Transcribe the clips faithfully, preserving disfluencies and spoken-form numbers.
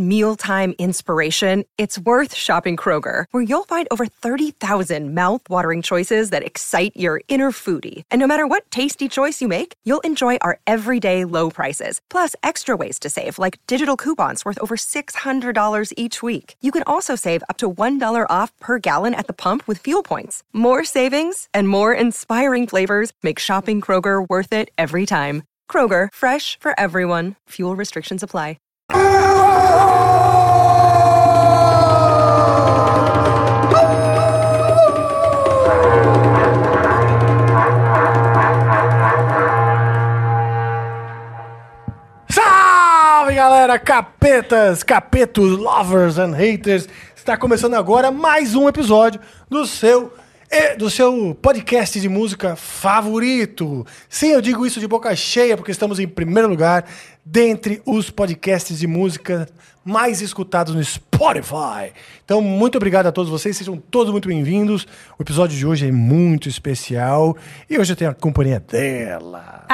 mealtime inspiration, it's worth shopping Kroger, where you'll find over thirty thousand mouth-watering choices that excite your inner foodie. And no matter what tasty choice you make, you'll enjoy our everyday low prices, plus extra ways to save, like digital coupons worth over six hundred dollars each week. You can also save up to one dollar off per gallon at the pump with fuel points. More savings and more inspiring flavors make shopping Kroger worth it every time. Kroger, fresh for everyone. Fuel restrictions apply. Salve, galera! Capetas, capetos, lovers and haters. Está começando agora mais um episódio do seu... do seu podcast de música favorito. Sim, eu digo isso de boca cheia, porque estamos em primeiro lugar dentre os podcasts de música mais escutados no Spotify. Então, muito obrigado a todos vocês, sejam todos muito bem-vindos. O episódio de hoje é muito especial e hoje eu tenho a companhia dela.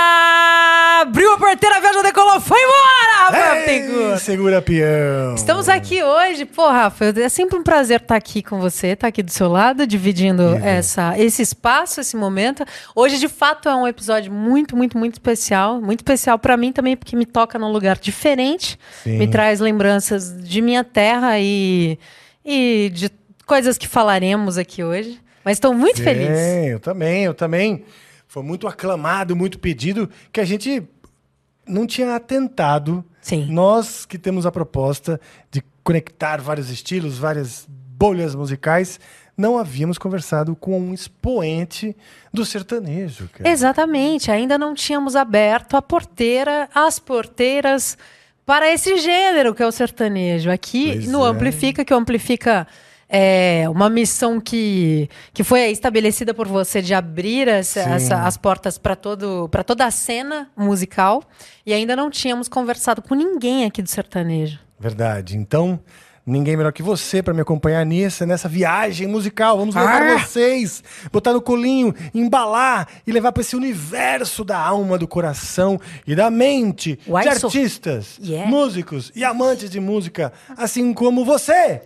Ah, abriu a porteira, a viagem decolou, foi embora, Rafael Bittencourt. Segura peão. Estamos aqui hoje, pô, Rafa, é sempre um prazer estar aqui com você, estar aqui do seu lado, dividindo uhum. essa, esse espaço, esse momento. Hoje, de fato, é um episódio muito, muito, muito especial. Muito especial para mim também, porque me toca num lugar diferente. Sim. Me traz lembranças de minha terra e, e de coisas que falaremos aqui hoje. Mas estou muito Sim, feliz. Eu também, eu também. Foi muito aclamado, muito pedido, que a gente não tinha atentado. Sim. Nós que temos a proposta de conectar vários estilos, várias bolhas musicais, não havíamos conversado com um expoente do sertanejo. Cara. Exatamente, ainda não tínhamos aberto a porteira, as porteiras para esse gênero que é o sertanejo. Aqui pois no é. Amplifica, que o Amplifica é uma missão que, que foi estabelecida por você de abrir essa, essa, as portas para todo, para toda a cena musical, e ainda não tínhamos conversado com ninguém aqui do sertanejo. Verdade, então... Ninguém melhor que você para me acompanhar nisso, nessa viagem musical. Vamos levar ah! vocês, botar no colinho, embalar e levar para esse universo da alma, do coração e da mente Uai, de artistas, so... yeah. músicos e amantes de música, assim como você.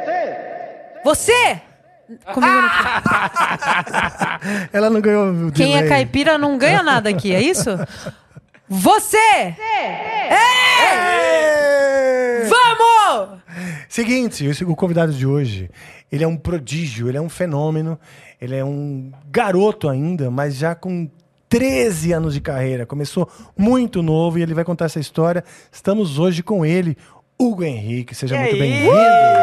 Você! Comigo ah! não... Ela não ganhou. Quem delay. É caipira não ganha nada aqui, é isso? Você! Ei! Ei! Vamos! Seguinte, o convidado de hoje, ele é um prodígio, ele é um fenômeno, ele é um garoto ainda, mas já com treze anos de carreira. Começou muito novo e ele vai contar essa história. Estamos hoje com ele, Hugo Henrique. Seja e muito aí? bem-vindo.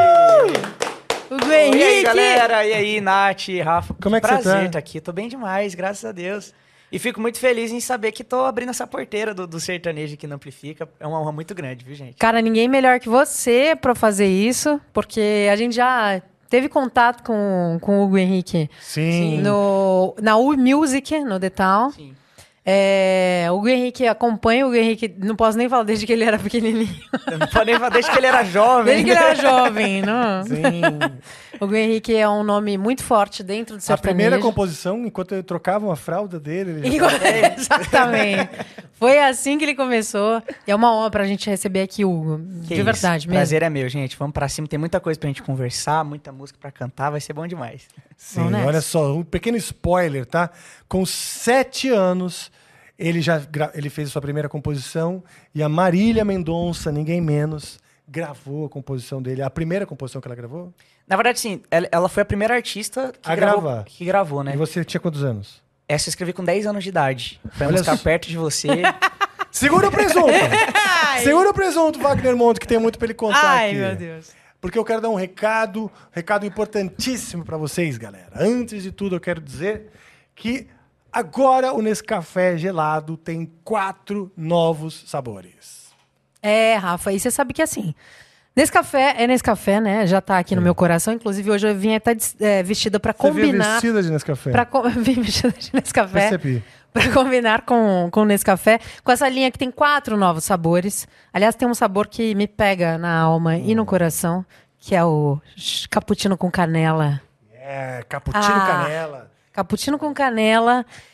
Uh! Hugo Henrique! E aí, galera? E aí, Nath, Rafa? Como é que prazer você tá? estar aqui. Tô bem demais, graças a Deus. E fico muito feliz em saber que tô abrindo essa porteira do, do sertanejo aqui no Amplifica. É uma honra muito grande, viu, gente? Cara, ninguém melhor que você pra fazer isso, porque a gente já teve contato com, com o Hugo Henrique. Sim. No, na U Music, no The Town. Sim. É, o Hugo Henrique acompanha o Hugo Henrique, não posso nem falar desde que ele era pequenininho. Eu não posso nem falar desde que ele era jovem. Desde que ele era jovem, não? Sim. O Hugo Henrique é um nome muito forte dentro do sertanejo. A primeira composição, enquanto eu trocava a fralda dele... Ele já... Exatamente. Foi assim que ele começou. E é uma honra pra gente receber aqui, Hugo. Que de verdade isso. mesmo. Prazer é meu, gente. Vamos pra cima. Tem muita coisa pra gente conversar, muita música pra cantar. Vai ser bom demais. Sim, olha só. Um pequeno spoiler, tá? Com sete anos... Ele já gra- ele fez a sua primeira composição e a Marília Mendonça, ninguém menos, gravou a composição dele. A primeira composição que ela gravou? Na verdade, sim. Ela, ela foi a primeira artista que, a gravou, gravar. que gravou, né? E você tinha quantos anos? Essa eu escrevi com dez anos de idade. Pra Olha eu estar só. perto de você. Segura o presunto! Segura o presunto, Wagner Monte, que tem muito pra ele contar Ai, aqui. meu Deus. Porque eu quero dar um recado, recado importantíssimo pra vocês, galera. Antes de tudo, eu quero dizer que agora o Nescafé gelado tem quatro novos sabores. É, Rafa, e você sabe que assim, Nescafé é Nescafé, né? Já tá aqui é. no meu coração. Inclusive, hoje eu vim até é, vestida pra combinar... Você veio vestida de Nescafé? Pra com... Vim vestida de Nescafé. Percebi. Pra combinar com o Nescafé, com essa linha que tem quatro novos sabores. Aliás, tem um sabor que me pega na alma hum. e no coração, que é o cappuccino com canela. É, cappuccino ah, canela. Cappuccino com canela.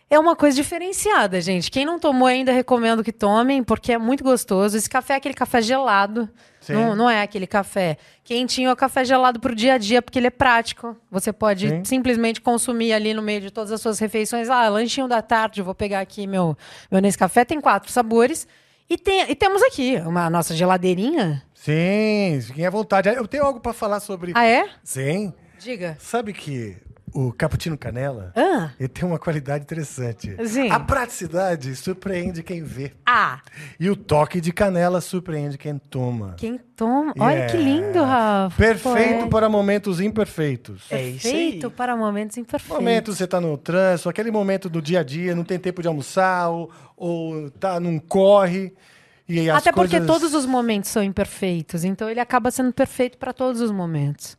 É uma coisa diferenciada, gente. Quem não tomou ainda, recomendo que tomem, porque é muito gostoso. Esse café é aquele café gelado. Não, não é aquele café quentinho, é o café gelado pro dia a dia, porque ele é prático. Você pode Sim. simplesmente consumir ali no meio de todas as suas refeições. Ah, lanchinho da tarde, vou pegar aqui meu, meu Nescafé. Tem quatro sabores. E, tem, e temos aqui uma a nossa geladeirinha. Sim, fiquem à vontade. Eu tenho algo para falar sobre... Ah, é? Sim. Diga. Sabe que o Cappuccino Canela, ah. ele tem uma qualidade interessante. Sim. A praticidade surpreende quem vê. Ah. E o toque de canela surpreende quem toma. Quem toma. Yeah. Olha que lindo, Rafa. Perfeito Pô, para momentos imperfeitos. É isso aí. Perfeito para momentos imperfeitos. Momentos você tá no trânsito, aquele momento do dia a dia, não tem tempo de almoçar, ou, ou tá num corre. E as Até porque coisas... todos os momentos são imperfeitos, então ele acaba sendo perfeito para todos os momentos.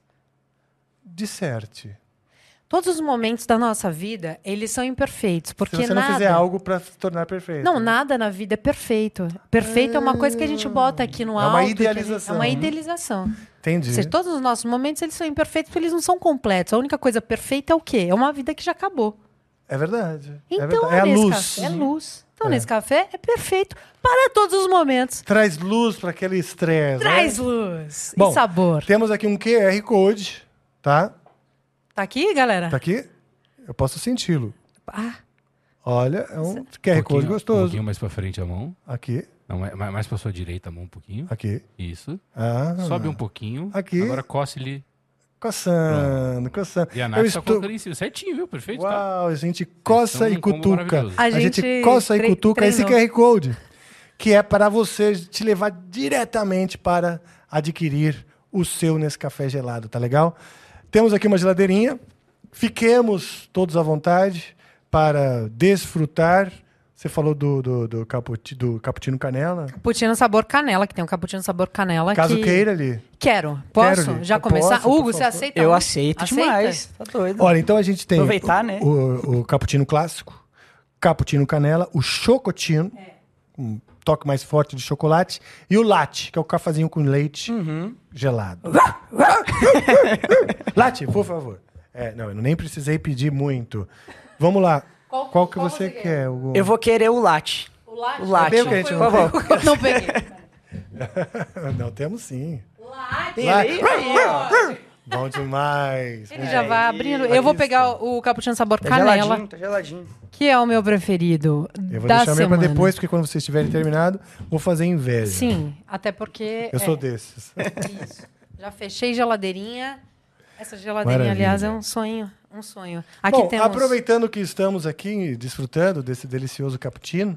Disserte. Todos os momentos da nossa vida, eles são imperfeitos, porque se você nada... não fizer algo para se tornar perfeito. Não, nada na vida é perfeito. Perfeito ah, é uma coisa que a gente bota aqui no é alto. Uma idealização. Gente... É uma idealização. Entendi. Ou seja, todos os nossos momentos, eles são imperfeitos porque eles não são completos. A única coisa perfeita é o quê? É uma vida que já acabou. É verdade. Então, é, verdade. é a luz. Café, é luz. Então, é. nesse café é perfeito para todos os momentos. Traz luz para aquele estresse. Traz né? luz Bom, e sabor. Temos aqui um Q R Code, tá? Tá aqui, galera? Tá aqui? Eu posso senti-lo. Ah. Olha, é um Q R Code gostoso. Um pouquinho mais para frente a mão. Aqui. Não, mais mais para sua direita a mão um pouquinho. Aqui. Isso. Ah. Sobe um pouquinho. Aqui. Agora coce-lhe. Coçando, coçando. E a Nath está colocando em cima. Certinho, viu? Perfeito. Uau, tá? A gente coça então, e cutuca. A, a gente, gente coça e cutuca esse Q R Code, que é para você te levar diretamente para adquirir o seu Nescafé gelado, tá legal? Temos aqui uma geladeirinha. Fiquemos todos à vontade para desfrutar. Você falou do, do, do, caputi, do cappuccino canela? Cappuccino sabor canela, que tem um cappuccino sabor canela. Caso que... queira ali. Quero. Posso Quero já Eu começar? posso, Hugo, você aceita? Eu um? aceito Aceita? demais. Tá doido. Olha, então a gente tem Aproveitar, o, né? o, o cappuccino clássico, cappuccino canela, o chocotino, é. um toque mais forte de chocolate, e o latte, que é o cafezinho com leite uhum. gelado. Latte, por favor. É, não, eu nem precisei pedir muito. Vamos lá. Qual, qual que qual você, você quer? quer Hugo? Eu vou querer o latte. O latte? O latte. É bem o que a gente não, por favor. Não peguei. Não, temos sim. Latte. Aí, aí, ó. Bom demais. Ele já vai abrindo. Eu vou pegar o cappuccino sabor tá canela. Geladinho, tá geladinho. Que é o meu preferido. Eu vou da deixar o meu semana. pra depois, porque quando vocês tiverem terminado, vou fazer inveja. Sim, até porque... Eu é, sou desses. Isso. Já fechei geladeirinha. Essa geladeirinha, Maravilha. aliás, é um sonho. Um sonho. Aqui Bom, temos... aproveitando que estamos aqui desfrutando desse delicioso cappuccino,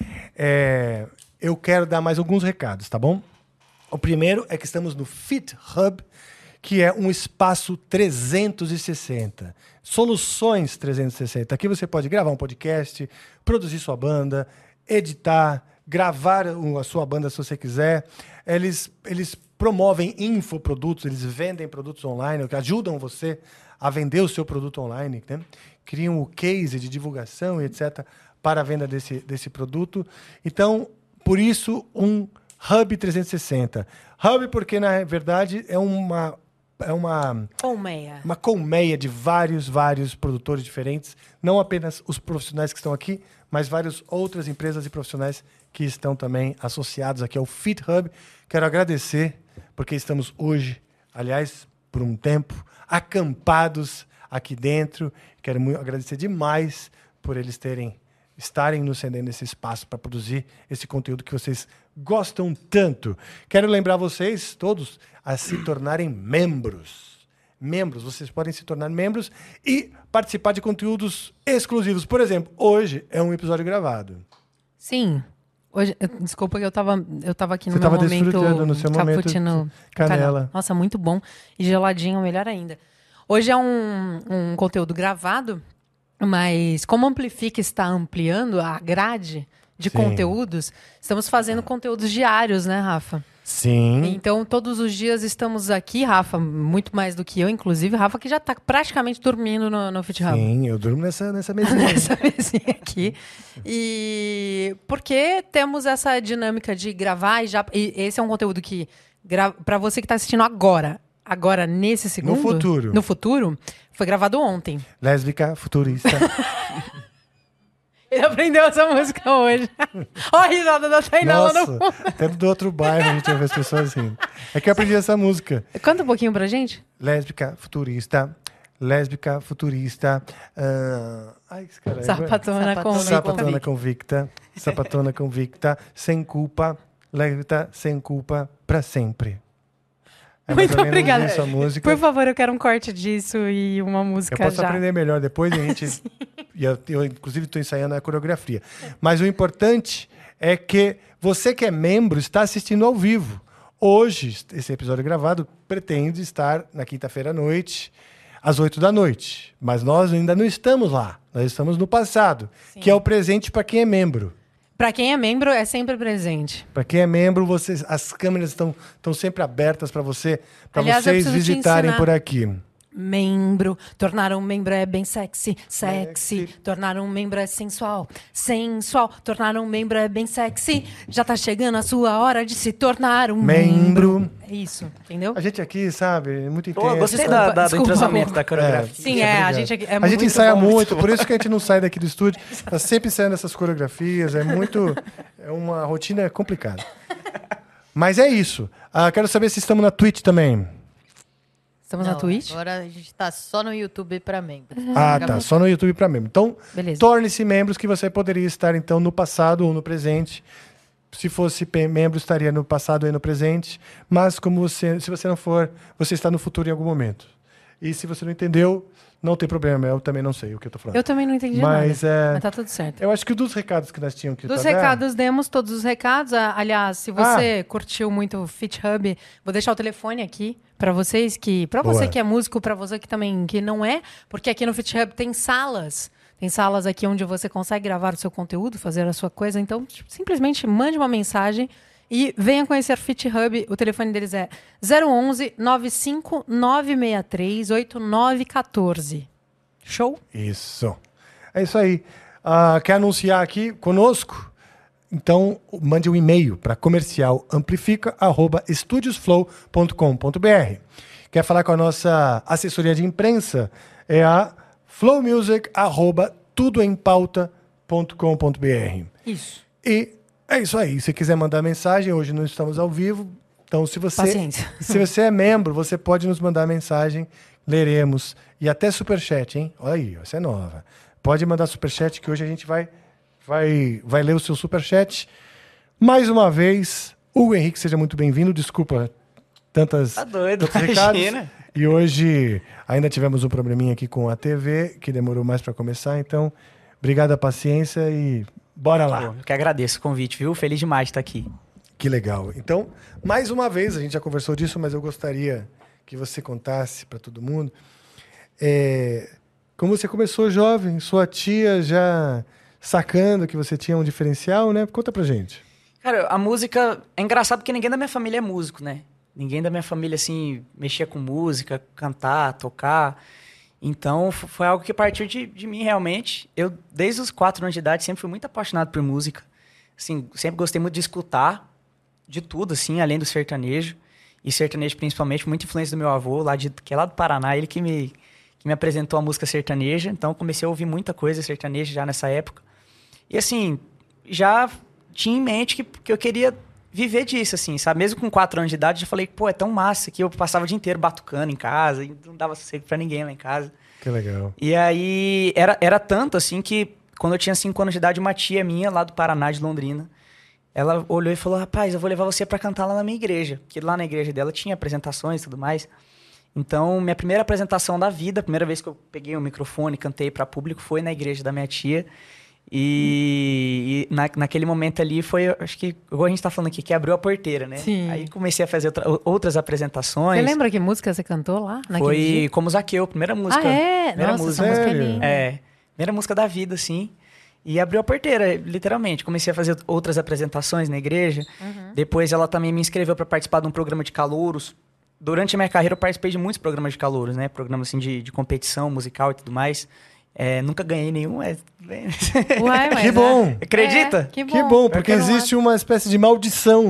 é, eu quero dar mais alguns recados, tá bom? O primeiro é que estamos no Fit Hub, que é um espaço trezentos e sessenta. Soluções trezentos e sessenta. Aqui você pode gravar um podcast, produzir sua banda, editar, gravar a sua banda se você quiser. Eles, eles promovem infoprodutos, eles vendem produtos online, que ajudam você a vender o seu produto online, né? Criam o case de divulgação e etcétera para a venda desse, desse produto. Então, por isso, um Hub trezentos e sessenta. Hub porque, na verdade, é uma... É uma colmeia. uma colmeia de vários, vários produtores diferentes. Não apenas os profissionais que estão aqui, mas várias outras empresas e profissionais que estão também associados aqui ao Fit Hub. Quero agradecer, porque estamos hoje, aliás, por um tempo, acampados aqui dentro. Quero muito agradecer demais por eles terem estarem nos cedendo esse espaço para produzir esse conteúdo que vocês gostam tanto. Quero lembrar vocês todos a se tornarem membros. Membros, vocês podem se tornar membros e participar de conteúdos exclusivos. Por exemplo, hoje é um episódio gravado. Sim. Hoje, desculpa que eu estava eu tava aqui no Você meu tava momento desfrutando no seu cappuccino momento canela. canela. Nossa, muito bom. E geladinho, melhor ainda. Hoje é um, um conteúdo gravado, mas como Amplifica está ampliando a grade de Sim. conteúdos, estamos fazendo conteúdos diários, né, Rafa? Sim. Então, todos os dias estamos aqui, Rafa, muito mais do que eu, inclusive. Rafa, que já está praticamente dormindo no, no Fit Hub. Sim, eu durmo nessa, nessa mesinha. nessa mesinha aqui. E porque temos essa dinâmica de gravar e já... E esse é um conteúdo que, gra... para você que está assistindo agora, agora nesse segundo... No futuro. No futuro, foi gravado ontem. Lésbica futurista. Ele aprendeu essa música hoje. Olha a risada da Tainá lá no Nossa, fundo. até do outro bairro a gente ouve as pessoas rindo. É que eu aprendi essa música. Canta um pouquinho pra gente. Lésbica, futurista, lésbica, futurista. ah, Ai, esse cara. Sapatona com Sapatona convicta, sapatona convicta, sem culpa, lésbica, sem culpa, pra sempre. É mais Muito ou menos obrigada. isso a música. Por favor, eu quero um corte disso e uma música Eu posso já. aprender melhor depois, a gente. E eu, eu, inclusive, estou ensaiando a coreografia. Mas o importante é que você que é membro está assistindo ao vivo. Hoje, esse episódio gravado pretende estar na quinta-feira à noite, às oito da noite. Mas nós ainda não estamos lá. Nós estamos no passado, Sim. que é o presente para quem é membro. Pra quem é membro, é sempre presente. Para quem é membro, vocês, as câmeras estão, estão sempre abertas para você, para Aliás, eu vocês preciso te visitarem ensinar. por aqui. Membro, tornar um membro é bem sexy, sexy. Sexy. Tornar um membro é sensual, sensual. Tornar um membro é bem sexy. Já tá chegando a sua hora de se tornar um membro. Membro. É isso, entendeu? A gente aqui, sabe, é muito Pô, intenso. gostei Desculpa, da, da, do desculpa, entrosamento amor. da coreografia. Sim, é, a Obrigado. gente aqui é a muito gente ensaia bom. muito, por isso que a gente não sai daqui do estúdio. Tá sempre ensaiando essas coreografias, é muito. É uma rotina complicada. Mas é isso. Ah, quero saber se estamos na Twitch também. Estamos Não, na Twitch? Agora a gente tá só no YouTube pra membros. Ah, tá. Só no YouTube para membro. Então, Beleza. torne-se membros que você poderia estar, então, no passado ou no presente. Se fosse pe- membro, estaria no passado e no presente. Mas como você, se você não for, você está no futuro em algum momento. E se você não entendeu, não tem problema. Eu também não sei o que eu tô falando. Eu também não entendi Mas, nada. é, Mas tá tudo certo. eu acho que dos recados que nós tínhamos que Dos pra dar- recados, demos todos os recados. Ah, Aliás, se você curtiu muito o Fit Hub, vou deixar o telefone aqui para vocês que, para você Boa. que é músico, para você que também que não é, porque aqui no Fit Hub tem salas. Tem salas aqui onde você consegue gravar o seu conteúdo, fazer a sua coisa. Então, tipo, simplesmente mande uma mensagem e venha conhecer o Fit Hub. O telefone deles é zero onze, nove cinco nove seis três, oito nove um quatro. Show? Isso. É isso aí. Ah, quer anunciar aqui conosco? Então, mande um e-mail para comercial amplifica arroba estudiosflow ponto com ponto b r. Quer falar com a nossa assessoria de imprensa? É a flowmusic arroba tudoempauta ponto com ponto b r. Isso. E é isso aí. Se quiser mandar mensagem, hoje não estamos ao vivo. Então, se você, Paciência. se você é membro, você pode nos mandar mensagem, leremos. E até superchat, hein? Olha aí, essa é nova. Pode mandar superchat, que hoje a gente vai, vai, vai ler o seu superchat. Mais uma vez, Hugo Henrique, seja muito bem-vindo. Desculpa tantas, Tá doido, tantos recados. imagina. E hoje ainda tivemos um probleminha aqui com a T V, que demorou mais para começar. Então, obrigado a paciência e bora lá. Pô, eu que agradeço o convite, viu? Feliz demais de estar aqui. Que legal. Então, mais uma vez, a gente já conversou disso, mas eu gostaria que você contasse para todo mundo. É, como você começou jovem, sua tia já sacando que você tinha um diferencial, né? Conta pra gente. Cara, a música... É engraçado porque ninguém da minha família é músico, né? Ninguém da minha família, assim, mexia com música, cantar, tocar. Então, f- foi algo que partiu de, de mim, realmente. Eu, desde os quatro anos de idade, sempre fui muito apaixonado por música. Assim, sempre gostei muito de escutar de tudo, assim, além do sertanejo. E sertanejo, principalmente, muita influência do meu avô, lá de, que é lá do Paraná. Ele que me, que me apresentou a música sertaneja. Então, eu comecei a ouvir muita coisa sertaneja já nessa época. E, assim, já tinha em mente que, que eu queria viver disso, assim, sabe? Mesmo com quatro anos de idade, eu já falei, pô, é tão massa que eu passava o dia inteiro batucando em casa e não dava sossego pra ninguém lá em casa. Que legal. E aí, era, era tanto, assim, que quando eu tinha cinco anos de idade, uma tia minha, lá do Paraná, de Londrina, ela olhou e falou, rapaz, eu vou levar você pra cantar lá na minha igreja. Porque lá na igreja dela tinha apresentações e tudo mais. Então, minha primeira apresentação da vida, a primeira vez que eu peguei um microfone e cantei pra público, foi na igreja da minha tia. E, e na, naquele momento ali foi, acho que, igual a gente tá falando aqui, que abriu a porteira, né? Sim. Aí comecei a fazer outra, outras apresentações. Você lembra que música você cantou lá? naquele Foi dia? Como Zaqueu, primeira música. Ah, é? Primeira Nossa, música. essa música é Sério? linda. É, primeira música da vida, assim. E abriu a porteira, literalmente. Comecei a fazer outras apresentações na igreja. Uhum. Depois ela também me inscreveu para participar de um programa de calouros. Durante a minha carreira eu participei de muitos programas de calouros, né? Programas assim, de, de competição musical e tudo mais. É, nunca ganhei nenhum, mas... Ué, mas Que é. bom. Acredita? É, que bom. Que bom, porque Eu quero existe uma espécie de maldição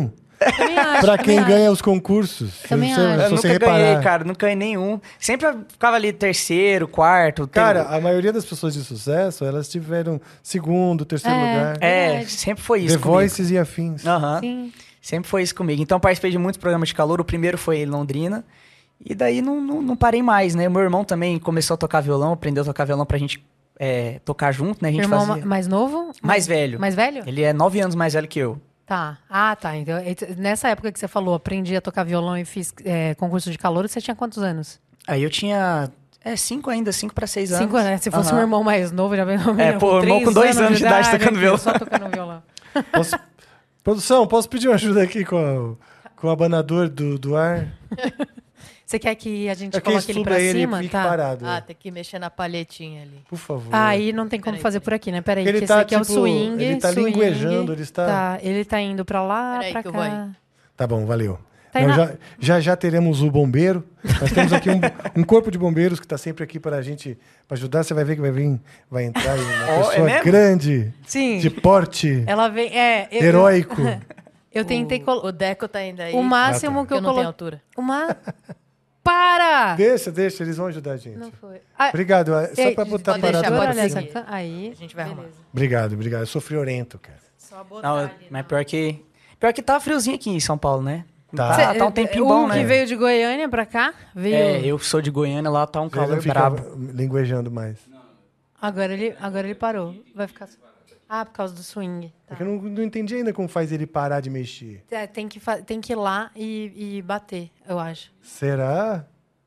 Também acho, Pra também quem acho. ganha os concursos. Também se você, acho. se Eu você nunca reparar. ganhei, cara. Nunca ganhei nenhum. Sempre ficava ali terceiro, quarto. Cara, tem- a maioria das pessoas de sucesso, elas tiveram segundo, terceiro É. lugar. É, Verdade. sempre foi The isso comigo. Voices e afins. Aham. Sim. Sempre foi isso comigo. Então, participei de muitos programas de calor. O primeiro foi em Londrina. E daí não, não, não parei mais, né? Meu irmão também começou a tocar violão, aprendeu a tocar violão pra gente é, tocar junto, né? A gente Irmão fazia... ma- mais novo? Mais velho. Mais velho? Ele é nove anos mais velho que eu. Tá. Ah, tá. Então, et- nessa época que você falou, aprendi a tocar violão e fiz é, concurso de calor, você tinha quantos anos? Aí eu tinha... É, cinco ainda, cinco pra seis anos. Cinco anos, né? Se fosse Aham. um irmão mais novo, já veio um É, pô, irmão com dois anos de idade tocando aqui, violão. Só tocando violão. Posso- Produção, posso pedir uma ajuda aqui com, a- com o abanador do, do ar? Você quer que a gente É que coloque ele estuda pra ele cima? fique Tá. parado. Ah, tem que mexer na palhetinha ali. Por favor. Aí não tem como Peraí, fazer peraí. por aqui, né? Peraí, Ele que tá, esse aqui é o tipo, swing. ele tá swing. linguejando, ele está- Tá, ele tá indo pra lá, Peraí pra que eu cá. vou aí. Tá bom, valeu. Tá aí Nós na- já, já já teremos o bombeiro. Nós temos aqui um, um corpo de bombeiros que está sempre aqui para a gente pra ajudar. Você vai ver que vai vir, vai entrar aí uma Ó, é pessoa mesmo? grande, Sim. de porte, Ela vem. É, eu, heróico. Eu tentei colocar. O Deco tá ainda aí. O máximo Ah, tá. que eu, eu não tenho coloquei. altura. Uma. Para! Deixa, deixa, eles vão ajudar a gente. Não foi. Ah, Obrigado. é Só ei, para botar pode parado. deixar, olha pode essa seguir. ca- Aí. A gente vai arrumar. beleza. Obrigado, obrigado. Eu sou friorento, cara. Só botar Não, ali, mas pior que... Pior que tá friozinho aqui em São Paulo, né? Tá. Tá, tá um tempinho o bom, que né? veio de Goiânia pra cá, veio. É, eu sou de Goiânia, lá tá um Ele calor não fica brabo. linguejando mais. Agora, ele, agora ele parou. Vai ficar. Ah, por causa do swing. É Tá. que eu não, não entendi ainda como faz ele parar de mexer. É, tem, que fa- tem que ir lá e, e bater, eu acho. Será?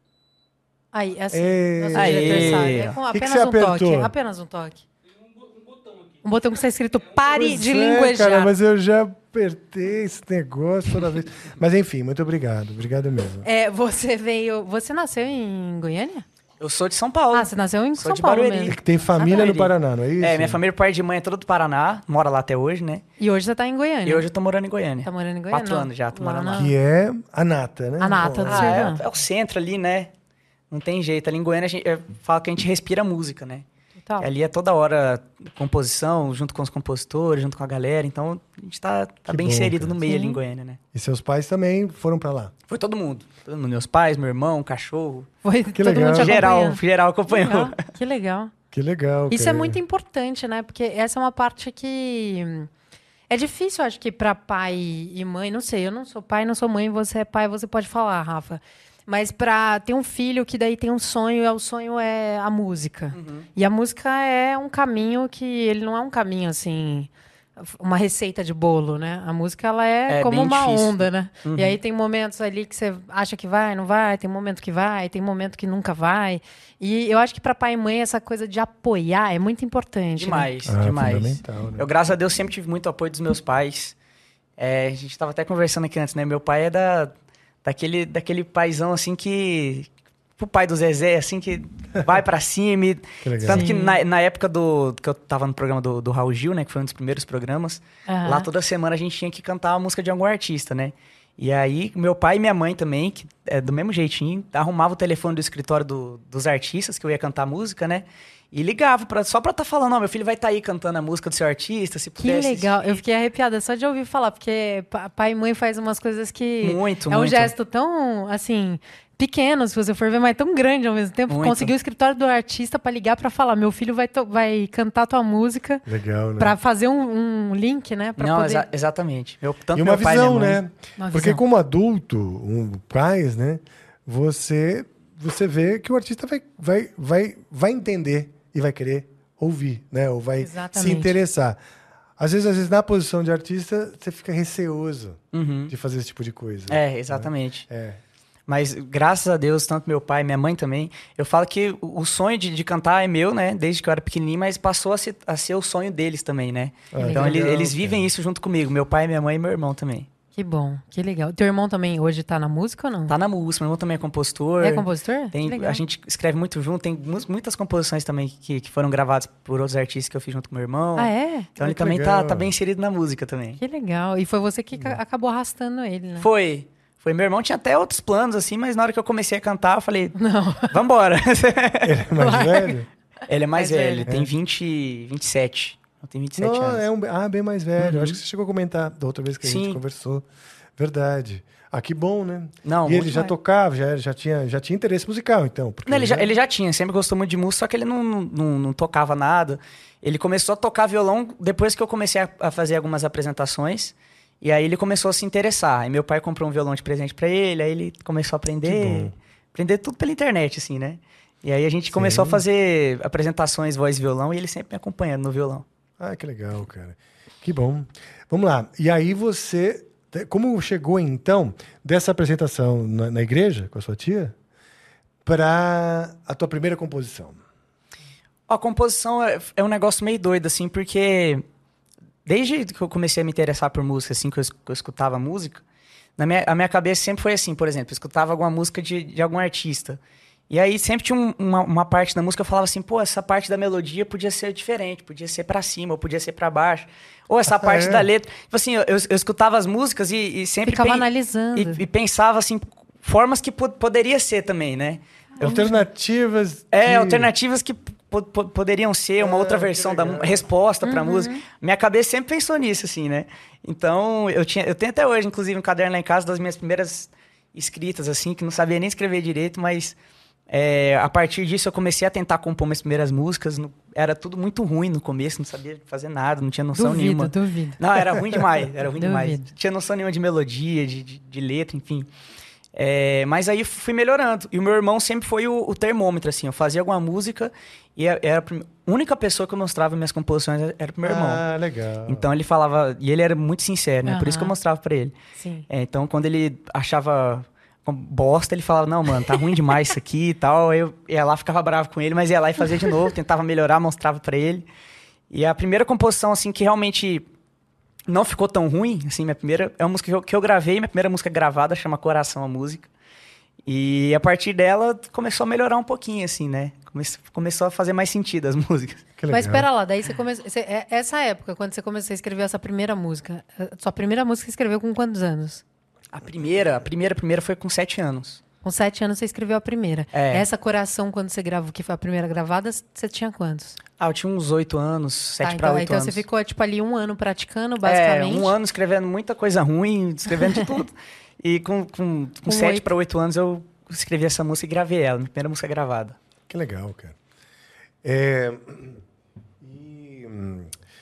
Aí, assim. Ei. Nosso Aê. diretor sabe. É com Que que apenas você um apertou? toque. Apenas um toque. Um botão que está escrito pare Pois de é, linguejar. cara, mas eu já apertei esse negócio toda vez. Mas enfim, muito obrigado. Obrigado mesmo. É, você veio. Você nasceu em Goiânia? Eu sou de São Paulo. Ah, você nasceu em Sou São de Paulo Barueri. É mesmo. que tem família no Barueri. Paraná, não é isso? É, minha família, por parte de mãe, é toda do Paraná, mora lá até hoje, né? E hoje você tá em Goiânia. E hoje eu tô morando em Goiânia. Tá morando em Goiânia? Quatro Não. anos já, tô Lá morando lá. na- Que é a nata, né? A nata Bom, do Ah, seu é, irmão. é o centro ali, né? Não tem jeito. Ali em Goiânia, a gente é, fala que a gente respira música, né? Total. Ali é toda hora composição, junto com os compositores, junto com a galera. Então, a gente tá, tá Que bem bom, inserido cara. no meio Sim. ali em Goiânia, né? E seus pais também foram pra lá. Foi todo mundo. Todo mundo. Meus pais, meu irmão, cachorro. Foi Que todo legal. mundo te Geral, acompanhando. geral acompanhou. Legal, que legal. Que legal. Isso é cara. muito importante, né? Porque essa é uma parte que hum, é difícil, acho que para pai e mãe, não sei, eu não sou pai, não sou mãe, você é pai, você pode falar, Rafa. Mas para ter um filho que daí tem um sonho, e o sonho é a música. Uhum. E a música é um caminho que ele não é um caminho assim, uma receita de bolo, né? A música ela é, É como bem uma difícil. onda, né? Uhum. E aí tem momentos ali que você acha que vai, não vai, tem momento que vai, tem momento que nunca vai. E eu acho que para pai e mãe essa coisa de apoiar é muito importante. né? Demais, Ah, demais. fundamental, né? Eu, graças a Deus, sempre tive muito apoio dos meus pais. É, a gente estava até conversando aqui antes, né? Meu pai é da, daquele, daquele paizão, assim, que... O pai do Zezé, assim, que vai pra cima. E... Que legal. Tanto que Sim. na, na época do que eu tava no programa do, do Raul Gil, né? Que foi um dos primeiros programas. Aham. Lá toda semana a gente tinha que cantar a música de algum artista, né? E aí, meu pai e minha mãe também, que é do mesmo jeitinho, arrumava o telefone do escritório do- dos artistas, que eu ia cantar a música, né? E ligava pra, só pra estar tá falando, ó, meu filho vai estar aí cantando a música do seu artista, se Que puder legal. assistir. Eu fiquei arrepiada só de ouvir falar, porque pa- pai e mãe faz umas coisas que... Muito, é um muito. gesto tão, assim, pequeno, se você for ver, mas tão grande ao mesmo tempo. Muito. Conseguir o escritório do artista pra ligar pra falar, meu filho vai, to- vai cantar tua música, Legal, né? pra fazer um, um link, né? Pra Não, poder... exa- exatamente. Meu, tanto E uma meu pai e minha visão, mãe. né? Uma Porque visão. como adulto, um pais, né? Você, você vê que o artista vai, vai, vai, vai entender e vai querer ouvir, né? Ou vai Exatamente. se interessar. Às vezes, às vezes, na posição de artista, você fica receoso Uhum. de fazer esse tipo de coisa. É, exatamente. É. Mas, graças a Deus, tanto meu pai e minha mãe também, eu falo que o o sonho de, de cantar é meu, né? Desde que eu era pequenininho, mas passou a ser, a ser o sonho deles também, né? Ah, então, que eles, legal, eles cara. vivem isso junto comigo. Meu pai, minha mãe e meu irmão também. Que bom, que legal. Teu irmão também hoje tá na música ou não? Tá na música. Meu irmão também é compositor. É compositor? Tem, Que legal. a gente escreve muito junto. Tem mu- muitas composições também que, que foram gravadas por outros artistas que eu fiz junto com meu irmão. Ah, é? Então, Ah, ele que também legal. tá, tá bem inserido na música também. Que legal. E foi você que ca- acabou arrastando ele, né? Foi. Foi. Meu irmão tinha até outros planos, assim, mas na hora que eu comecei a cantar, eu falei, Não. vambora. Ele é mais velho? Ele é mais, Mais velho, velho. ele tem vinte, vinte e sete. Eu tenho vinte e sete Não, anos. é um, ah, bem mais velho. Uhum. Acho que você chegou a comentar da outra vez que a gente Sim. conversou. Verdade. Ah, que bom, né? Não, e ele muito já mais. tocava, já, já, tinha, já tinha interesse musical, então. Porque Não, ele, já, já- ele já tinha, sempre gostou muito de música, só que ele não, não, não tocava nada. Ele começou a tocar violão depois que eu comecei a, a fazer algumas apresentações. E aí ele começou a se interessar. Aí meu pai comprou um violão de presente pra ele, aí ele começou a Que aprender. bom. Aprender tudo pela internet, assim, né? E aí a gente começou a fazer apresentações voz e violão e ele sempre me acompanhando no violão. Ah, que legal, cara. Que bom. Vamos lá. E aí você... Como chegou, então, dessa apresentação na, na igreja, com a sua tia, para a tua primeira composição? A composição é, é um negócio meio doido, assim, porque desde que eu comecei a me interessar por música, assim, que eu, es- que eu escutava música, na minha, a minha cabeça sempre foi assim, por exemplo, eu escutava alguma música de, de algum artista. E aí sempre tinha um- uma, uma parte da música que eu falava assim, pô, essa parte da melodia podia ser diferente, podia ser pra cima, ou podia ser pra baixo. Ou essa parte é? da letra. Tipo assim, eu, eu, eu escutava as músicas e, e sempre... Ficava pen- analisando. E, e pensava, assim, formas que po- poderia ser também, né? Eu- Alternativas. é, de- alternativas que po- po- poderiam ser uma Ah, outra que versão da legal. mu- resposta pra música. Minha cabeça sempre pensou nisso, assim, né? Então, eu, tinha, eu tenho até hoje, inclusive, um caderno lá em casa das minhas primeiras escritas, assim, que não sabia nem escrever direito, mas é, a partir disso eu comecei a tentar compor minhas primeiras músicas. No- era tudo muito ruim no começo, não sabia fazer nada, não tinha noção Duvido, nenhuma. duvido. Não, era ruim demais, era ruim demais. Duvido. Não tinha noção nenhuma de melodia, de, de, de letra, enfim. É, mas aí fui melhorando. E o meu irmão sempre foi o, o termômetro, assim. Eu fazia alguma música e a- era a prim- única pessoa que eu mostrava minhas composições era pro meu irmão. Ah, legal. Então ele falava... E ele era muito sincero, né? Por isso que eu Aham. mostrava pra ele. Sim. É, então quando ele achava bosta, ele falava, não, mano, tá ruim demais isso aqui e tal. Aí eu ia lá, ficava bravo com ele, mas ia lá e fazia de novo, tentava melhorar, mostrava pra ele. E a primeira composição, assim, que realmente não ficou tão ruim, assim, minha primeira... É uma música que eu, que eu gravei, minha primeira música gravada, chama Coração, a música. E a partir dela, começou a melhorar um pouquinho, assim, né? Come- começou a fazer mais sentido as músicas. Que legal. Mas espera lá, daí você começou. você- é- essa época, quando você começou a escrever essa primeira música, a sua primeira música você escreveu com quantos anos? A primeira, a primeira, a primeira foi com sete anos. Com sete anos você escreveu a primeira. É. Essa Coração, quando você gravou, que foi a primeira gravada, você tinha quantos? Ah, eu tinha uns oito anos, sete Tá, pra então, oito então anos. você ficou, tipo, ali um ano praticando, É, basicamente. um ano escrevendo muita coisa ruim, escrevendo de tudo. E com, com, com Com sete oito. para oito anos eu escrevi essa música e gravei ela, minha primeira música gravada. Que legal, cara. É, e, hum,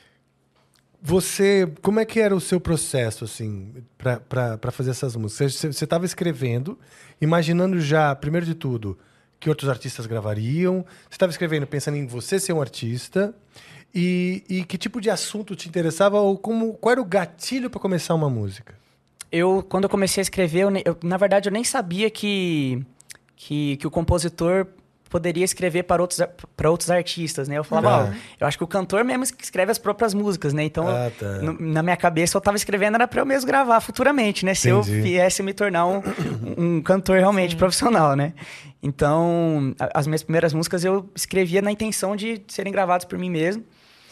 você, como é que era o seu processo, assim, para fazer essas músicas? Você estava escrevendo, imaginando já, primeiro de tudo, que outros artistas gravariam. Você estava escrevendo pensando em você ser um artista. E, e que tipo de assunto te interessava? Ou como, qual era o gatilho para começar uma música? Eu, quando eu comecei a escrever, eu, ne- eu, na verdade, eu nem sabia que, que, que o compositor poderia escrever para outros, ar- para outros artistas, né? Eu falava, Tá. ó, eu acho que o cantor mesmo que escreve as próprias músicas, né? Então, Ah, tá. no- na minha cabeça, eu estava escrevendo era para eu mesmo gravar futuramente, né? Se eu Entendi. viesse me tornar um, um cantor realmente profissional, né? Então, a- as minhas primeiras músicas eu escrevia na intenção de serem gravadas por mim mesmo.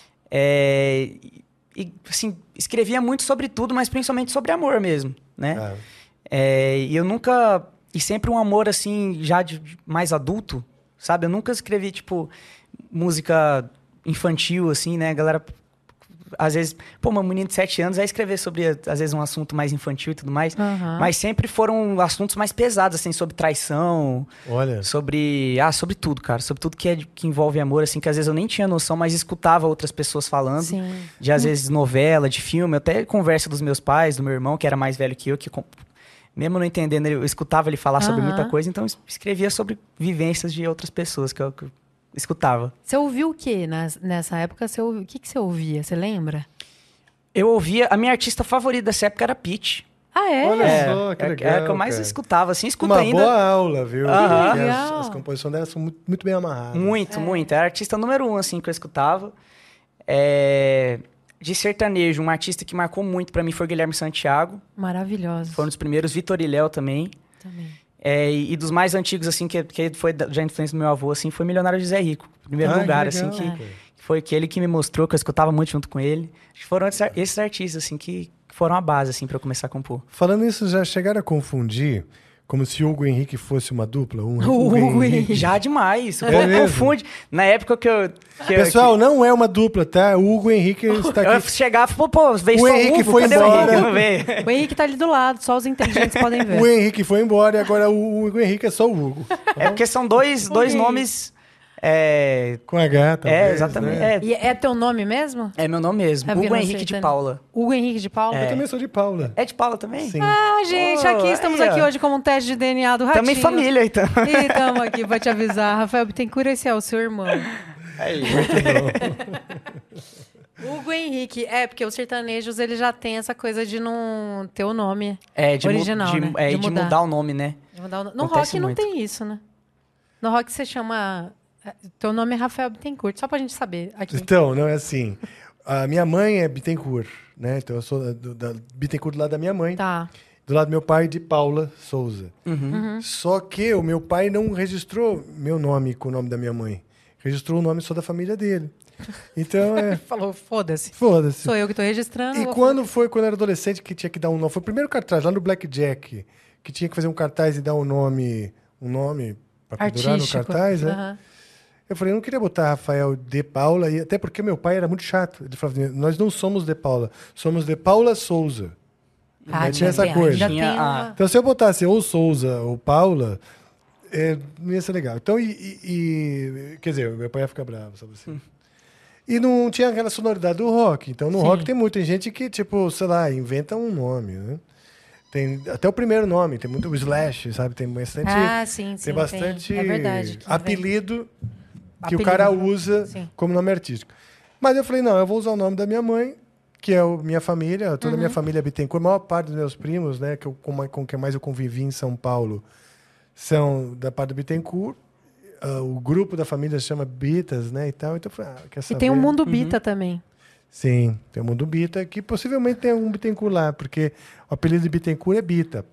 É, e, e, assim, escrevia muito sobre tudo, mas principalmente sobre amor mesmo, né? Ah, É, e eu nunca... E sempre um amor, assim, já de, de mais adulto, sabe? Eu nunca escrevi, tipo, música infantil, assim, né? A galera, às vezes... Pô, uma menina de sete anos vai escrever sobre, às vezes, um assunto mais infantil e tudo mais. Aham. Mas sempre foram assuntos mais pesados, assim, sobre traição, olha, sobre... Ah, sobre tudo, cara. Sobre tudo que, é, de- que envolve amor, assim, que às vezes eu nem tinha noção, mas escutava outras pessoas falando. Sim. De, às vezes, novela, de filme. Até conversa dos meus pais, do meu irmão, que era mais velho que eu, que com- mesmo não entendendo, eu escutava ele falar sobre Aham. muita coisa, então eu es- escrevia sobre vivências de outras pessoas que eu, que eu escutava. Você ouviu o quê nas- nessa época? Você ouviu- o que, que você ouvia? Você lembra? Eu ouvia... A minha artista favorita dessa época era Pitty. Ah, é? Olha É, só, que é- legal, era a que eu mais cara. escutava, assim, escuta uma ainda. boa aula, viu? Aham. Porque Legal. As, as composições delas são muito, muito bem amarradas. Muito, muito. Era a artista número um, assim, que eu escutava. É, De sertanejo, um artista que marcou muito pra mim foi o Guilherme Santiago. Maravilhoso. Foi um dos primeiros. Vitor e Léo também. Também. É, e, e dos mais antigos, assim, que, que foi da já influência do meu avô, assim, foi Milionário José Rico. Primeiro Ah, que lugar, legal, assim, que, cara. que foi aquele que me mostrou, que eu escutava muito junto com ele. Acho que foram esses, ar- esses artistas, assim, que, que foram a base, assim, pra eu começar a compor. Falando isso, já chegaram a confundir Como se Hugo e Henrique fosse uma dupla. Um O Hugo e Henrique. Já demais. O É povo mesmo? confunde. Na época que eu... Que eu- Pessoal, não é uma dupla, tá? O Hugo e Henrique está eu aqui. chegava e falava, pô, veio O só Henrique Hugo, foi cadê embora. o Henrique? Não veio. O Henrique tá ali do lado, só os inteligentes podem ver. O Henrique foi embora e agora o Hugo e Henrique é só o Hugo. É porque são dois, dois Henrique. nomes... É, Com H, talvez. é exatamente. né? É, E é teu nome mesmo? é meu nome mesmo. É porque Hugo não Henrique sei, de tá? Paula. Hugo Henrique de Paula? Eu também sou de Paula. É de Paula também? Sim. Ah, gente, Oh, aqui estamos aí, aqui ó. hoje como um teste de D N A do Ratinho. Também família, então. E estamos aqui pra te avisar. Rafael Bittencourt, esse é o seu irmão. Aí. Hugo Henrique. É, porque os sertanejos, ele já tem essa coisa de não ter o nome É, de, mu- original, de, né? é, De de mudar. mudar o nome, né? De mudar o no... no Acontece rock não muito. tem isso, né? No rock você chama... Teu nome é Rafael Bittencourt, só pra gente saber aqui. Então, não é assim. A minha mãe é Bittencourt, né? Então eu sou da, do- da Bittencourt do lado da minha mãe. Tá. Do lado do meu pai, de Paula Souza. Uhum. Só que o meu pai não registrou meu nome com o nome da minha mãe. Registrou o nome só da família dele. Então, é... Falou, foda-se. Foda-se. Sou eu que tô registrando. E vou quando foi, quando eu era adolescente, que tinha que dar um nome? Foi o primeiro cartaz, lá no Blackjack, que tinha que fazer um cartaz e dar um nome, um nome pra pendurar no Artístico. cartaz, né? Aham. Eu falei, eu não queria botar Rafael de Paula, e até porque meu pai era muito chato. Ele falava, nós não somos de Paula, somos de Paula Souza. Ah, tinha essa tem- coisa. Ainda Tinha tem a- uma... Então, se eu botasse ou Souza ou Paula, é, não ia ser legal. Então, e, e- e- quer dizer, meu pai ia ficar bravo, sabe assim. E não tinha aquela sonoridade do rock. Então, no Sim. rock tem muita gente que, tipo, sei lá, inventa um nome, né? Tem até o primeiro nome, tem muito o Slash, sabe? Tem bastante, Ah, sim, sim. tem bastante É verdade. que vem- apelido que o Apelido. cara usa Sim. como nome artístico. Mas eu falei, não, eu vou usar o nome da minha mãe, que é o, minha família, toda a Uhum. minha família é Bittencourt. A maior parte dos meus primos, né, que eu, com, com quem mais eu convivi em São Paulo, são da parte do Bittencourt. Ah, o grupo da família se chama Bitas, né, e tal. Então eu falei, ah, quer E saber? tem o Mundo Bita também. Sim, tem o Mundo Bita, que possivelmente tem um Bittencourt lá, porque o apelido de Bittencourt é Bita.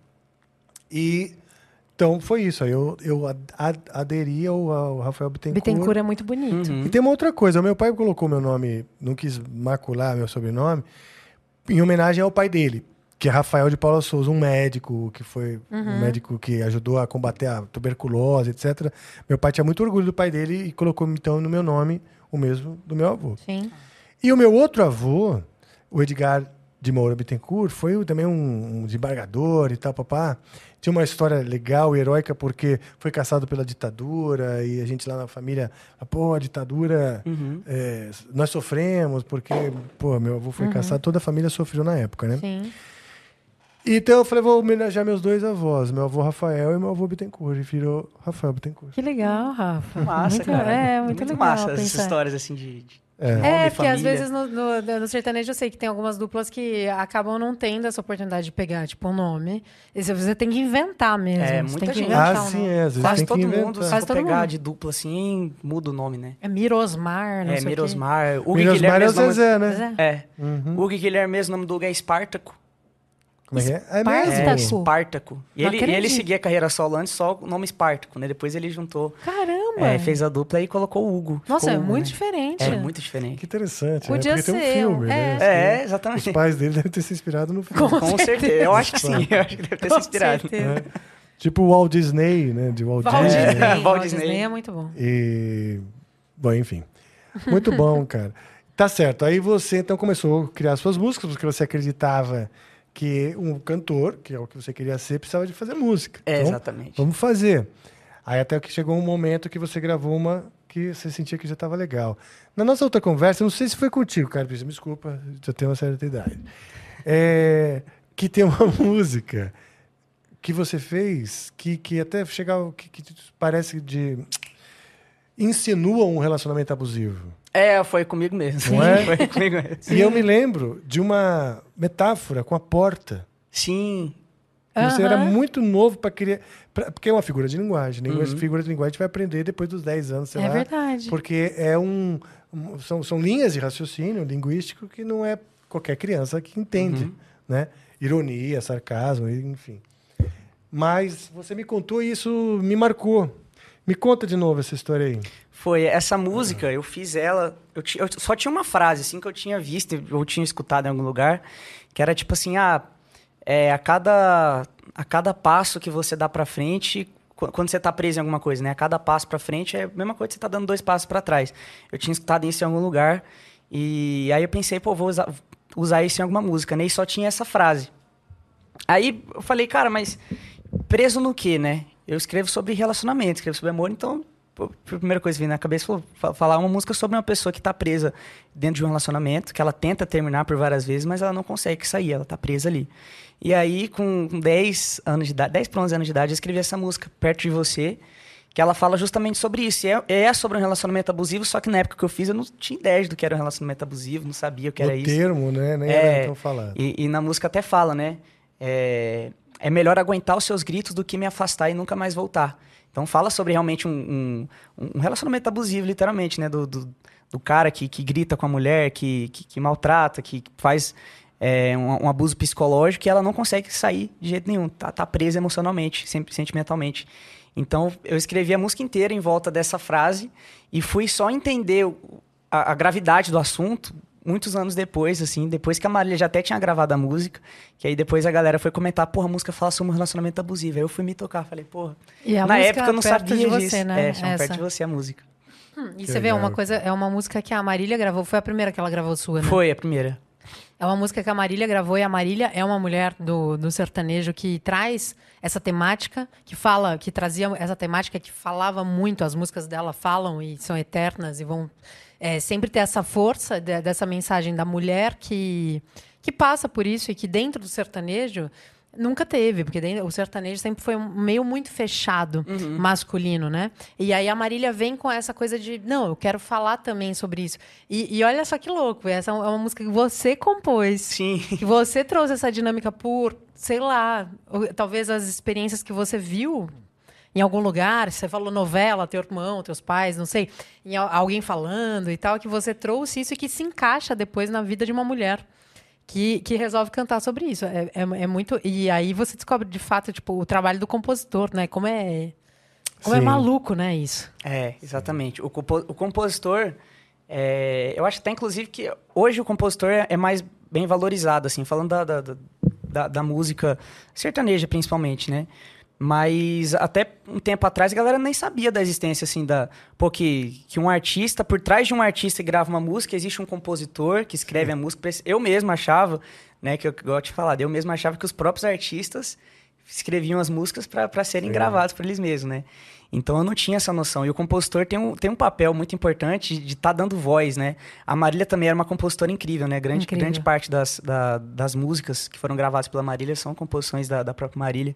E então foi isso. Aí eu, eu ad- ad- aderi ao, ao Rafael Bittencourt. Bittencourt é muito bonito. Uhum. E tem uma outra coisa. O meu pai colocou meu nome, não quis macular meu sobrenome, em homenagem ao pai dele, que é Rafael de Paula Souza, um médico que foi um médico que ajudou a combater a tuberculose, etcétera. Meu pai tinha muito orgulho do pai dele e colocou então no meu nome o mesmo do meu avô. Sim. E o meu outro avô, o Edgar de Moura Bittencourt, foi o- também um, um desembargador e tal, papá. Tinha uma história legal e heróica porque foi caçado pela ditadura e a gente lá na família, pô, a ditadura, é, nós sofremos porque, pô, meu avô foi caçado, toda a família sofreu na época, né? Sim. Então eu falei, vou homenagear meus dois avós, meu avô Rafael e meu avô Bittencourt, e virou Rafael Bittencourt. Que legal, Rafa. Massa, muito, cara. É, muito, legal massa essas pensar. histórias assim de, de É. nome, É, porque às família. vezes no, no, no sertanejo eu sei que tem algumas duplas que acabam não tendo essa oportunidade de pegar, tipo, um nome. E você tem que inventar mesmo. É, você muita tem que gente. inventar Ah, um sim, nome. é, às vezes Quase tem que todo inventar. mundo, se Quase for todo pegar mundo. de dupla assim, muda o nome, né? É Mirosmar, não É, sei o quê. Mirosmar. Hugo Mirosmar Guilherme é o mesmo nome- Zezé, né? Zezé. É. Uhum. Hugo Guilherme mesmo, o nome do Hugo é Espartaco. Como é que é? É Espartaco. mesmo? É, Espartaco. E Não ele, e ele acredito. seguia a carreira solo antes, só o nome Espartaco, né? Depois ele juntou, Caramba! é, fez a dupla e colocou o Hugo. Nossa, Ficou é Hugo, muito né? diferente. É muito diferente. Que interessante, Podia né? Porque tem ser, um filme, é. né? É, Os exatamente. pais dele devem ter se inspirado no filme. Com Com certeza. Eu acho que sim. Eu acho que deve ter se Com inspirado. certeza. né? Tipo o Walt Disney, né? De Walt Walt Disney. Disney. É, Walt Walt Disney Disney. é muito bom. E... Bom, enfim. Muito bom, cara. Tá certo. Aí você, então, começou a criar suas músicas, porque você acreditava que um cantor, que é o que você queria ser, precisava de fazer música. É, Então, exatamente. vamos fazer. Aí até que chegou um momento que você gravou uma que você sentia que já estava legal. Na nossa outra conversa, não sei se foi contigo, cara, me desculpa, já tenho uma certa idade. É, que tem uma música que você fez que, que até chegava, que, que parece de... insinua um relacionamento abusivo. É, foi comigo mesmo. Não é? Foi comigo mesmo. E eu me lembro de uma metáfora com a porta. Sim. Que Você era Aham. muito novo para criar... pra- porque é uma figura de linguagem. Linguagem- Uhum. Figura de linguagem a gente vai aprender depois dos dez anos, sei É lá. verdade. Porque é um, um- são, são linhas de raciocínio linguístico que não é qualquer criança que entende. Uhum. Né? Ironia, sarcasmo, enfim. Mas você me contou e isso me marcou. Me conta de novo essa história aí. Foi essa música, eu fiz ela. Eu, ti- eu só tinha uma frase, assim, que eu tinha visto, ou tinha escutado em algum lugar, que era tipo assim: ah, é, a cada. a cada passo que você dá pra frente, qu- quando você tá preso em alguma coisa, né? A cada passo pra frente é a mesma coisa que você tá dando dois passos pra trás. Eu tinha escutado isso em algum lugar e aí eu pensei, pô, vou usar, usar isso em alguma música, né? E só tinha essa frase. Aí eu falei, cara, mas preso no quê, né? Eu escrevo sobre relacionamento, escrevo sobre amor, então pô, a primeira coisa que veio na cabeça foi fa- falar uma música sobre uma pessoa que tá presa dentro de um relacionamento, que ela tenta terminar por várias vezes, mas ela não consegue sair, ela tá presa ali. E aí, com com dez anos de idade, dez para onze anos de idade, eu escrevi essa música, Perto de Você, que ela fala justamente sobre isso. E é, é sobre um relacionamento abusivo, só que na época que eu fiz, eu não tinha ideia do que era um relacionamento abusivo, não sabia o que era O isso. termo, né? Nem É, era tão falado. E, e na música até fala, né? É, é melhor aguentar os seus gritos do que me afastar e nunca mais voltar. Então fala sobre realmente um, um, um relacionamento abusivo, literalmente, né? Do, do, do cara que, que grita com a mulher, que, que, que maltrata, que faz é, um, um abuso psicológico e ela não consegue sair de jeito nenhum. Tá, tá presa emocionalmente, sempre, sentimentalmente. Então eu escrevi a música inteira em volta dessa frase e fui só entender o- a, a gravidade do assunto muitos anos depois, assim, depois que a Marília já até tinha gravado a música, que aí depois a galera foi comentar, porra, a música fala sobre um relacionamento abusivo. Aí eu fui me tocar, falei, porra, E a na música época eu não Perto sabia de disso. Você, né? É, chama Essa. Perto de Você a música. Hum, e Que você vê, é uma legal. coisa, é uma música que a Marília gravou, foi a primeira que ela gravou sua, né? Foi a primeira. É uma música que a Marília gravou e a Marília é uma mulher do, do sertanejo que traz essa temática, que fala, que trazia essa temática, que falava muito, as músicas dela falam e são eternas e vão é, sempre ter essa força de- dessa mensagem da mulher que, que passa por isso e que dentro do sertanejo nunca teve, porque dentro, o sertanejo sempre foi um meio muito fechado, masculino, né? E aí a Marília vem com essa coisa de, não, eu quero falar também sobre isso. E, e olha só que louco, essa é uma música que você compôs. Sim. Que você trouxe essa dinâmica por, sei lá, ou- talvez as experiências que você viu em algum lugar, você falou novela, teu irmão, teus pais, não sei, em al- alguém falando e tal, que você trouxe isso e que se encaixa depois na vida de uma mulher que, que resolve cantar sobre isso. É, é, é muito. E aí você descobre, de fato, tipo, o trabalho do compositor, né? Como é. Como é Sim. maluco, né, isso? É, exatamente. O, compo- o compositor, é, eu acho até, inclusive, que hoje o compositor é, é mais bem valorizado, assim, falando da, da, da, da música sertaneja, principalmente, né? Mas até um tempo atrás a galera nem sabia da existência, assim, da... Pô, que, que um artista, por trás de um artista que grava uma música, existe um compositor que escreve a música. Eu mesmo achava, né, que eu gosto de falar, eu mesmo achava que os próprios artistas escreviam as músicas para serem gravadas por eles mesmos, né? Então eu não tinha essa noção. E o compositor tem um, tem um papel muito importante de estar dando voz, né? A Marília também era uma compositora incrível, né? Grande, Incrível. grande parte das, da- das músicas que foram gravadas pela Marília são composições da, da própria Marília.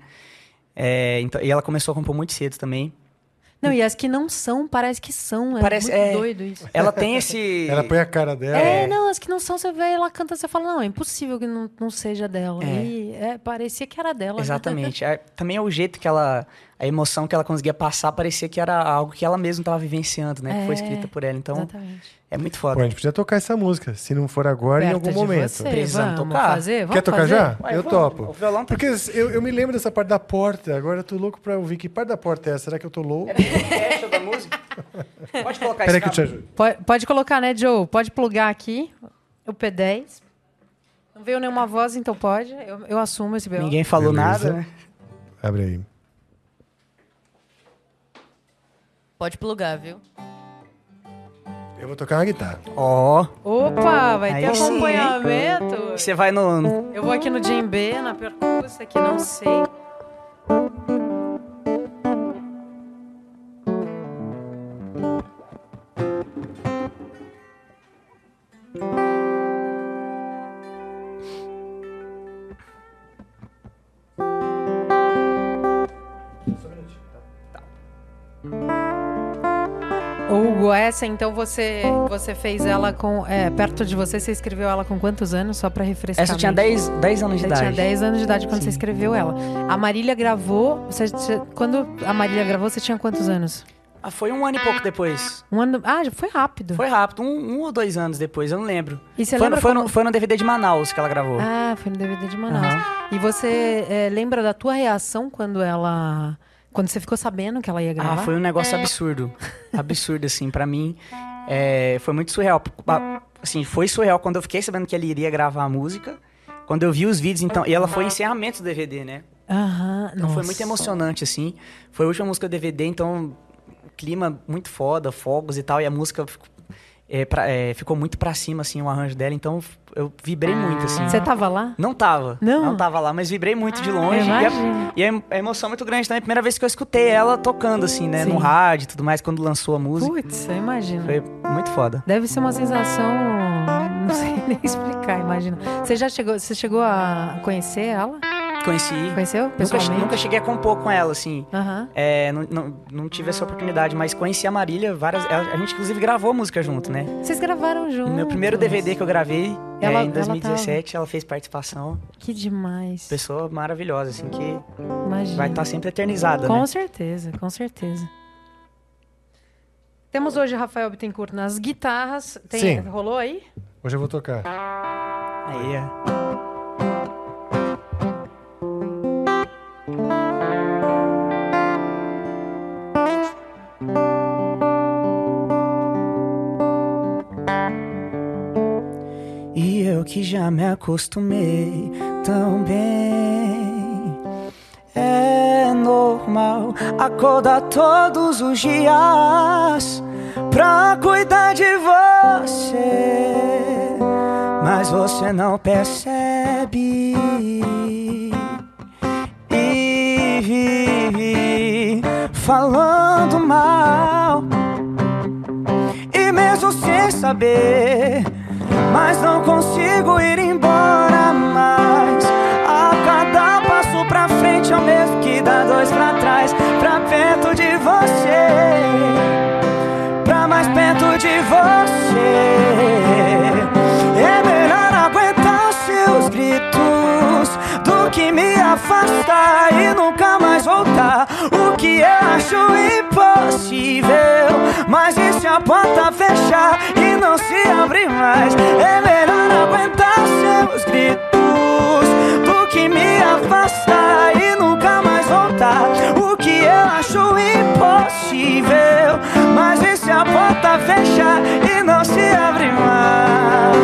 É, então, e ela começou a compor muito cedo também. Não, e as que não são, parece que são. É Parece- muito é. doido isso. Ela tem esse... Ela põe a cara dela. É, não, as que não são, você vê ela canta, você fala, não, é impossível que não, não seja dela. É. E é, parecia que era dela. né? Exatamente. É, também é o jeito que ela... A emoção que ela conseguia passar parecia que era algo que ela mesma estava vivenciando, né? Que foi É, escrita por ela. Então, Exatamente. é muito Pô, a foda. gente precisa tocar essa música. Se não for agora, em Perto algum de momento. Você. Precisamos Vamos tocar. fazer? Vamos Quer tocar fazer? já? Ué, eu vamos. topo. O violão tá Porque eu, eu me lembro dessa parte da porta. Agora eu tô louco pra ouvir. Que parte da porta é essa? Será que eu tô louco? fecha da música. Pode colocar Peraí esse que eu te cabo. ajudo. Pode, pode colocar, né, Joe? Pode plugar aqui o P dez. Não veio nenhuma voz, então pode. Eu, eu assumo esse B O. Ninguém falou Beleza. nada, né? Abre aí. Pode plugar, viu? Eu vou tocar uma guitarra. Ó. Opa, vai ter Aí sim, hein? acompanhamento. Você vai no... no- Eu vou aqui no djembe, na percussa, que não sei. Hugo, essa então você, você fez ela com. É, perto de você, você escreveu ela com quantos anos? Só pra refrescar. Essa eu tinha a mente. dez, dez anos de Você idade. tinha dez anos de idade quando Sim. você escreveu ela. A Marília gravou. Você, você- quando a Marília gravou, você tinha quantos anos? Ah, foi um ano e pouco depois. Um ano. Ah, já foi rápido. Foi rápido, um, um ou dois anos depois, eu não lembro. E você foi, lembra foi, como- no, foi no D V D de Manaus que ela gravou. Ah, foi no D V D de Manaus. Aham. E você é, lembra da tua reação quando ela. Quando você ficou sabendo que ela ia gravar? Ah, foi um negócio absurdo. Absurdo, assim, pra mim. É, foi muito surreal. Ah, Assim, foi surreal quando eu fiquei sabendo que ele iria gravar a música. Quando eu vi os vídeos, então... E ela foi encerramento do D V D, né? Aham, Então foi nossa. muito emocionante, assim. Foi a última música do D V D, então clima muito foda, fogos e tal, e a música ficou, é, pra, é, ficou muito pra cima, assim, o arranjo dela, então eu vibrei muito, assim. Você tava lá? Não tava, Não? não tava lá, mas vibrei muito de longe. Eu E a, imagino. e a, a emoção muito grande também, a primeira vez que eu escutei ela tocando, assim, né, Sim. no rádio e tudo mais, quando lançou a música. Putz, eu imagino. Foi muito foda. Deve ser uma sensação, não sei nem explicar, imagina. Você já chegou, você chegou a conhecer ela? Conheci. Conheceu Nunca, pessoalmente? nunca cheguei a compor com ela, assim. Aham. É, não, não, não tive essa oportunidade, mas conheci a Marília várias... A, a gente, inclusive, gravou a música junto, né? Vocês gravaram juntos? No meu primeiro D V D que eu gravei, Ela- é, em dois mil e dezessete, ela ela, fez participação. Que demais. Pessoa maravilhosa, assim, que Imagina. vai estar sempre eternizada, Com né? certeza, com certeza. Temos hoje Rafael Bittencourt nas guitarras. Tem, Sim. Rolou aí? Hoje eu vou tocar. Aí, é. E eu que já me acostumei tão bem. É normal acordar todos os dias pra cuidar de você, mas você não percebe e vive falando mal, e mesmo sem saber, mas não consigo ir embora mais. A cada passo pra frente é o mesmo que dá dois pra trás. Pra perto de você, pra mais perto de você. É melhor aguentar os seus gritos do que me afastar e nunca mais voltar. O que eu acho impossível, mas e se a porta fechar e não se abrir mais? É melhor aguentar os seus gritos do que me afastar e nunca mais voltar. O que eu acho impossível, mas e se a porta fechar e não se abrir mais?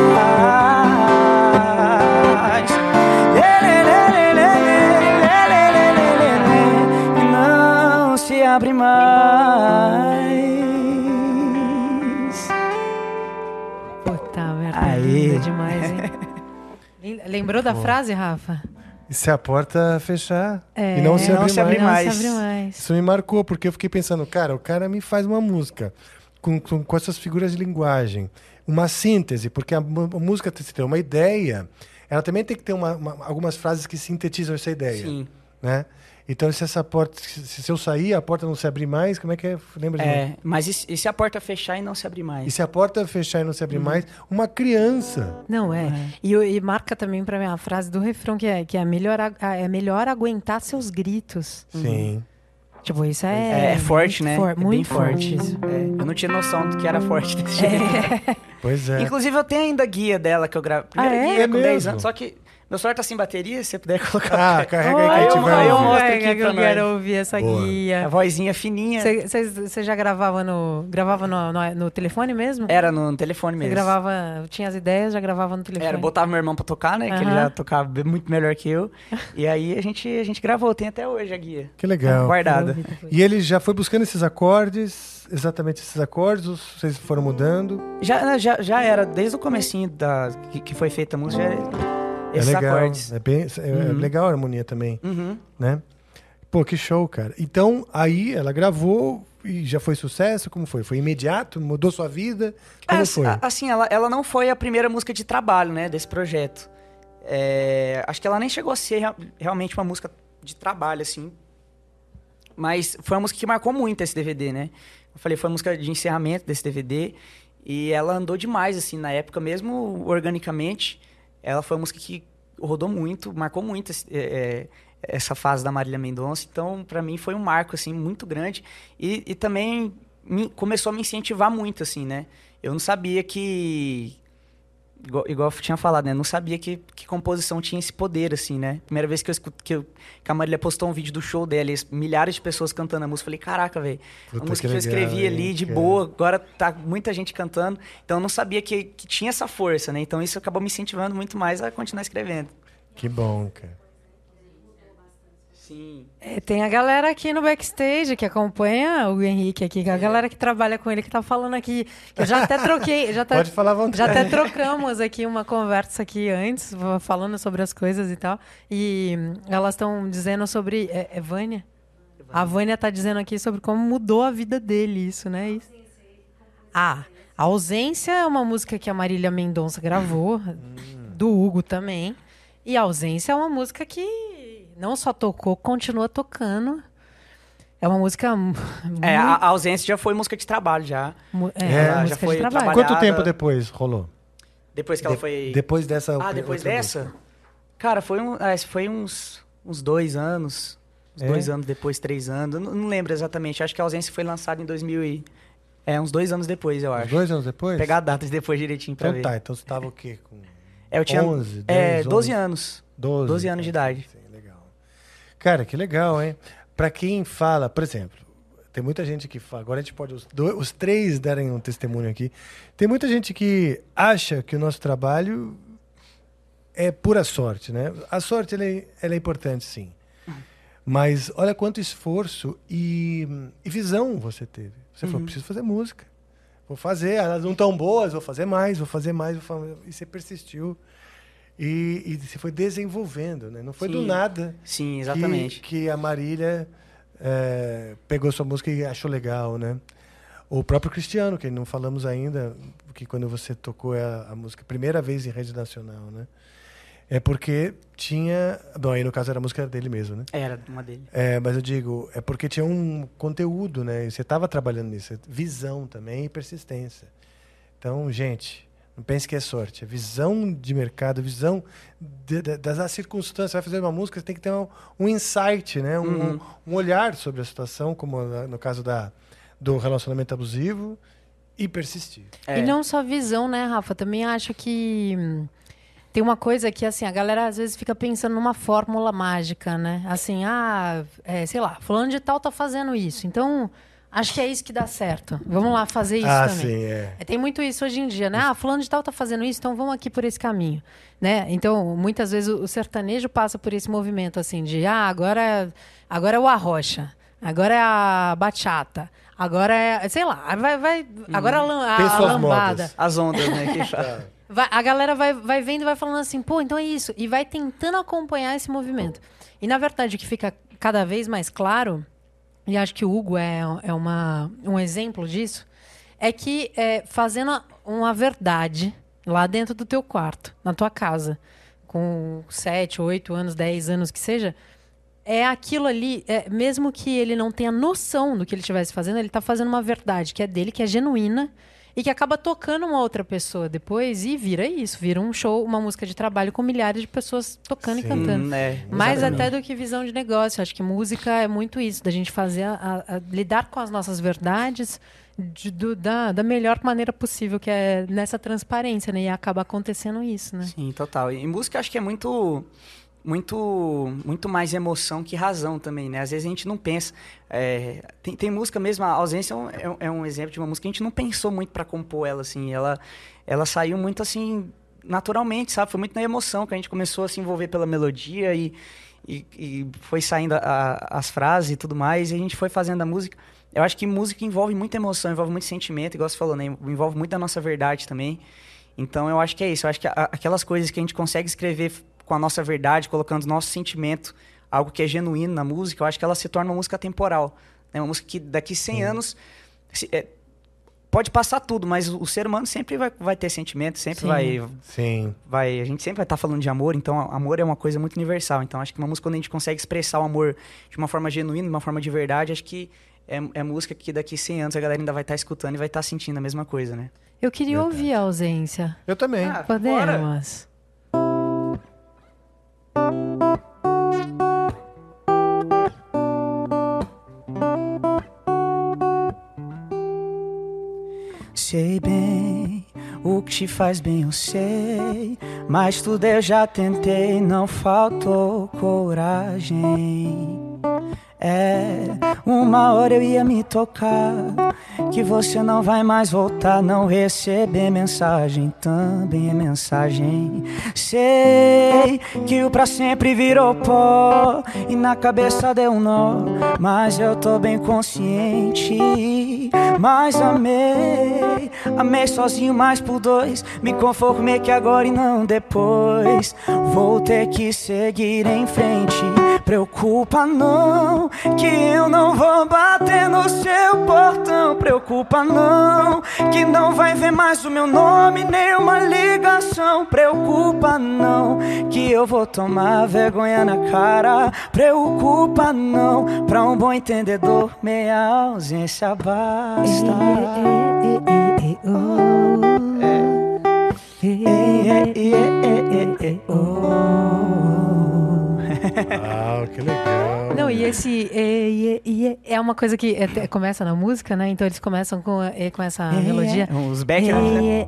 E não se abre mais. Puta merda, Aí. linda demais, hein? Lem- Lembrou da frase, Rafa? E se a porta fechar É, e não se não abrir se abrir mais. mais. Não se abre mais. Isso me marcou, porque eu fiquei pensando, cara, o cara me faz uma música com, com, com essas figuras de linguagem, uma síntese, porque a, mu- a música tem que ter uma ideia, ela também tem que ter uma, uma- algumas frases que sintetizam essa ideia. Sim. Né? Então, se essa porta, se, se eu sair, a porta não se abrir mais, como é que é? Lembra de novo? É, mas e se, e se a porta fechar e não se abrir mais? E se a porta fechar e não se abrir mais, uma criança. Não, é. E, e marca também pra mim a frase do refrão, que é, que é, melhor, ag- é melhor aguentar seus gritos. Sim. Tipo, isso é... É, é forte, né? for- É bem muito forte. forte. É, eu não tinha noção do que era forte desse jeito. Pois é. Inclusive, eu tenho ainda a guia dela que eu gravo. Primeira Ah, é? guia É com dez mesmo? anos. Só que meu celular tá sem bateria, se você puder colocar. Ah, carrega aí que Aí a gente eu- vai aí eu ouvir. mostro É, aqui que pra eu quero nós. ouvir essa Boa. A guia. vozinha fininha. Você já gravava no, gravava no, no, no telefone mesmo? Era no telefone Você mesmo. gravava, tinha as ideias, já gravava no telefone. Era, eu botava meu irmão pra tocar, né? Que ele Aham. já tocava bem- muito melhor que eu. E aí a gente, a gente gravou, tem até hoje a guia. Que legal. Guardada. E ele já foi buscando esses acordes, exatamente esses acordes, ou vocês foram mudando? Já, já, já era, desde o comecinho da, que, que foi feita a música, já era esses é legal. acordes. É, bem, é, é Uhum. legal a harmonia também, Uhum. né? Pô, que show, cara. Então, aí ela gravou e já foi sucesso? Como foi? Foi imediato? Mudou sua vida? Como É, foi? a- Assim, ela, ela não foi a primeira música de trabalho, né, desse projeto. É, acho que ela nem chegou a ser rea- realmente uma música de trabalho, assim. Mas foi uma música que marcou muito esse D V D, né? Eu falei, foi a música de encerramento desse D V D. E ela andou demais, assim, na época, mesmo organicamente. Ela foi uma música que rodou muito, marcou muito esse- é, é, essa fase da Marília Mendonça. Então, pra mim, foi um marco, assim, muito grande. E, e também me- começou a me incentivar muito, assim, né? Eu não sabia que... Igual, igual eu tinha falado, né? Eu não sabia que, que composição tinha esse poder, assim, né? Primeira vez que eu escuto, que, eu, que a Marília postou um vídeo do show dela, e milhares de pessoas cantando a música, eu falei, caraca, velho, a Puta, música que que, eu legal, escrevi hein, ali de cara. boa, agora tá muita gente cantando. Então eu não sabia que, que tinha essa força, né? Então isso acabou me incentivando muito mais a continuar escrevendo. Que bom, cara. Sim. É, tem a galera aqui no backstage que acompanha o Henrique aqui, que é a galera que trabalha com ele que tá falando aqui. Que eu já até troquei. Já tá, Pode falar à vontade. Já até trocamos aqui uma conversa aqui antes, falando sobre as coisas e tal. E elas estão dizendo sobre. É, é Vânia? A Vânia tá dizendo aqui sobre como mudou a vida dele, isso, né? Isso. Ah, A Ausência é uma música que a Marília Mendonça gravou, do Hugo também. E A Ausência é uma música que não só tocou, continua tocando. É uma música... Muito... É, a, a Ausência já foi música de trabalho, já. É, É, uma já música foi de trabalho. trabalhada. Quanto tempo depois rolou? Depois que ela De- foi... Depois dessa... Ah, depois outra dessa? música. Cara, foi, um, é, foi uns, uns dois anos. Uns É? dois anos depois, três anos. Eu não, não lembro exatamente. Acho que a Ausência foi lançada em dois mil e... É, uns dois anos depois, eu Uns acho. dois anos depois? Pegar a data depois direitinho pra Então ver. tá, então você tava o quê? Com É, eu tinha onze, é, dez, doze onze? anos. doze? doze anos de idade. Sim, legal. Cara, que legal, hein? Pra quem fala, por exemplo, tem muita gente que fala, agora a gente pode, os, dois, os três darem um testemunho aqui. Tem muita gente que acha que o nosso trabalho é pura sorte, né? A sorte, ela é, ela é importante, sim. Mas olha quanto esforço e, e visão você teve. Você falou, preciso fazer música. Vou fazer, elas não estão boas, vou fazer mais, vou fazer mais. Vou fazer... E você persistiu. E, e você foi desenvolvendo, né? Não foi do Sim. nada Sim, exatamente. que, que a Marília é, pegou sua música e achou legal, né? O próprio Cristiano, que não falamos ainda, que quando você tocou a, a música, primeira vez em rede nacional, né? É porque tinha... Bom, aí no caso era a música dele mesmo, né? Era uma dele. É, mas eu digo, é porque tinha um conteúdo, né? E você estava trabalhando nisso. Visão também e persistência. Então, gente, não pense que é sorte. É visão de mercado, visão de, de, das circunstâncias. Você vai fazer uma música, você tem que ter um, um insight, né? Um, Uhum. um olhar sobre a situação, como no caso da, do relacionamento abusivo, e persistir. É. E não só visão, né, Rafa? Também acho que hum, tem uma coisa que, assim, a galera às vezes fica pensando numa fórmula mágica, né? Assim, ah, é, sei lá, fulano de tal tá fazendo isso. Então, acho que é isso que dá certo. Vamos lá fazer isso ah, também. sim, é. É, tem muito isso hoje em dia, né? Ah, fulano de tal tá fazendo isso, então vamos aqui por esse caminho, né? Então, muitas vezes o, o sertanejo passa por esse movimento, assim, de ah, agora, agora é o arrocha, agora é a bachata, agora é, sei lá, vai, vai, agora é a, lam- a, Tem a suas lambada. modas. As ondas, né? Que fala. Vai- a galera vai, vai vendo e vai falando assim, pô, então é isso. E vai tentando acompanhar esse movimento. E, na verdade, o que fica cada vez mais claro, e acho que o Hugo é, é uma, um exemplo disso, é que é, fazendo a- uma verdade lá dentro do teu quarto, na tua casa, com sete, oito anos, dez anos que seja, é aquilo ali, é, mesmo que ele não tenha noção do que ele estivesse fazendo, ele está fazendo uma verdade que é dele, que é genuína, e que acaba tocando uma outra pessoa depois e vira isso, vira um show, uma música de trabalho com milhares de pessoas tocando Sim. e cantando. Hum, é, Mais exatamente. até do que visão de negócio. Acho que música é muito isso, da gente fazer, a- a- lidar com as nossas verdades de- do- da, da melhor maneira possível, que é nessa transparência, né? E acaba acontecendo isso, né? Sim, total. E música acho que é muito, muito, muito mais emoção que razão também, né? Às vezes a gente não pensa. É, tem, tem música mesmo, a Ausência é um, é um- é um exemplo de uma música que a gente não pensou muito pra compor ela, assim. Ela, ela saiu muito assim, naturalmente, sabe? Foi muito na emoção que a gente começou a se envolver pela melodia e, e, e foi saindo a- a- as frases e tudo mais, e a gente foi fazendo a música. Eu acho que música envolve muita emoção, envolve muito sentimento, igual você falou, né? Envolve muito da nossa verdade também. Então, eu acho que é isso. Eu acho que a- aquelas coisas que a gente consegue escrever f- com a nossa verdade, colocando o nosso sentimento, algo que é genuíno na música, eu acho que ela se torna uma música temporal. É uma música que daqui cem anos... se- é, pode passar tudo, mas o, o ser humano sempre vai, vai ter sentimento, sempre Sim. vai, Sim. vai... A gente sempre vai estar falando de amor, então amor é uma coisa muito universal. Então, acho que uma música, quando a gente consegue expressar o amor de uma forma genuína, de uma forma de verdade, acho que é, é música que daqui cem anos a galera ainda vai estar escutando e vai estar sentindo a mesma coisa, né? Eu queria ouvir a Ausência. Eu também. Ah, Podemos? Sei bem o que te faz bem, eu sei, mas tudo eu já tentei, não faltou coragem. É, uma hora eu ia me tocar que você não vai mais voltar. Não receber mensagem também é mensagem. Sei que o pra sempre virou pó e na cabeça deu um nó, mas eu tô bem consciente. Mas amei, amei sozinho mais por dois. Me conformei que agora e não depois. Vou ter que seguir em frente. Preocupa não, que eu não vou bater no seu portão. Preocupa não, que não vai ver mais o meu nome, nem uma ligação. Preocupa não, que eu vou tomar vergonha na cara. Preocupa não, pra um bom entendedor meia ausência basta. Ah, que legal. Não, e esse é, é, é uma coisa que é, começa na música, né? Então eles começam com, é, com essa é, melodia. Os back, né?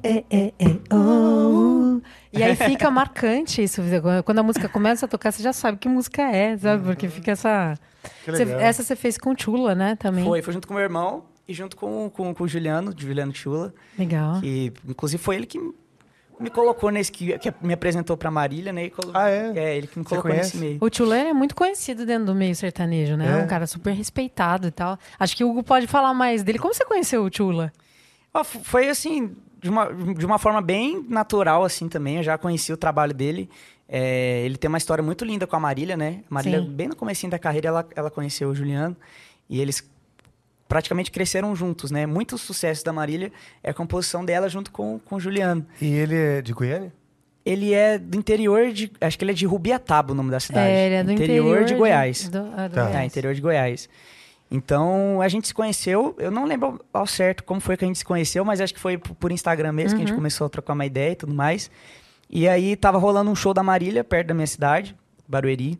E aí fica marcante isso. Quando a música começa a tocar, você já sabe que música é, sabe? Porque fica essa... Você, essa você fez com o Chula, né? Também. Foi, foi junto com o meu irmão e junto com, com, com o Juliano, Juliano Chula. Legal. Que, inclusive, foi ele que me colocou nesse... Que, que me apresentou pra Marília, né? E colo... Ah, é? É, ele que me Você colocou conhece? nesse meio. O Chula é muito conhecido dentro do meio sertanejo, né? É um cara super respeitado e tal. Acho que o Hugo pode falar mais dele. Como você conheceu o Chula? Oh, foi, assim, de uma, de uma forma bem natural, assim, também. Eu já conheci o trabalho dele. É, ele tem uma história muito linda com a Marília, né? A Marília, Sim. bem no comecinho da carreira, ela, ela conheceu o Juliano. E eles praticamente cresceram juntos, né? Muito sucesso da Marília é a composição dela junto com, com o Juliano. E ele é de Goiânia? Ele é do interior de... Acho que ele é de Rubiataba, o nome da cidade. É, ele é do interior, interior de Goiás. De, do, ah, do tá. Goiás. É, interior de Goiás. Então, a gente se conheceu... Eu não lembro ao certo como foi que a gente se conheceu, mas acho que foi por Instagram mesmo, uhum. que a gente começou a trocar uma ideia e tudo mais. E aí, tava rolando um show da Marília, perto da minha cidade, Barueri.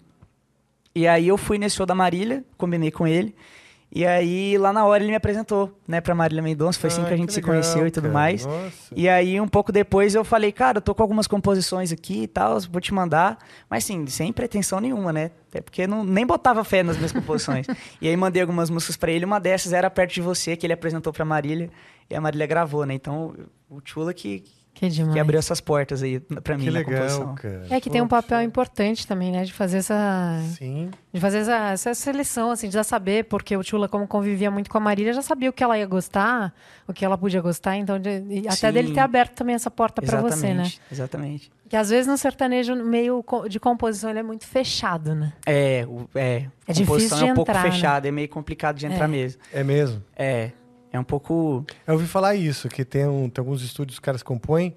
E aí, eu fui nesse show da Marília, combinei com ele. E aí, lá na hora, ele me apresentou, né, pra Marília Mendonça. Foi assim que a gente que se legal, conheceu e tudo cara. mais. Nossa. E aí, um pouco depois, eu falei, cara, eu tô com algumas composições aqui e tal, vou te mandar. Mas, assim, sem pretensão nenhuma, né? Até porque não, nem botava fé nas minhas composições. E aí, mandei algumas músicas pra ele. Uma dessas era Perto de Você, que ele apresentou pra Marília. E a Marília gravou, né? Então, o Chula que... Que, que abriu essas portas aí pra mim que na legal, composição. Cara. É que Pô, tem um papel importante também, né? De fazer essa... Sim. De fazer essa, essa seleção, assim, de já saber, porque o Chula, como convivia muito com a Marília, já sabia o que ela ia gostar, o que ela podia gostar, então de, até dele ter aberto também essa porta pra você, né? Exatamente. Que às vezes no sertanejo meio de composição ele é muito fechado, né? É, é. É difícil de é um pouco entrar, fechado, né? É meio complicado de entrar é. mesmo. É mesmo? É. É um pouco... Eu ouvi falar isso, que tem, um, tem alguns estúdios que os caras compõem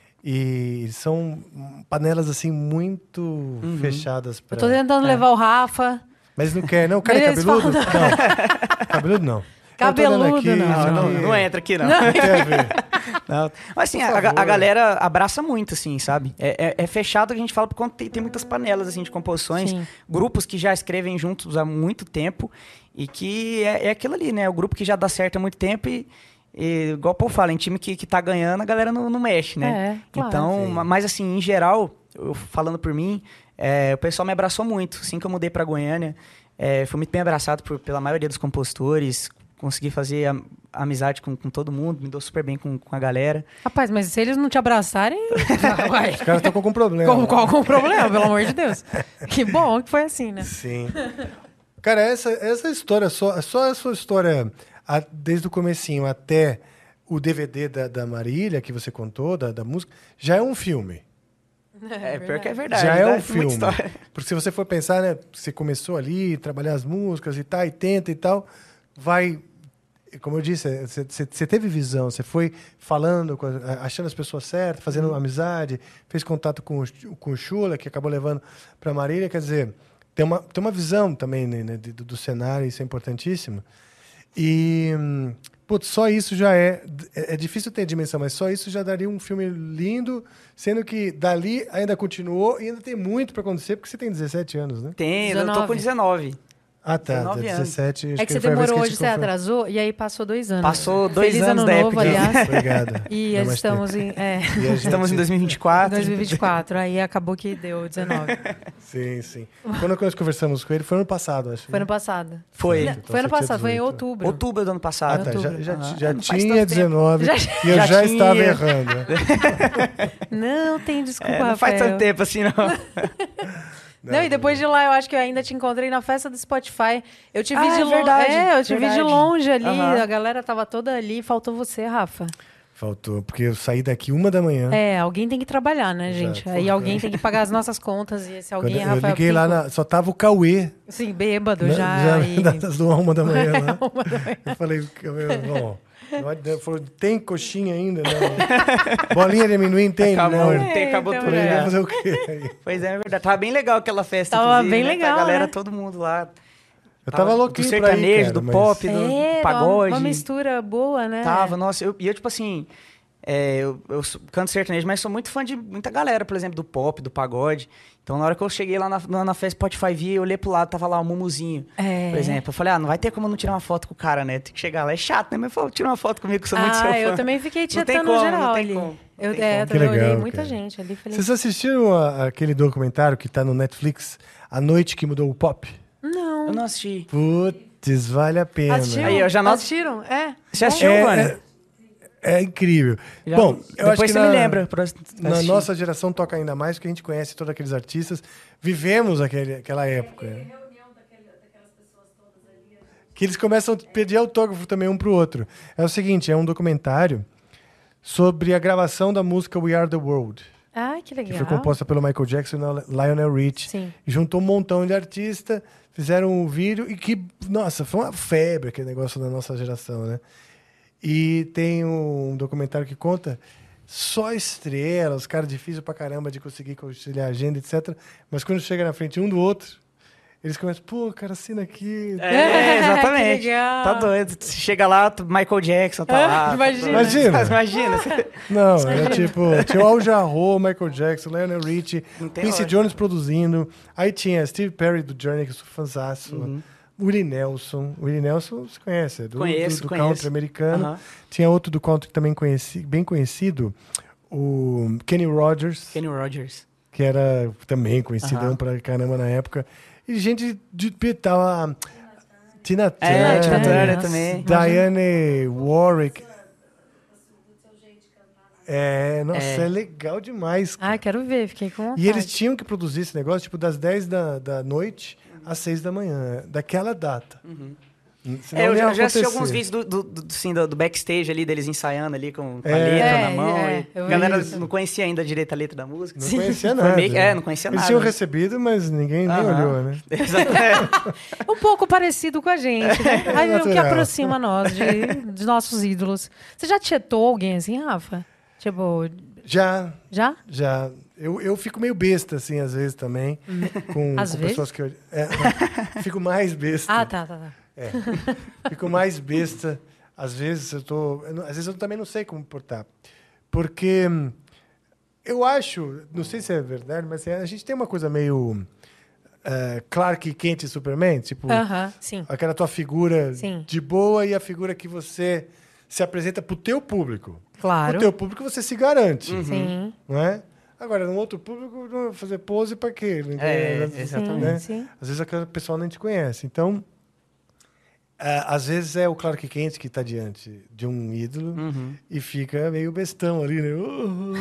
e são panelas, assim, muito uhum. fechadas. Pra... Eu tô tentando é. levar o Rafa. Mas não quer, não? O cara é cabeludo? Não. Cabeludo não. Cabeludo aqui, não. Não, não, não entra aqui, não. Não, não quer ver. Não. Mas assim, a, a galera abraça muito, assim, sabe? É, é, é fechado que a gente fala porque tem, tem muitas panelas, assim, de composições. Sim. Grupos que já escrevem juntos há muito tempo e que é, é aquilo ali, né? O grupo que já dá certo há muito tempo e... E, igual o Paul fala, em time que, que tá ganhando, a galera não, não mexe, né? É, claro. Então, Sim. mas assim, em geral, eu, falando por mim, é, o pessoal me abraçou muito. Assim que eu mudei pra Goiânia, é, fui muito bem abraçado por, pela maioria dos compositores, consegui fazer a, a amizade com, com todo mundo, me dou super bem com, com a galera. Rapaz, mas se eles não te abraçarem... Uai. Os caras estão com algum problema. Com, com algum problema, pelo amor de Deus. Que bom que foi assim, né? Sim. Cara, essa, essa história, só, só a sua história... A, desde o comecinho até o D V D da, da Marília, que você contou, da, da música, já é um filme. É, é pior que é verdade. Já é um né? filme. Porque se você for pensar, né, você começou ali, trabalhar as músicas e tal, e tenta e tal, vai... Como eu disse, você, você teve visão, você foi falando, achando as pessoas certas, fazendo uhum. amizade, fez contato com o, com o Chula, que acabou levando para a Marília, quer dizer, tem uma, tem uma visão também, né, do, do cenário, isso é importantíssimo. E, putz, só isso já é... É difícil ter dimensão, mas só isso já daria um filme lindo, sendo que dali ainda continuou e ainda tem muito para acontecer, porque você tem dezessete anos, né? Tem, dezenove. Eu tô com dezenove. Ah, tá. dezenove dia anos. dezessete. Acho É que você foi a vez demorou a hoje, gente você confirmou. atrasou, e aí passou dois anos. Passou dois Feliz anos ano da novo, época de- aliás. Obrigado. E Dá mais estamos em, é, tempo. E a gente- Estamos em dois mil e vinte e quatro. dois mil e vinte e quatro, aí acabou que deu dezenove. Sim, sim. Quando nós conversamos com ele, foi ano passado, acho. Foi ano passado. Foi. Não, Então foi ano você tinha passado, foi em dezoito. outubro. Outubro do ano Ah, passado. tá. Já, outubro. já, Aham. já Não faz tinha tanto tempo. dezenove Já- e eu já já, tinha. estava errando. né? Não, tem desculpa, É, não faz Rafael. tanto tempo assim, não. Não, e depois de lá, eu acho que eu ainda te encontrei na festa do Spotify. Eu te vi Ah, de é longe. verdade, É, eu te vi de verdade. longe ali. Aham. A galera tava toda ali. Faltou você, Rafa. Faltou, porque eu saí daqui uma da manhã. É, alguém tem que trabalhar, né, Exato. gente? Aí alguém tem que pagar as nossas contas. E esse Quando alguém é eu Rafael liguei lá, Pinto. na, só tava o Cauê. Sim, bêbado né, já. e- das do uma da manhã lá. Eu falei, bom, não, falou, tem coxinha ainda? Não. Bolinha de amendoim tem? Acabou, Não. tem, acabou então tudo Falei, é. vai já. fazer o quê? Aí, Pois é, é verdade. Tava bem legal aquela festa. Tava inclusive, bem né? legal, A galera, né? todo mundo lá. eu tava louquinho Do pra ir, sertanejo, cara, do mas- pop, do, É, do uma- pagode. Uma mistura boa, né? Tava, nossa. Eu- E eu, tipo assim, é, eu, eu sou- canto sertanejo, mas sou muito fã de muita galera, por exemplo, do pop, do pagode. Então, na hora que eu cheguei lá na, na, na festa Spotify V, eu olhei pro lado, tava lá o Mumuzinho, É. por exemplo. Eu falei, ah, não vai ter como eu não tirar uma foto com o cara, né? Tem que chegar lá. É chato, né? Mas eu falo, tira uma foto comigo, que eu sou muito seu fã. Ah, eu também fiquei Não tem tietando como, geral não tem ali. como, não Eu, tem é, como. eu Que também olhei legal, muita cara. gente ali. Falei, Vocês assistiram a- aquele documentário que tá no Netflix, A Noite que Mudou o Pop? não. Eu não assisti. Putz, vale a pena. Assistiram? Aí, eu já não- Assistiram? É. Você assistiu, É, mano? é, é incrível. Já- Bom, eu Depois acho que você na, me lembra. Pra na assistir. nossa geração toca ainda mais, porque a gente conhece todos aqueles artistas. Vivemos aquele, aquela época. né? Que eles começam a pedir autógrafo também um pro outro. É o seguinte, é um documentário sobre a gravação da música We Are The World, Ah, que legal. que foi composta pelo Michael Jackson e Lionel Rich. Sim. E juntou um montão de artistas, fizeram um vídeo e que, nossa, foi uma febre aquele negócio da nossa geração, né? E tem um documentário que conta só estrela, os caras difíceis pra caramba de conseguir conciliar a agenda, etcétera. Mas quando chega na frente um do outro, eles começam, pô, cara, assina aqui. É, exatamente. Que legal. Tá doido. Você chega lá, tu- Michael Jackson tá lá. Imagina. Imagina. Imagina. Não, é tipo, tinha o Al Jarreau, Michael Jackson, Lionel Richie, Não tem Quincy lógica. Jones produzindo. Aí tinha Steve Perry do Journey, que eu sou fãzaço. Uhum. Willie Nelson. Willie Nelson, você conhece? É do, Conheço, do, do conheço. country americano. Aham. Tinha outro do country também conheci, bem conhecido, o Kenny Rogers, Kenny Rogers. que era também conhecidão Aham. pra caramba na época. E gente de tava Tina Turner, É, Tina Turner Nossa. também. Diane Warwick. É, nossa, é, É. legal demais. cara. Ah, quero ver, fiquei com vontade. E eles tinham que produzir esse negócio, tipo, das dez da, da noite às seis da manhã, daquela data. Senão É, eu não ia já, já assisti acontecer. alguns vídeos do, do, do, assim, do, do backstage ali, deles ensaiando ali com, com a É. letra É, na mão. é, e eu a vi galera isso. não conhecia ainda direito a letra da música. Não conhecia Foi nada. meio que- é, não conhecia Eles nada. tinham recebido, mas ninguém nem Aham. olhou, né? Exatamente. Um pouco parecido com a gente, né? Aí o que natural. aproxima nós de, de nossos ídolos. Você já tietou alguém assim, Rafa? Tipo, Já, já? já. Eu, eu fico meio besta, assim, às vezes também. Com, Às com vezes? pessoas que eu. É, fico mais besta. Ah, tá, tá, tá. É. Fico mais besta. Às vezes eu tô. eu não- às vezes eu também não sei como me portar. Porque hum, eu acho, não sei se é verdade, mas é, a gente tem uma coisa meio é, Clark Kent e Superman, tipo, Aham, sim. aquela tua figura Sim. de boa e a figura que você se apresenta pro teu público. Claro. Pro teu público você se garante, Sim. não é? Agora, no outro público, não- fazer pose pra quê? Ninguém- É, né? exatamente. Né? Sim. Às vezes aquela pessoa nem te conhece. Então, ah, às vezes é o Clark Kent que está diante de um ídolo Uhum. e fica meio bestão ali, né? Uh,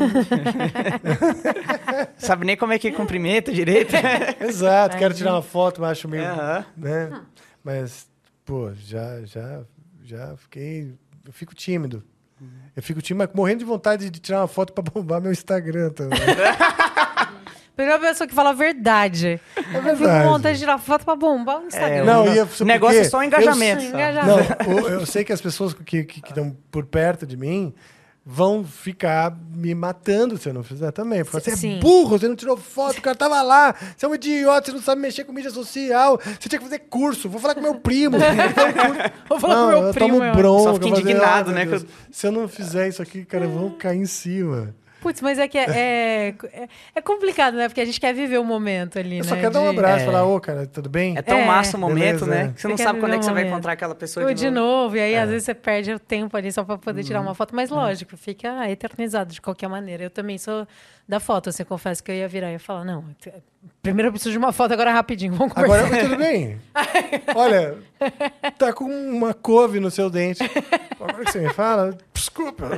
Sabe nem como é que cumprimenta direito. Exato, quero tirar uma foto, mas acho meio... Aham. Né? Mas, pô, já, já, já fiquei... Eu fico tímido. Eu fico tímido, mas morrendo de vontade de tirar uma foto para bombar meu Instagram também. Primeira pessoa que fala a verdade. É Eu fico com verdade. vontade de tirar foto pra bombar o Instagram. Não, o ia- o negócio porque é só o eu- engajamento. Sim, só. engajamento. Não, o- eu sei que as pessoas que estão por perto de mim vão ficar me matando se eu não fizer também. Falar, você Sim. é burro, você não tirou foto, o cara tava lá, você é um idiota, você não sabe mexer com mídia social, você tinha que fazer curso, vou falar com meu primo. Vou falar não, com meu eu primo. tomo eu- bronca. Só fica vou fazer, indignado, "Ai, meu né, Deus, que Se eu não fizer isso aqui, cara, vão cair em cima. Putz, mas é que é, é, é complicado, né? Porque a gente quer viver o momento ali, Eu né? só quero dar um de- abraço, É. falar, ô, cara, tudo bem? É tão É, massa o momento, beleza, né? é. Que você não Você sabe quer quando é que você viver vai o momento. encontrar aquela pessoa Ou de, de novo. novo, e aí às vezes você perde o tempo ali só pra poder tirar uma foto. Uhum. Mas lógico, fica eternizado de qualquer maneira. Eu também sou da foto, assim, confesso que eu ia virar e ia falar, não, t- primeiro eu preciso de uma foto agora rapidinho, vamos conversar. Agora, tudo bem. Olha, tá com uma couve no seu dente. Agora que você me fala, desculpa.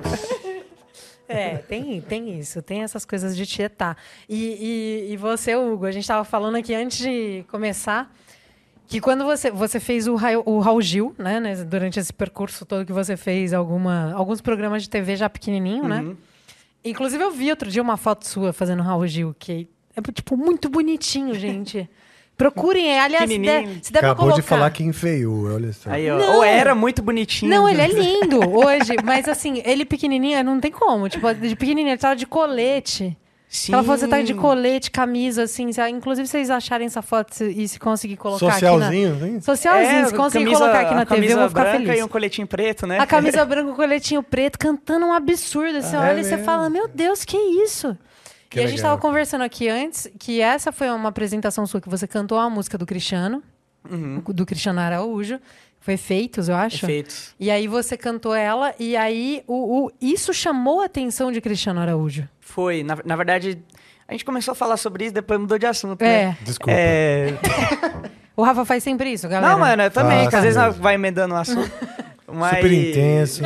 É, tem, tem isso, tem essas coisas de tietar. E, e, e você, Hugo, a gente estava falando aqui antes de começar que quando você, você fez o, Ra- o Raul Gil, né, né, durante esse percurso todo que você fez alguma, alguns programas de T V já pequenininho, né? Uhum. Inclusive eu vi outro dia uma foto sua fazendo Raul Gil, que é tipo muito bonitinho, gente. Procurem, é, aliás, se der, Pequenininho. se der pra Acabou colocar. de falar que enfeiou, olha só. Aí, ó. Não. Ou era muito bonitinho. Não, ele é lindo hoje, mas assim, ele pequenininho, não tem como. Tipo, de pequenininho, ele tava de colete. Sim. Ela falou, você tá de colete, camisa, assim. se- Inclusive, se vocês acharem essa foto se- e se conseguir colocar Socialzinho, aqui assim? na... Socialzinho, se conseguir camisa- colocar aqui na a T V, eu camisa vou ficar branca feliz. e um coletinho preto, né? A camisa branca, o coletinho preto, cantando um absurdo. Você Ah, olha é e você mesmo? fala, meu Deus, que isso? Que e a gente legal. tava conversando aqui antes, que essa foi uma apresentação sua, que você cantou a música do Cristiano, Uhum. do Cristiano Araújo. Foi Feitos, eu acho. Efeitos. E aí você cantou ela, e aí o, o- isso chamou a atenção de Cristiano Araújo. Foi. Na, na verdade, a gente começou a falar sobre isso, depois mudou de assunto, É. né? Desculpa. É... O Rafa faz sempre isso, galera. Não, mano, eu também, Faça que às vezes mesmo. nós vai emendando o assunto. Mas... Super intenso.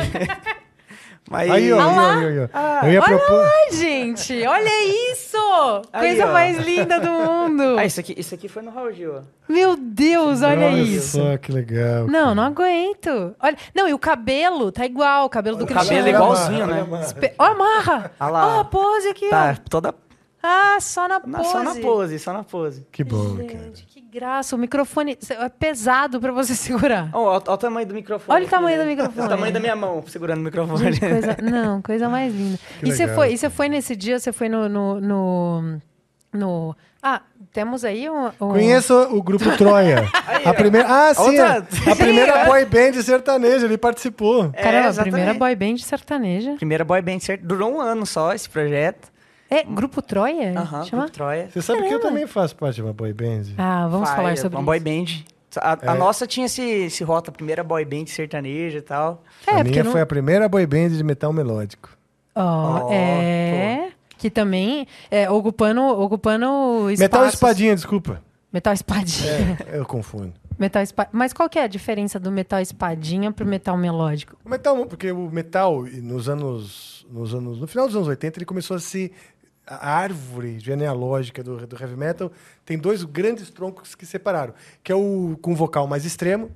Mas... Aí, ó, Ah aí, lá. ó, aí, ó. Eu ia Olha propor... Ai, gente, olha isso! Aí, Coisa ó. mais linda do mundo. Ah, isso aqui, isso aqui foi no Raul Gil, ó. Meu Deus, olha Olha isso. só, que legal. Não, não aguento. Olha, não, e o cabelo tá igual, o cabelo do O cabelo Cristiano. é igualzinho, Olha a né? marra, olha a marra. Espe- Ó, a marra. Ah lá. Ó, a pose aqui, Tá, ó. toda... Ah, só na na- pose. só na pose, só na pose. Que bom, cara. Gente, que graça. O microfone é pesado pra você segurar. Ó, ó, ó o tamanho do microfone. Olha o tamanho aqui, do né? microfone. O tamanho da minha mão, segurando o microfone. Gente, coisa... Não, coisa mais linda. Que E você legal, foi, e cara. você foi nesse dia, você foi no... no, no, no- Ah, temos aí um... um- Conheço o grupo Troia. a primeira... Ah, sim. Outra- A, a primeira boy band sertaneja, ele participou. É, Caramba, a exatamente. primeira boy band sertaneja. Primeira boy band, certo? Durou um ano só esse projeto. É Grupo Troia? Aham, Chama? Grupo Troia. Você sabe que eu também faço parte de uma boy band? Ah, vamos Faz, falar é sobre uma isso. boy band. A, a É. nossa tinha esse, esse rota, primeira boy band sertaneja e tal. É, a porque minha não... foi a primeira boy band de metal melódico. Ó, Ó, é... Que também é ocupando, ocupando espaços... Metal espadinha, desculpa. Metal espadinha. É, eu confundo. Metal espa... Mas qual que é a diferença do metal espadinha pro metal melódico? O metal, porque o metal, nos anos, nos anos, no final dos anos oitenta, ele começou a se... A árvore genealógica do, do heavy metal tem dois grandes troncos que separaram, que é o com vocal mais extremo,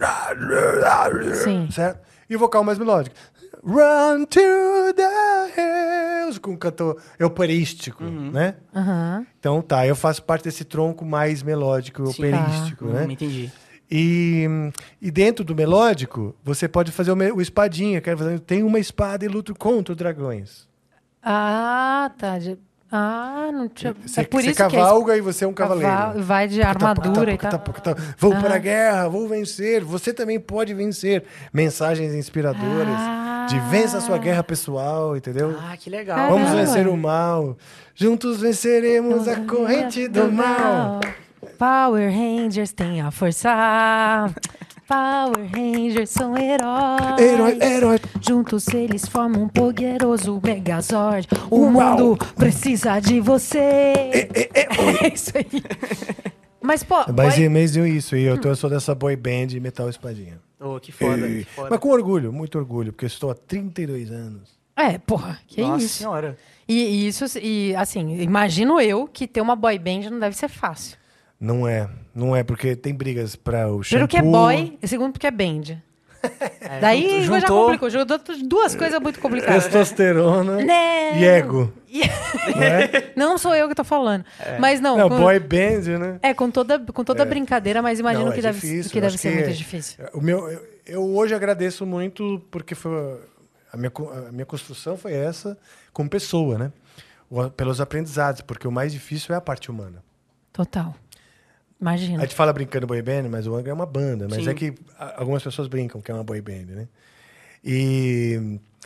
Sim. certo? E o vocal mais melódico. Run to the hills, com cantor operístico, né? Aham. Então tá, eu faço parte desse tronco mais melódico, Sim. operístico, Hum, né? entendi. E, e dentro do melódico, você pode fazer o, me- o espadinha. Quero fazer, tem uma espada e luto contra dragões. Ah, tá. De- Ah, não tinha... Você, é por você isso que é cavalga e você é um cavaleiro. Caval- vai de armadura e tal. Vou Ah. para a guerra, vou vencer. Você também pode vencer. Mensagens inspiradoras Ah. de vença a sua guerra pessoal, entendeu? Ah, que legal. Caramba. Vamos vencer o mal. Juntos venceremos a corrente do mal. Power Rangers têm a força. Power Rangers são heróis. Herói, herói. Juntos eles formam um poderoso Megazord. O Uau. mundo precisa de você. É isso aí. Mas, pô, Mas boy- é mesmo isso. E eu, tô, eu sou dessa boy band de metal espadinha. Oh, que foda, E- que foda. Mas com orgulho, muito orgulho, porque eu estou há trinta e dois anos. é, porra, que Nossa isso. senhora. E, e isso, e assim, imagino eu que ter uma boy band não deve ser fácil. Não é, não é, porque tem brigas para o shampoo. Primeiro que é boy, e segundo porque é band. É, Daí juntou- já complicou, juntou duas coisas muito complicadas. Testosterona Né? e ego. E- Né? Não sou eu que tô falando. Mas não, Não, com, boy band, né? é com toda, com toda brincadeira, mas imagino Não, que é deve, difícil, que deve acho ser que muito é- difícil. O meu, eu, eu hoje agradeço muito porque foi a minha, co- a minha construção foi essa como pessoa, né? O- pelos aprendizados, porque o mais difícil é a parte humana. Total. A Imagina. gente fala brincando boy band, mas o Angra é uma banda. Mas Sim. é que a- algumas pessoas brincam que é uma boy band, né? E,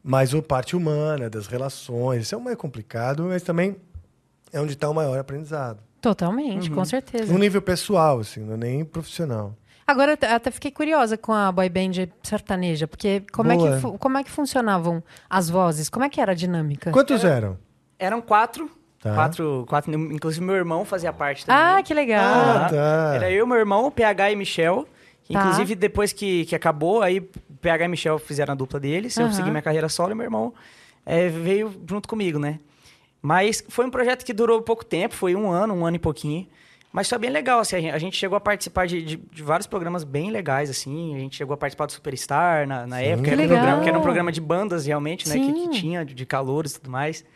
Mas a parte humana, das relações, isso é o mais complicado, mas também é onde está o maior aprendizado. Totalmente, Uhum. com certeza. No nível pessoal, assim, não é nem profissional. Agora, eu até fiquei curiosa com a boy band sertaneja, porque como é, Boa. que, fu- como é que funcionavam as vozes? Como é que era a dinâmica? Quantos eram? Eram quatro, Tá. quatro, quatro, inclusive meu irmão fazia parte também. Ah, que legal. Ah, Ah, tá. Era eu, meu irmão, o P H e Michel. Que, Tá. Inclusive, depois que, que acabou, aí o P H e Michel fizeram a dupla deles. Eu Aham. segui minha carreira solo e meu irmão é, veio junto comigo, né? Mas foi um projeto que durou pouco tempo, foi um ano, um ano e pouquinho. Mas foi bem legal, assim, a gente, a gente chegou a participar de, de, de vários programas bem legais, assim. A gente chegou a participar do Superstar na, na época. Que Era um, legal. programa, que era um programa de bandas, realmente, né? Que, Sim. que tinha, de, de calouros e tudo mais.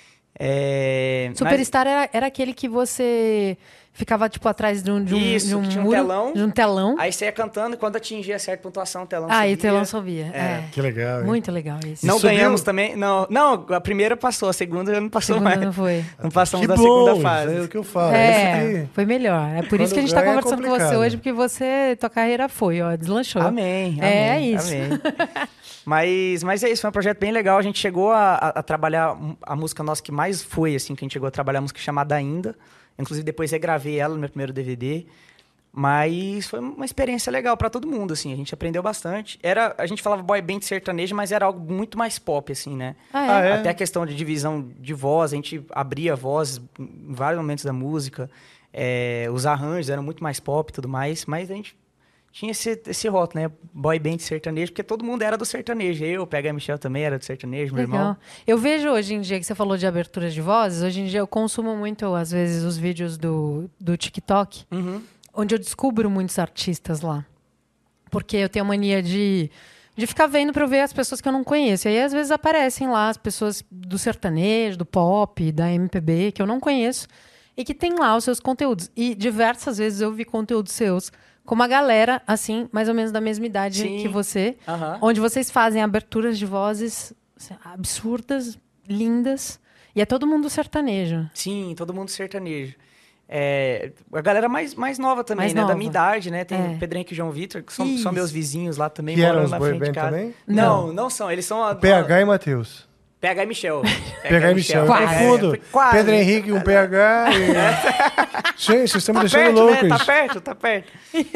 É, mas- Superstar era, era aquele que você ficava, tipo, atrás de um, de um, Isso, de um que tinha um muro, telão. de um telão. Aí você ia cantando e quando atingia certa pontuação, o telão Ah, subia. e o telão subia. É. Que legal, hein? Muito legal isso. Não E subiu? ganhamos também. Não, não, a primeira passou, a segunda já não passou Segunda mais. não foi. Não passamos Que da bom, segunda isso fase. é o que eu falo. É, Isso aqui... foi melhor. É por isso Quando que a gente tá ganha é conversando com você complicado. hoje, porque você, tua carreira foi, ó, deslanchou. Amém, É amém, isso. amém. Mas, mas é isso, foi um projeto bem legal. A gente chegou a, a, a trabalhar a música nossa que mais foi, assim, que a gente chegou a trabalhar a música chamada Ainda. Inclusive, depois regravei ela no meu primeiro D V D. Mas foi uma experiência legal pra todo mundo, assim. A gente aprendeu bastante. Era, a gente falava boy band sertanejo, mas era algo muito mais pop, assim, né? Ah, é? Ah, é? Até a questão de divisão de voz, a gente abria vozes em vários momentos da música. É, os arranjos eram muito mais pop e tudo mais, mas a gente tinha esse, esse rótulo, né? Boy band sertanejo, porque todo mundo era do sertanejo. Eu, o P H Michel também era do sertanejo, meu Legal. irmão. Eu vejo hoje em dia que você falou de abertura de vozes, hoje em dia eu consumo muito, às vezes, os vídeos do, do TikTok, Uhum. onde eu descubro muitos artistas lá. Porque eu tenho a mania de, de ficar vendo para eu ver as pessoas que eu não conheço. E aí, às vezes, aparecem lá as pessoas do sertanejo, do pop, da M P B, que eu não conheço, e que tem lá os seus conteúdos. E diversas vezes eu vi conteúdos seus com uma galera, assim, mais ou menos da mesma idade Sim. que você, Aham. onde vocês fazem aberturas de vozes assim, absurdas, lindas, e é todo mundo sertanejo. Sim, todo mundo sertanejo. É, a galera mais, mais nova também, Mais né? nova. Da minha idade, né? Tem É. o Pedro Henrique e João Vitor, que são, Isso. são meus vizinhos lá também, Que eram moram os na boy frente de band casa. também? Não, não são. Eles são... A, P H e Matheus. P H e Michel. P H e Michel. Quase. É fundo. Quase. Pedro Henrique, um P H e... Gente, vocês estão me Tá deixando perto, loucos. né? Tá perto, tá perto.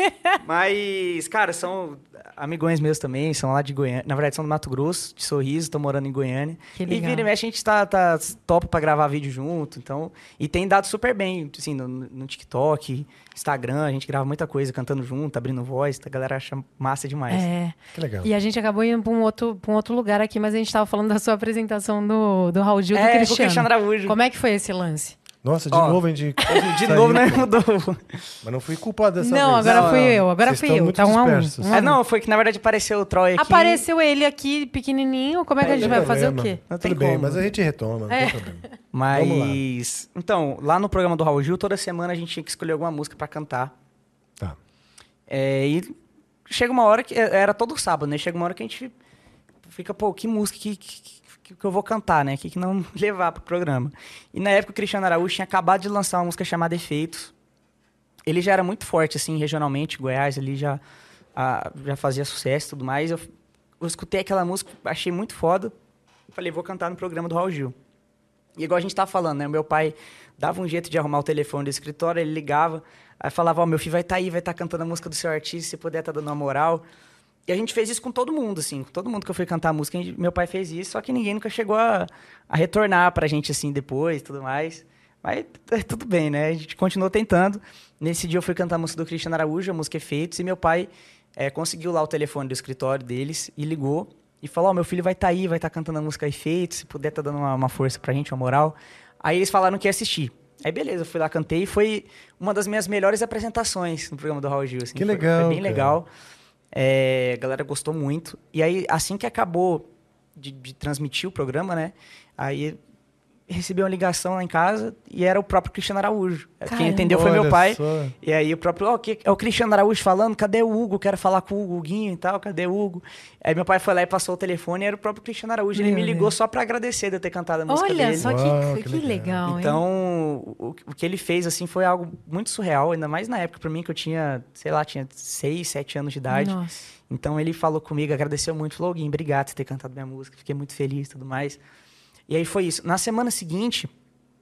Mas, cara, são amigões meus também, são lá de Goiânia. Na verdade, são do Mato Grosso, de Sorriso, estão morando em Goiânia. Que E legal. vira e mexe, a gente tá, tá top pra gravar vídeo junto, então... E tem dado super bem, assim, no, no TikTok, Instagram, a gente grava muita coisa, cantando junto, abrindo voz, a galera acha massa demais. É. Que legal. E a gente acabou indo para um outro, pra um outro lugar aqui, mas a gente estava falando da sua apresentação do, do Raul Gil do É, com o Cristiano. Cristiano Araújo. Como é que foi esse lance? Nossa, de Ó, novo, a gente... De saiu. novo, né? Mudou. Mas não fui culpado dessa não, vez. agora Não, fui não. eu, agora Vocês fui estão eu. muito Tá um a um. dispersos. um a É, um. não, foi que na verdade apareceu o Troy aqui. Apareceu ele aqui, pequenininho. Como é que a gente vai fazer o quê? Não, tem tudo bem, como. mas a gente retoma, não É. tem problema. Mas... Então, lá no programa do Raul Gil, toda semana a gente tinha que escolher alguma música pra cantar. Tá. É, e chega uma hora que... Era todo sábado, né? Chega uma hora que a gente fica, pô, que música que, que, que, que eu vou cantar, né? Que que não levar pro programa. E na época o Cristiano Araújo tinha acabado de lançar uma música chamada Efeitos. Ele já era muito forte, assim, regionalmente. Goiás, ele já, a, já fazia sucesso e tudo mais. Eu, eu escutei aquela música, achei muito foda. Falei, vou cantar no programa do Raul Gil. E igual a gente tava falando, né? O meu pai dava um jeito de arrumar o telefone do escritório, ele ligava, aí falava, ó, meu filho vai estar aí, vai estar cantando a música do seu artista, se puder tá dando uma moral. E a gente fez isso com todo mundo, assim, com todo mundo que eu fui cantar a música, a gente- meu pai fez isso, só que ninguém nunca chegou a, a retornar pra gente, assim, depois e tudo mais. Mas é tudo bem, né? A gente continuou tentando. Nesse dia eu fui cantar a música do Cristiano Araújo, a música Efeitos, e meu pai é, conseguiu lá o telefone do escritório deles e ligou e falou, ó, meu filho vai estar aí, vai estar cantando a música Efeitos, se puder tá dando uma, uma força pra gente, uma moral. Aí eles falaram que ia assistir. Aí beleza, eu fui lá, cantei, e foi uma das minhas melhores apresentações no programa do Raul Gil. Assim. Que Foi- legal, Foi bem cara. legal. É, a galera gostou muito. E aí, assim que acabou de, de transmitir o programa, né? Aí recebi uma ligação lá em casa e era o próprio Cristiano Araújo. Caramba. Quem entendeu foi meu Olha pai. só. E aí o próprio, ó, que é o Cristiano Araújo falando, cadê o Hugo? Quero falar com o Hugo, Huguinho e tal, cadê o Hugo? Aí meu pai foi lá e passou o telefone e era o próprio Cristiano Araújo. Ele Meu me ligou Deus. só pra agradecer de eu ter cantado a música Olha dele. só que, Uau, que, que legal. legal. hein? Então, o, o que ele fez, assim, foi algo muito surreal, ainda mais na época pra mim, que eu tinha, sei lá, tinha seis, sete anos de idade. Nossa. Então, ele falou comigo, agradeceu muito, falou, Guinho, obrigado por ter cantado minha música, fiquei muito feliz e tudo mais. E aí foi isso. Na semana seguinte,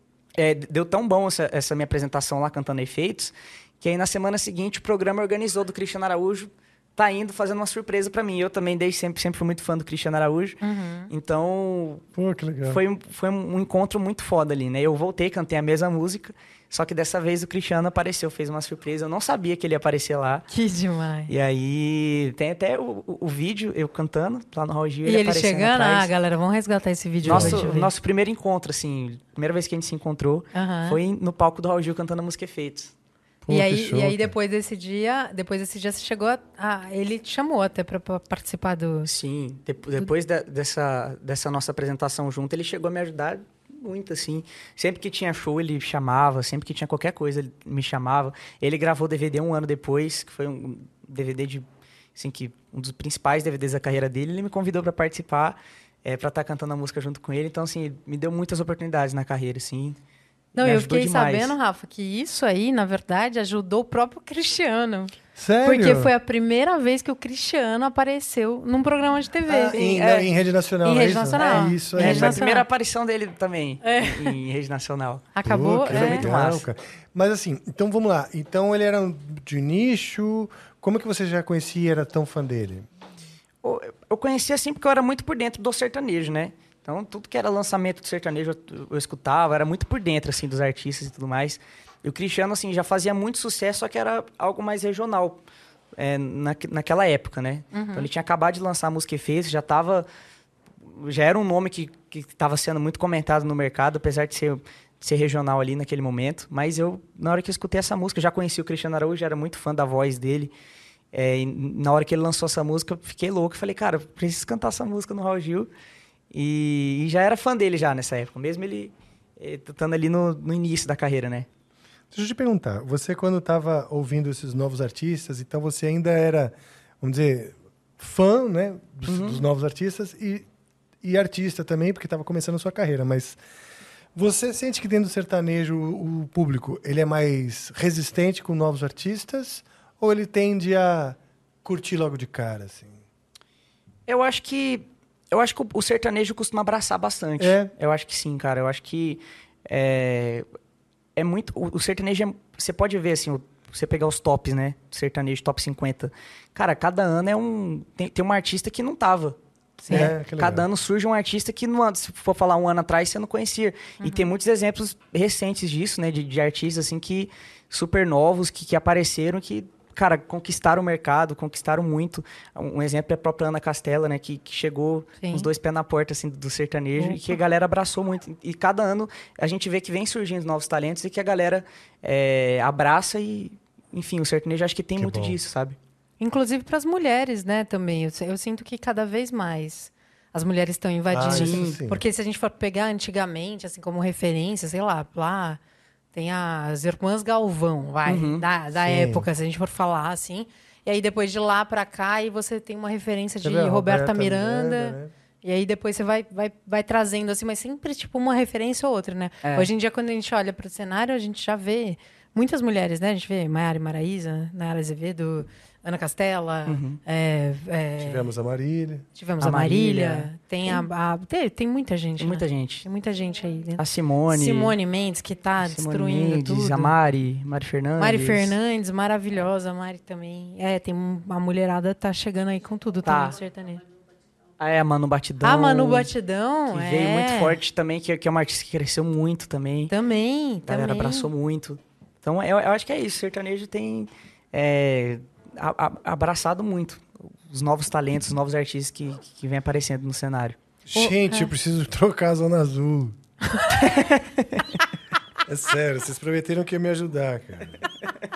é, deu tão bom essa, essa minha apresentação lá, cantando Efeitos, que aí na semana seguinte o programa organizou do Cristiano Araújo, tá indo fazendo uma surpresa pra mim. Eu também dei sempre, sempre fui muito fã do Cristiano Araújo. Uhum. Então, Pô, que legal. foi, um- foi um encontro muito foda ali, né? Eu voltei, cantei a mesma música, só que dessa vez o Cristiano apareceu, fez uma surpresa. Eu não sabia que ele ia aparecer lá. Que demais. E aí, tem até o, o- o vídeo, eu cantando lá no Raul Gil, E ele aparecendo chegando, atrás. ah, galera, vamos resgatar esse vídeo Nosso, hoje. ver. nosso primeiro encontro, assim, primeira vez que a gente se encontrou, Aham. foi no palco do Raul Gil cantando a música Efeitos. Pô, E que aí, show, e aí cara. depois desse dia, depois desse dia você chegou a, a- ele te chamou até pra, pra participar do... Sim, de- depois da- dessa, dessa nossa apresentação junto, ele chegou a me ajudar muito, assim. Sempre que tinha show, ele chamava, sempre que tinha qualquer coisa, ele me chamava. Ele gravou o D V D um ano depois, que foi um D V D de, assim, que um dos principais D V Ds da carreira dele. Ele me convidou para participar, é, para estar cantando a música junto com ele. Então, assim, me deu muitas oportunidades na carreira, assim. Não, Me eu ajudou fiquei demais. sabendo, Rafa, que isso aí, na verdade, ajudou o próprio Cristiano. Sério? Porque foi a primeira vez que o Cristiano apareceu num programa de T V. Ah, em, é. em rede nacional, Em não é rede isso? nacional. É isso Em aí. É, rede foi a nacional. primeira aparição dele também, em rede nacional. Acabou, Pô, que é. foi muito legal, massa. cara. Mas assim, então vamos lá. Então ele era de nicho. Como é que você já conhecia e era tão fã dele? Eu eu conhecia assim porque eu era muito por dentro do sertanejo, né? Então, tudo que era lançamento do sertanejo eu, eu escutava, era muito por dentro, assim, dos artistas e tudo mais. E o Cristiano, assim, já fazia muito sucesso, só que era algo mais regional, é, na, naquela época, né? Então, ele tinha acabado de lançar a música Efeitos, já tava... Já era um nome que estava sendo muito comentado no mercado, apesar de ser, de ser regional ali naquele momento. Mas eu, na hora que eu escutei essa música, eu já conheci o Cristiano Araújo, era muito fã da voz dele. É, e na hora que ele lançou essa música, eu fiquei louco. Falei, cara, eu preciso cantar essa música no Raul Gil. E, e já era fã dele já nessa época, mesmo ele eh, estando ali no, no início da carreira, né? Deixa eu te perguntar. Você, quando estava ouvindo esses novos artistas, então você ainda era, vamos dizer, fã, né, dos, Uhum. dos novos artistas e, e artista também, porque estava começando a sua carreira. Mas você sente que dentro do sertanejo o, o público ele é mais resistente com novos artistas ou ele tende a curtir logo de cara, assim? Eu acho que eu acho que o, o sertanejo costuma abraçar bastante. É? Eu acho que sim, cara. Eu acho que é, é muito... O, o sertanejo, é, você pode ver, assim, o, você pegar os tops, né? Sertanejo, top cinquenta. Cara, cada ano é um... Tem, tem uma artista que não tava. É, né? que legal. Cada ano surge um artista que, no, se for falar um ano atrás, você não conhecia. E tem muitos exemplos recentes disso, né? De, de artistas, assim, que... Super novos, que, que apareceram, que... Cara, conquistaram o mercado, conquistaram muito. Um exemplo é a própria Ana Castela, né? Que, que chegou Sim. com os dois pés na porta, assim, do sertanejo. Opa. E que a galera abraçou muito. E cada ano a gente vê que vem surgindo novos talentos e que a galera é, abraça e... Enfim, o sertanejo acho que tem Que muito bom. disso, sabe? Inclusive para as mulheres, né, também. Eu, eu sinto que cada vez mais as mulheres estão invadindo. Ah, isso assim, sim. Porque se a gente for pegar antigamente, assim, como referência, sei lá, lá tem as Irmãs Galvão, vai, Uhum. da, da Sim. época, se a gente for falar, assim. E aí depois de lá para cá, aí você tem uma referência Você de vê a Roberta, Roberta Miranda. Miranda, né? E aí depois você vai, vai, vai trazendo, assim, mas sempre tipo uma referência ou outra, né? É. Hoje em dia, quando a gente olha para o cenário, a gente já vê muitas mulheres, né? A gente vê Maiara e Maraísa, Nayara Azevedo, Ana Castela, Uhum. é, é, Tivemos a Marília. tivemos a a Marília, Marília. tem a, a- tem, tem muita gente, Tem né? muita gente. Tem muita gente aí dentro. A Simone. Simone Mendes, que tá Simone destruindo Mendes, tudo. a Mari, Mari Fernandes. Mari Fernandes, maravilhosa, a Mari também. É, tem um- a mulherada tá chegando aí com tudo Tá. também no sertanejo. Ah, é, a Manu Batidão. A Manu Batidão, Que é. veio muito forte também, que, que é uma artista que cresceu muito também. Também, A galera também. abraçou muito. Então, eu, eu acho que é isso. O sertanejo tem é, a- a- abraçado muito os novos talentos, os novos artistas que, que vem aparecendo no cenário. Gente, é. eu preciso trocar a Zona Azul. É sério, vocês prometeram que ia me ajudar, cara.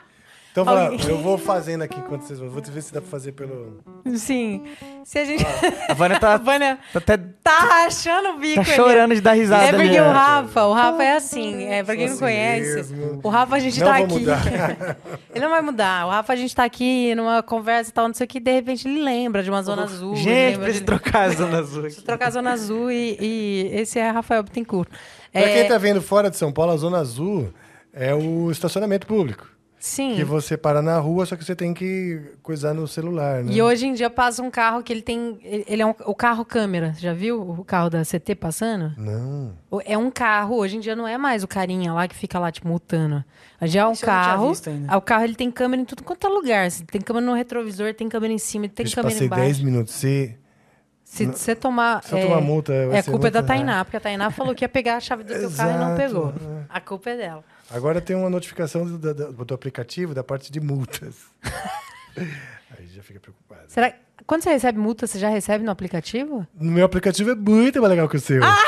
Então, vai lá, Alguém- eu vou fazendo aqui enquanto vocês vão. Vou ver se dá pra fazer pelo... Sim. Se a gente... A Vânia A tá, Vânia tá até tá rachando o bico tá ali. chorando de dar risada É ali. porque ó. o Rafa, o Rafa é assim, é, pra quem não Sou assim conhece, mesmo. o Rafa a gente Não tá vou aqui. mudar. Ele não vai mudar. O Rafa a gente tá aqui numa conversa e tal, não sei o que, de repente ele lembra de uma zona azul. ele Gente, lembra precisa de... trocar a zona azul. aqui. trocar a zona azul e, e esse é Rafael Bittencourt. Pra É, quem tá vendo fora de São Paulo, a Zona Azul é o estacionamento público. Sim. Que você para na rua, só que você tem que coisar no celular, né? E hoje em dia passa um carro que ele tem. Ele é um, o carro câmera. Já viu o carro da C T passando? Não. O- É um carro, hoje em dia não é mais o carinha lá que fica lá, tipo, multando. Já é um Esse eu não tinha carro. visto ainda. ah, O carro ele tem câmera em tudo quanto é lugar. Assim, tem câmera no retrovisor, tem câmera em cima, tem Deixa eu câmera passei embaixo. dez minutos. Se, Se você tomar. se eu tomar multa, vai é ser culpa é da muito- Tainá, porque a Tainá falou que ia pegar a chave do teu carro e não Exato, pegou. é. A culpa é dela. Agora tem uma notificação do, do, do aplicativo da parte de multas. Aí já fica preocupado. Será quando você recebe multa, você já recebe no aplicativo? No meu aplicativo é muito mais legal que o seu. Ah!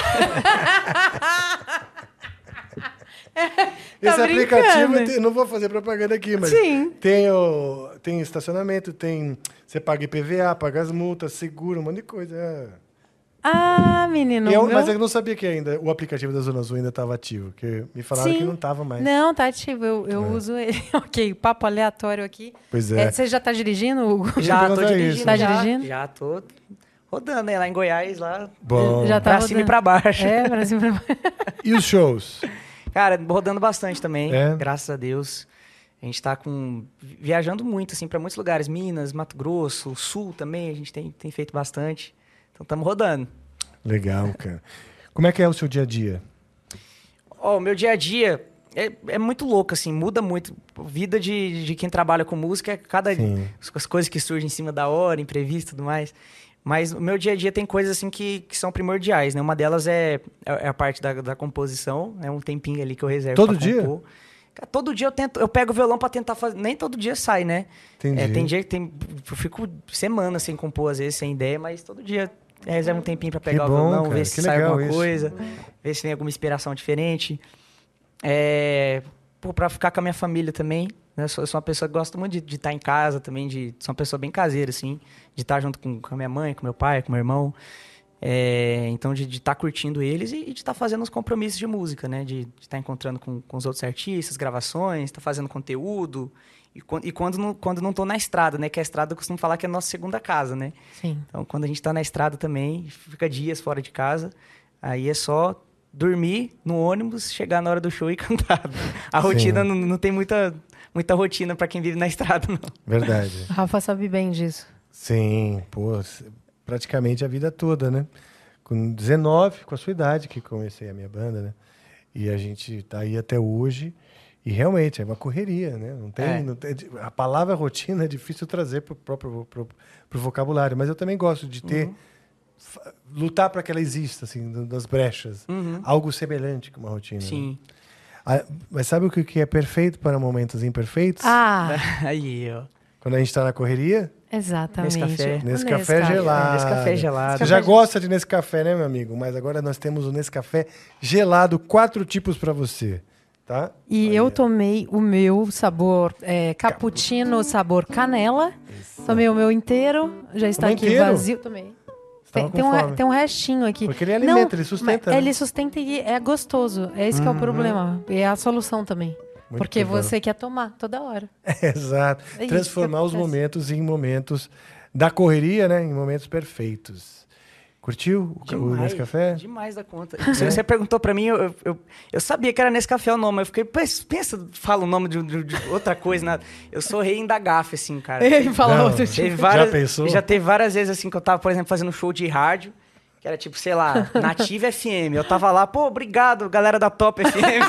Esse Tá aplicativo, brincando. tem- não vou fazer propaganda aqui, mas Sim. tem, o, tem estacionamento, tem. Você paga I P V A, paga as multas, seguro, um monte de coisa. É. Ah, menino. E eu- o meu- mas eu não sabia que ainda o aplicativo da Zona Azul ainda estava ativo, porque me falaram Sim. que não estava mais. Não, tá ativo. Eu, eu uso ele. Ok, papo aleatório aqui. Pois é. É, você já tá dirigindo, Hugo? Já tô perguntar dirigindo. isso. Tá já, dirigindo? Já tô rodando aí lá em Goiás, lá Bom. Já tá pra cima e rodando. pra baixo. É, pra cima e pra baixo. E os shows? Cara, rodando bastante também, É? graças a Deus. A gente tá com viajando muito, assim, pra muitos lugares. Minas, Mato Grosso, Sul também, a gente tem, tem feito bastante. Então estamos rodando. Legal, cara. Como é que é o seu dia a dia? Ó, o meu dia a dia é, é muito louco, assim, muda muito. Vida de, de quem trabalha com música é cada... Sim. As coisas que surgem em cima da hora, imprevisto e tudo mais. Mas o meu dia a dia tem coisas, assim, que, que são primordiais, né? Uma delas é, é a parte da, da composição, é um tempinho ali que eu reservo Todo pra dia? compor. Cara, todo dia eu tento, eu pego o violão pra tentar fazer... Nem todo dia sai, né? Entendi. É, tem dia que tem... Eu fico semanas sem compor, às vezes, sem ideia, mas todo dia eu reservo um tempinho pra pegar bom, o violão, cara, ver se que sai legal alguma isso. coisa, ver se tem alguma inspiração diferente. É, pô, pra ficar com a minha família também, né? Eu sou, eu sou uma pessoa que gosta muito de, de estar em casa também, de sou uma pessoa bem caseira, assim, de estar junto com, com a minha mãe, com meu pai, com meu irmão. É, então, de estar curtindo eles e, e de estar fazendo os compromissos de música, né? De estar encontrando com, com os outros artistas, gravações, estar fazendo conteúdo. E, quando- e quando, não, quando não tô na estrada, né? Que a estrada eu costumo falar que é a nossa segunda casa, né? Sim. Então, quando a gente tá na estrada também, fica dias fora de casa, aí é só dormir no ônibus, chegar na hora do show e cantar. A Sim. rotina não, não tem muita, muita rotina para quem vive na estrada, não. Verdade. O Rafa sabe bem disso. Sim, pô, s- praticamente a vida toda, né? Com dezenove, com a sua idade, que comecei a minha banda, né? E a gente tá aí até hoje. E realmente é uma correria, né? Não tem, É. não tem- a palavra rotina é difícil trazer pro próprio pro, pro vocabulário, mas eu também gosto de ter fa- lutar para que ela exista, assim, no- nas brechas, algo semelhante com uma rotina. né? Sim. Ah, mas sabe o que que é perfeito para momentos imperfeitos? Ah, Aí, ó. Quando a gente está na correria, exatamente. Nescafé. O nesse café Nescafé. gelado. Nesse café gelado. Você já gosta de nesse café, né, meu amigo? Mas agora nós temos o Nescafé gelado, quatro tipos para você, tá? E Olha. eu tomei o meu sabor é, cappuccino, sabor canela. Tomei o meu inteiro, já está Tomou aqui inteiro? vazio. Tomei. Tava Tem, com tem, um, re- fome. tem um restinho aqui. Porque ele alimenta, ele sustenta, mas né? Ele sustenta e é gostoso. É esse que é o problema. E é a solução também. Muito Porque bom. você quer tomar toda hora. Exato. É isso Transformar que os acontece. momentos em momentos da correria, né? Em momentos perfeitos. Curtiu o, o Nescafé? Demais da conta. Você, você perguntou pra mim, eu, eu, eu sabia que era Nescafé o nome. Eu fiquei, pensa, pensa, fala o nome de, de- de outra coisa. Nada. Eu sou rei em dar gafe, assim, cara. Ele fala Não. outro Teve tipo. várias, Já pensou? Já teve várias vezes, assim, que eu tava, por exemplo, fazendo show de rádio, que era tipo, sei lá, Nativa F M. Eu tava lá, pô, obrigado, galera da Top F M.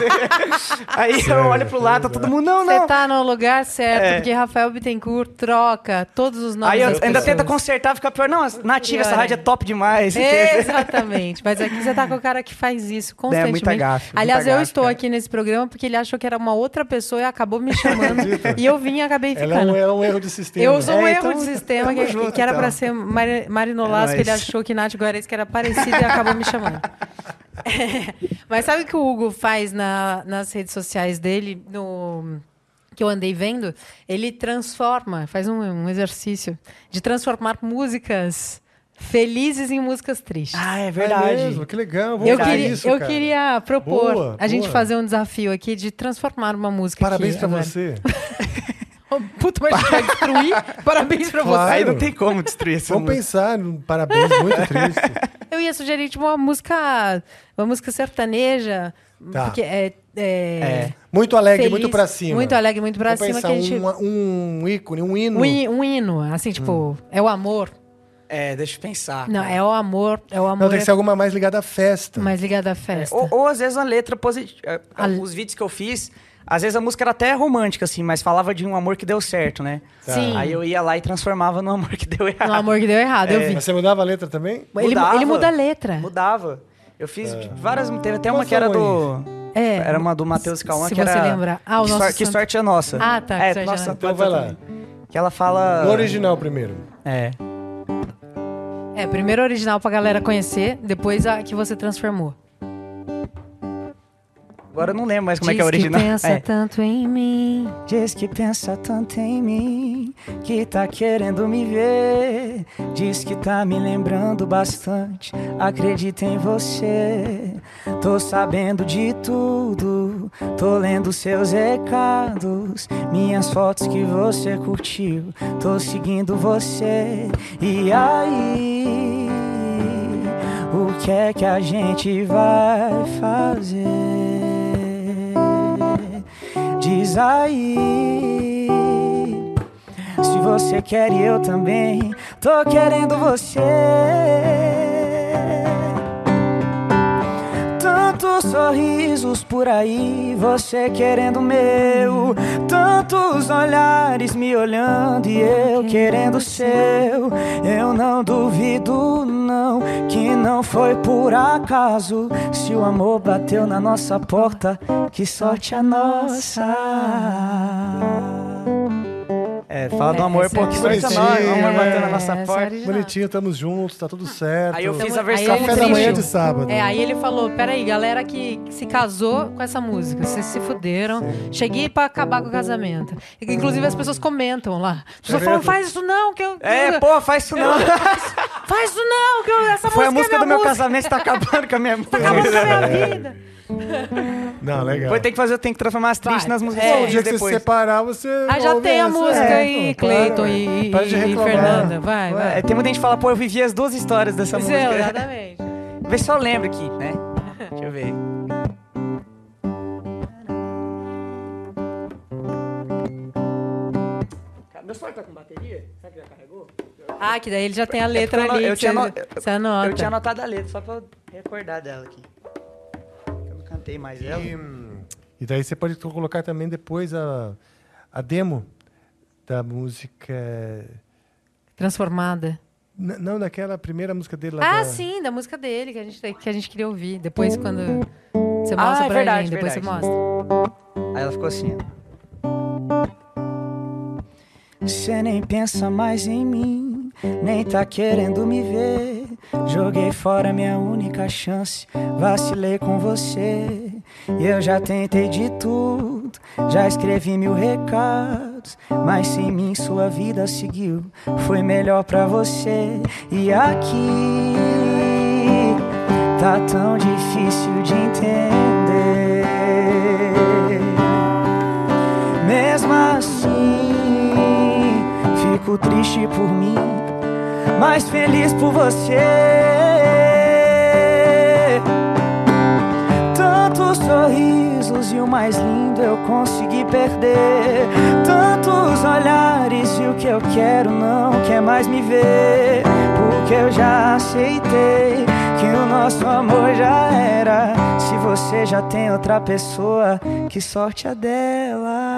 Aí eu olho pro lado, tá todo mundo, não, Você não. tá no lugar certo, É. porque Rafael Bittencourt troca todos os nomes Aí eu das ainda pessoas. tenta consertar, fica pior. Não, Nativa, essa Pior, rádio é é. top demais. Exatamente. Mas aqui você tá com o cara que faz isso constantemente. muita gafe, muita Aliás, eu gafe, estou cara. aqui nesse programa porque ele achou que era uma outra pessoa e acabou me chamando. e eu vim e acabei Ela é ficando. um, é um erro de sistema. Eu sou um É, erro então, de sistema tamo que, junto, que era então. pra ser Mari, Marinolasco, É que ele nóis. achou que Nath Guares que era parecido e acabou me chamando. É, mas sabe o que o Hugo faz na- nas redes sociais dele, no, que eu andei vendo, ele transforma, faz um, um exercício de transformar músicas felizes em músicas tristes. Ah, é É verdade. mesmo, que legal. Vamos Eu fazer queria, isso, eu cara. queria propor Boa, a gente boa. fazer um desafio aqui de transformar uma música Parabéns aqui pra agora. você. Puta, mas a gente vai destruir. Parabéns pra Claro. você. Aí não tem como destruir essa Vamos música. pensar num parabéns muito triste. Eu ia sugerir tipo, uma música, uma música sertaneja, Tá. porque é, é, É. Muito alegre, feliz, muito pra cima. muito alegre, muito pra Vamos cima pensar que a gente um, um ícone, um hino. um, hi- um hino, assim, tipo, é o amor. É, deixa eu pensar. Não, cara. é o amor, é o amor. Não, tem que é ser alguma mais ligada à festa. mais ligado à festa. Ou, ou às vezes uma letra positiva. A- Os vídeos que eu fiz, às vezes a música era até romântica, assim, mas falava de um amor que deu certo, né? Sim. Aí eu ia lá e transformava no amor que deu errado. No amor que deu errado, eu vi. Mas você mudava a letra também? Ele, Mudava. ele muda a letra. Mudava. Eu fiz várias. Teve até Qual uma que era foi? do. É. Era uma do Matheus Cauã, Se que você era. lembrar. Ah, o que, nosso sor- que santo. sorte é nossa. Ah, tá, que É, sorte é nossa, nossa. Então vai lá. também. Que ela fala. No original primeiro. É. É, primeiro original pra galera conhecer, depois a que você transformou. Agora eu não lembro mais como Diz é que é o original. que pensa É. tanto em mim. Diz que pensa tanto em mim, que tá querendo me ver. Diz que tá me lembrando bastante, acredita em você. Tô sabendo de tudo, tô lendo seus recados, minhas fotos que você curtiu, tô seguindo você. E aí, o que é que a gente vai fazer? Diz aí, se você quer e eu também tô querendo você. Tantos sorrisos por aí, você querendo o meu. Tantos olhares me olhando e eu querendo o seu. Eu não duvido não, que não foi por acaso. Se o amor bateu na nossa porta, que sorte a nossa. É, fala do amor, Essa pô, é que sorte a bonitinho. nossa. O amor bateu na nossa Essa é porta. original. Bonitinho, estamos juntos, tá tudo certo. Aí eu fiz a Aí versão ele Café da manhã tristou. de sábado. É, aí ele falou, peraí, galera que que se casou com essa música, vocês se fuderam, cheguei pra acabar com o casamento. Inclusive as pessoas comentam lá. As pessoas É falam, mesmo? faz isso não, que eu... É, pô, faz isso não. Faz isso não, que eu, essa Foi a música música é do minha meu música, casamento, tá acabando com a minha música. tá acabando com a minha vida. Não, legal. Vou ter que fazer, eu tenho que transformar as tristes Vai. nas músicas É. Bom, o felizes dia que você se depois. separar, você. Ah, já ouve tem a essa. música É, aí, claro. Cleiton e, e, Para de e reclamar. Fernanda. Vai, É, vai. tem muita gente que fala, pô, eu vivi as duas histórias dessa música. Exatamente. Vê se eu lembro aqui, né? Deixa eu ver. Meu celular tá com bateria? Será que já carregou? Ah, que daí ele já tem a letra eu não- ali. eu que tinha você, no- você anota. Eu tinha anotado a letra, só pra eu recordar dela aqui. Eu não cantei mais ela. E, e daí você pode colocar também depois a, a demo da música. Transformada. N- não, daquela primeira música dele lá. Ah, da- sim, da música dele, que a gente, que a gente queria ouvir. Depois, quando você Ah, mostra é pra verdade, mim, depois verdade. você mostra. Aí ela ficou assim, ó. Cê nem pensa mais em mim, nem tá querendo me ver. Joguei fora minha única chance, vacilei com você. Eu já tentei de tudo, já escrevi mil recados, mas sem mim sua vida seguiu, foi melhor pra você. E aqui tá tão difícil de entender. Mesmo assim, fico triste por mim, mas feliz por você. Tantos sorrisos e o mais lindo eu consegui perder. Tantos olhares e o que eu quero não quer mais me ver. Porque eu já aceitei que o nosso amor já era. Se você já tem outra pessoa, que sorte a dela.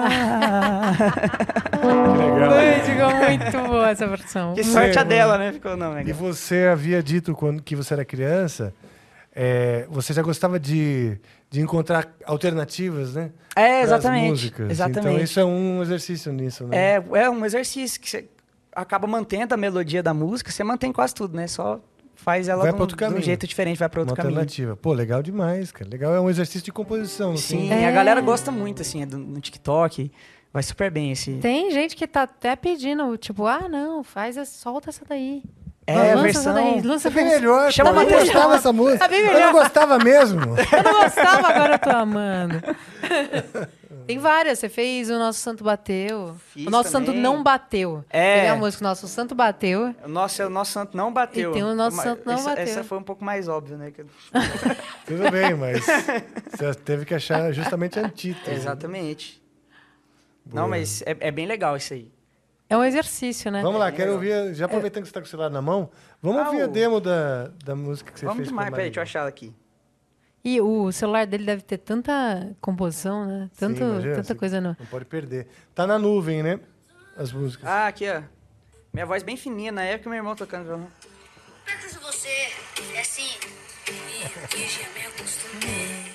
Que legal. Ui, ficou muito boa essa versão. Que sorte a Sim. dela, né? Ficou não, E legal. você havia dito quando que você era criança, é, você já gostava de, de encontrar alternativas, né? É, pras exatamente. músicas. Exatamente. Então isso é um exercício nisso, né? É, é um exercício que você acaba mantendo a melodia da música, você mantém quase tudo, né? Só faz ela Vai de um, pra outro de um caminho. jeito diferente, vai para Uma outro caminho. alternativa. Pô, legal demais, cara. Legal, é um exercício de composição. Sim, assim. a galera gosta muito, assim, é do, no TikTok. vai super bem esse... Tem gente que tá até pedindo, tipo, ah, não, faz, solta essa daí. É, lança a versão... essa daí, lança É bem essa- melhor, Chama pô. Eu Matheus. gostava dessa música. É bem Eu melhor. não gostava mesmo. Eu não gostava, agora eu tô amando. Tem várias. Você fez O Nosso Santo Bateu. Fiz o Nosso também. Santo Não Bateu. É. Tem a música O Nosso Santo Bateu. O nosso, o nosso santo não bateu. E tem o nosso Mas santo não essa, bateu. Essa foi um pouco mais óbvia, né? Que eu- Tudo bem, mas você teve que achar justamente a antítese. Exatamente. Boa. Não, mas é, é bem legal isso aí. É um exercício, né? Vamos lá, quero ouvir, já aproveitando que você está com o celular na mão, vamos Ah, ouvir a o- demo da, da música que você Vamos fez demais, com a peraí, deixa eu Maria. achar ela aqui. E o celular dele deve ter tanta composição, né? Sim, Tanto, imagina, tanta você coisa no... Não pode perder. Tá na nuvem, né? As músicas. Ah, aqui, ó. Minha voz bem fininha, na época meu irmão tocando violão. Perto de você, é assim. E, e já me acostumei.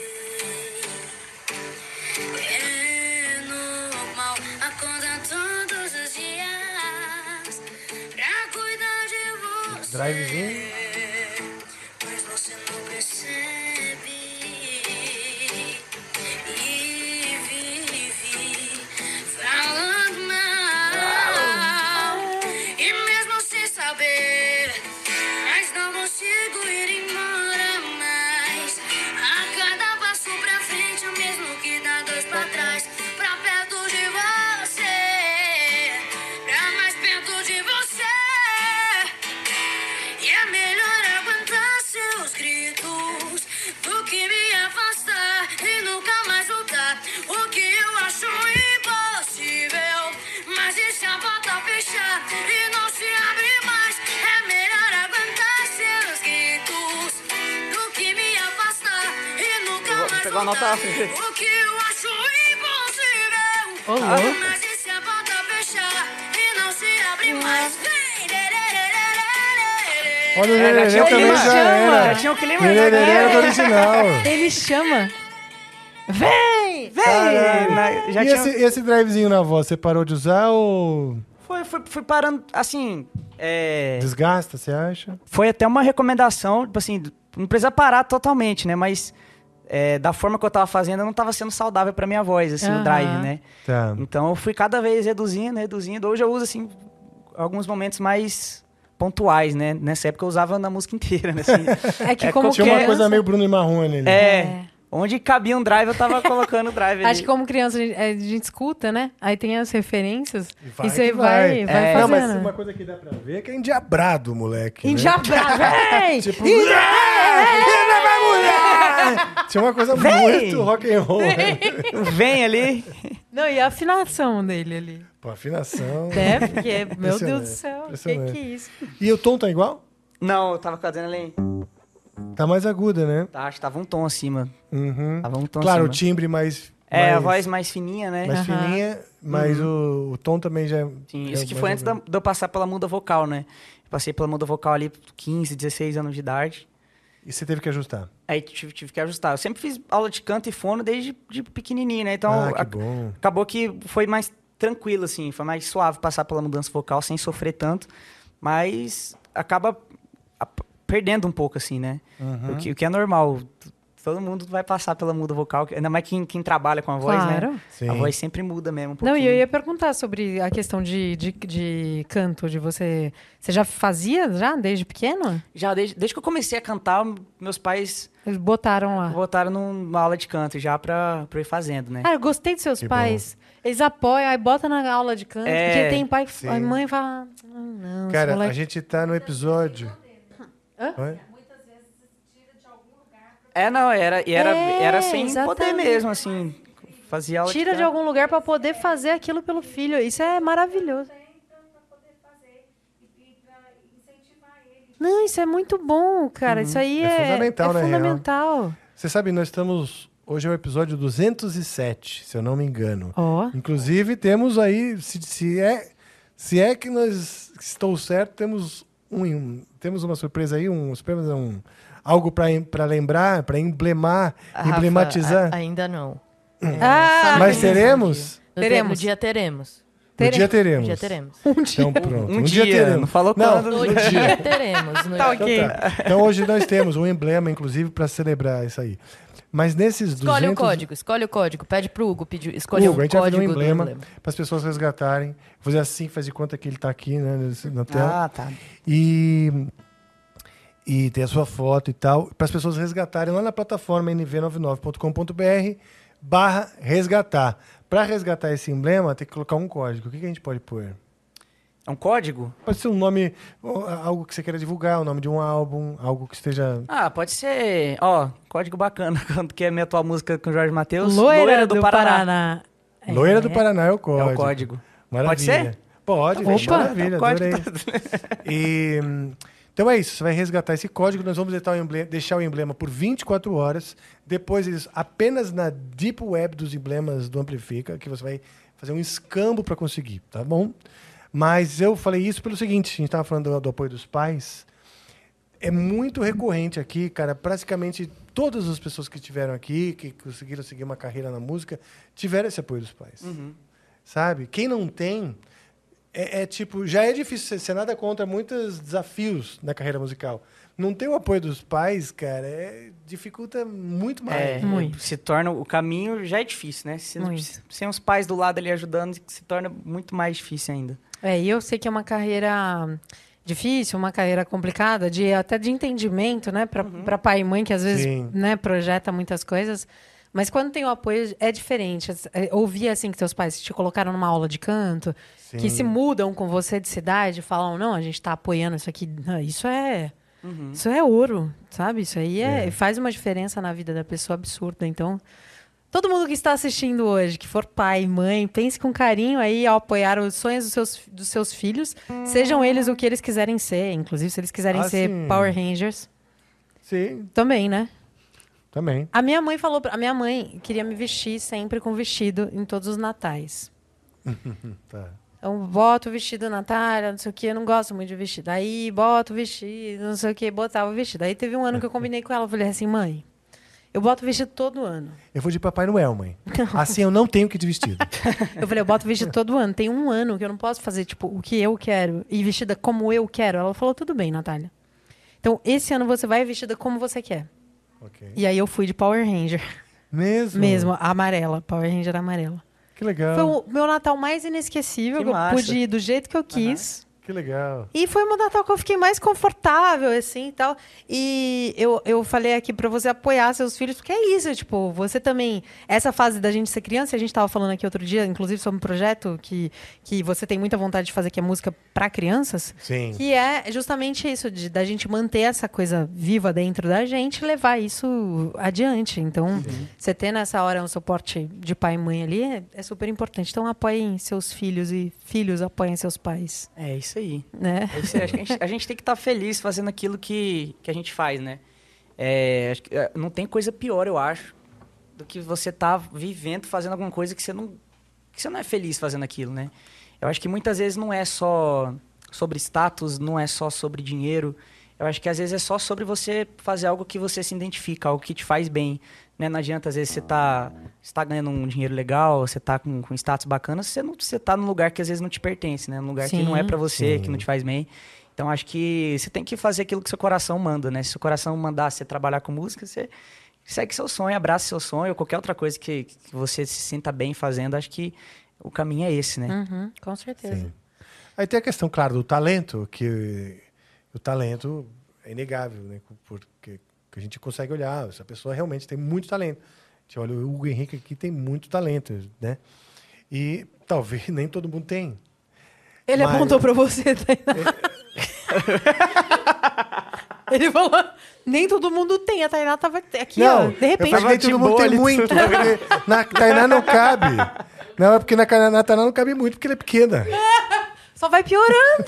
É normal, acorda todos os dias pra cuidar de você. Drivezinho. Mas você não percebe. E vive falando mal. E mesmo sem saber, mas não consigo ir embora mais. A cada passo pra frente, o mesmo que dá dois pra trás. Pra perto de você, pra mais perto de você. E é melhor aguentar seus gritos do que me afastar e nunca mais voltar. O que eu acho impossível, mas deixa a porta fechar e não se abre mais. É melhor aguentar seus gritos do que me afastar e nunca Eu vou mais pegar uma nota voltar. alta. O que eu acho impossível, Ô, louco. mas deixa a porta fechar e não se abre mais. Vem! Olha, o É, já Lererê tinha o também clima. já chama. era. Já tinha o clima, O Lererê né? era do original. Ele chama. Vem! Véi, na- já e tinha... esse, esse drivezinho na voz, você parou de usar ou Foi, foi, fui parando, assim... É... desgasta, você acha? Foi até uma recomendação, tipo assim, não precisa parar totalmente, né? Mas é, da forma que eu tava fazendo, eu não tava sendo saudável pra minha voz, assim, Aham. o drive, né? Tá. Então eu fui cada vez reduzindo, reduzindo. Hoje eu uso, assim, alguns momentos mais pontuais, né? Nessa época eu usava na música inteira, né? Assim, É que É, como Tinha uma criança- coisa meio Bruno e Marrone ali. é, onde cabia um drive, eu tava colocando o drive ali. Acho que como criança a gente, a gente escuta, né? Aí tem as referências E e, vai você que vai, vai. vai, É. Não, fazendo. mas uma coisa que dá pra ver é que é endiabrado, moleque. Endiabrado, vem! Tipo, Endiabrado! tinha uma coisa Vem! muito rock and roll. né? Vem ali. Não, e a afinação dele ali. Pô, afinação. É, porque, meu Deus do Impressionante, céu, que impressionante. que é isso? E o tom tá igual? Não, eu tava fazendo ali. Tá mais aguda, né? Tá, acho que tava um tom acima. Uhum. Tava um tom Claro, o acima. timbre mais. É, a mais- voz mais fininha, né? mais Aham. fininha, mas o, o tom também já. Sim, é isso que mais foi antes da, agudo. de eu passar pela muda vocal, né? Eu passei pela muda vocal ali quinze, dezesseis anos de idade. E você teve que ajustar. Aí tive, tive que ajustar. Eu sempre fiz aula de canto e fono desde de pequenininho, né? Então, ah, que a- bom. acabou que foi mais tranquilo, assim. Foi mais suave passar pela mudança vocal sem sofrer tanto. Mas acaba a- perdendo um pouco, assim, né? Uhum. O, que, o que é normal. Todo mundo vai passar pela muda vocal. Ainda mais quem, quem trabalha com a voz, Claro. né? Sim. A voz sempre muda mesmo um Não, pouquinho. e eu ia perguntar sobre a questão de, de, de canto, de você... Você já fazia, já, desde pequeno? Já desde, desde que eu comecei a cantar, meus pais Eles botaram lá. botaram numa aula de canto já pra, pra eu ir fazendo, né? Cara, eu gostei dos seus Que pais. Eles apoiam, aí bota na aula de canto. É, porque tem pai que sim. a mãe fala... Ah, não, esse Cara, moleque- a gente tá no episódio. Hã? Oi? É, não, era, e era, É, era sem exatamente. poder mesmo, assim. Fazia aula Tira de canto. algum lugar pra poder fazer aquilo pelo filho. Isso é maravilhoso. Não, isso é muito bom, cara. Isso aí É é, fundamental, é né, real? fundamental. Você sabe, nós estamos. Hoje é o episódio duzentos e sete, se eu não me engano. Ó. Inclusive, temos aí, se, se, é, se é que nós estou certo, temos um, um- temos uma surpresa aí, um, um algo para lembrar, para emblemar, Rafa, emblematizar. a- ainda não. Ah, Mas teremos? No Teremos. dia teremos. Um dia teremos. Um dia teremos. Um dia. Então pronto. Um dia, teremos. não falou Não, quando. No dia teremos. No Tá dia. ok. Então, tá. Então hoje nós temos um emblema, inclusive, para celebrar isso aí. Mas nesses Escolhe duzentos... o código, escolhe o código. Pede pro Hugo pedir, escolher Hugo, a um gente vai fazer código um do emblema, emblema. para as pessoas resgatarem. Vou fazer assim, fazer de conta que ele está aqui, né, nesse- na tela. Ah, tá. E, e tem a sua foto e tal, para as pessoas resgatarem lá na plataforma n v noventa e nove ponto com ponto b r barra resgatar. Para resgatar esse emblema, tem que colocar um código. O que, que a gente pode pôr? É um código? Pode ser um nome, ou algo que você queira divulgar, o nome de um álbum, algo que esteja... Ah, pode ser. Ó, código bacana, que é a minha atual música com o Jorge Matheus. Loira, do, Paraná. É. Loira do Paraná é o código. É o código. Maravilha. Pode ser? Pode, Opa. fechou, maravilha, Então, código adorei. E, hum, então é isso, você vai resgatar esse código, nós vamos deixar o emblema, deixar o emblema por vinte e quatro horas, depois eles, apenas na Deep Web dos emblemas do Amplifica, que você vai fazer um escambo para conseguir, tá bom? Mas eu falei isso pelo seguinte, a gente estava falando do, do apoio dos pais, é muito recorrente aqui, cara, praticamente todas as pessoas que estiveram aqui, que conseguiram seguir uma carreira na música, tiveram esse apoio dos pais. Sabe? Quem não tem, é, é tipo, já é difícil, você nada contra muitos desafios na carreira musical. Não ter o apoio dos pais, cara, é, dificulta muito mais. É, Muito. se torna. O caminho já é difícil, né? Se, Muito. sem os pais do lado ali ajudando, se torna muito mais difícil ainda. É, e eu sei que é uma carreira difícil, uma carreira complicada, de, até de entendimento, né? Para Uhum. pai e mãe, que às vezes Sim. né, projeta muitas coisas. Mas quando tem o apoio, é diferente. É, ouvir assim que teus pais te colocaram numa aula de canto, Sim. que se mudam com você de cidade, falam, não, a gente está apoiando isso aqui. Não, isso é... Isso é ouro, sabe? Isso aí é, É. faz uma diferença na vida da pessoa absurda. Então, todo mundo que está assistindo hoje, que for pai, mãe, pense com carinho aí ao apoiar os sonhos dos seus, dos seus filhos, sejam eles o que eles quiserem ser. Inclusive, se eles quiserem Ah, ser sim. Power Rangers, Sim, também, né? também. A minha mãe falou, pra- a minha mãe queria me vestir sempre com vestido em todos os natais. Tá. Então, boto o vestido Natália, não sei o que, eu não gosto muito de vestido. Aí, boto o vestido, não sei o que, botava o vestido. Aí teve um ano que eu combinei com ela, eu falei assim, mãe, eu boto o vestido todo ano. Eu vou de Papai Noel, mãe. Assim eu não tenho que ir de vestido. Eu falei, eu boto o vestido todo ano. Tem um ano que eu não posso fazer, tipo, o que eu quero e vestida como eu quero. Ela falou, tudo bem, Natália. Então, esse ano você vai vestida como você quer. Ok. E aí eu fui de Power Ranger. Mesmo? Mesmo, a amarela. Power Ranger amarela. Que legal. Foi o meu Natal mais inesquecível. Que Que eu massa. pude ir do jeito que eu quis. Que legal. E foi um Natal que eu fiquei mais confortável, assim, e tal. E eu, eu falei aqui pra você apoiar seus filhos, porque é isso, tipo, você também... Essa fase da gente ser criança, a gente tava falando aqui outro dia, inclusive sobre um projeto que, que você tem muita vontade de fazer, que é música pra crianças. Sim. Que é justamente isso, de, da gente manter essa coisa viva dentro da gente e levar isso adiante. Então, você ter nessa hora um suporte de pai e mãe ali é, é super importante. Então, apoiem seus filhos e filhos apoiem seus pais, É isso aí. né? É isso aí. Acho que a, gente, a gente tem que estar feliz fazendo aquilo que, que a gente faz, né? É, acho que, é, não tem coisa pior, eu acho, do que você estar vivendo, fazendo alguma coisa que você não que você não é feliz fazendo aquilo, né? Eu acho que muitas vezes não é só sobre status, não é só sobre dinheiro. Eu acho que às vezes é só sobre você fazer algo que você se identifica, algo que te faz bem, né? Não adianta, às vezes, você tá, você tá ganhando um dinheiro legal, você tá com, com status bacana, você, não, você tá num lugar que às vezes não te pertence, né? Num lugar que Sim. não é pra você, Sim. que não te faz bem. Então, acho que você tem que fazer aquilo que seu coração manda, né? Se seu coração mandar você trabalhar com música, você segue seu sonho, abraça seu sonho, ou qualquer outra coisa que, que você se sinta bem fazendo, acho que o caminho é esse, né? Uhum, com certeza. Sim. Aí tem a questão, claro, do talento, que o talento é inegável, né? Porque a gente consegue olhar, essa pessoa realmente tem muito talento. A gente olha, o Hugo Henrique aqui tem muito talento, né? E talvez nem todo mundo tem. Ele Mas- apontou pra você, Tainá. Ele falou, nem todo mundo tem. A Tainá tava aqui, ó. Não, De repente, eu falei que nem todo mundo tem muito, porque na Tainá não cabe. Não, é porque na, na Tainá não cabe muito, porque ela é pequena. só vai piorando.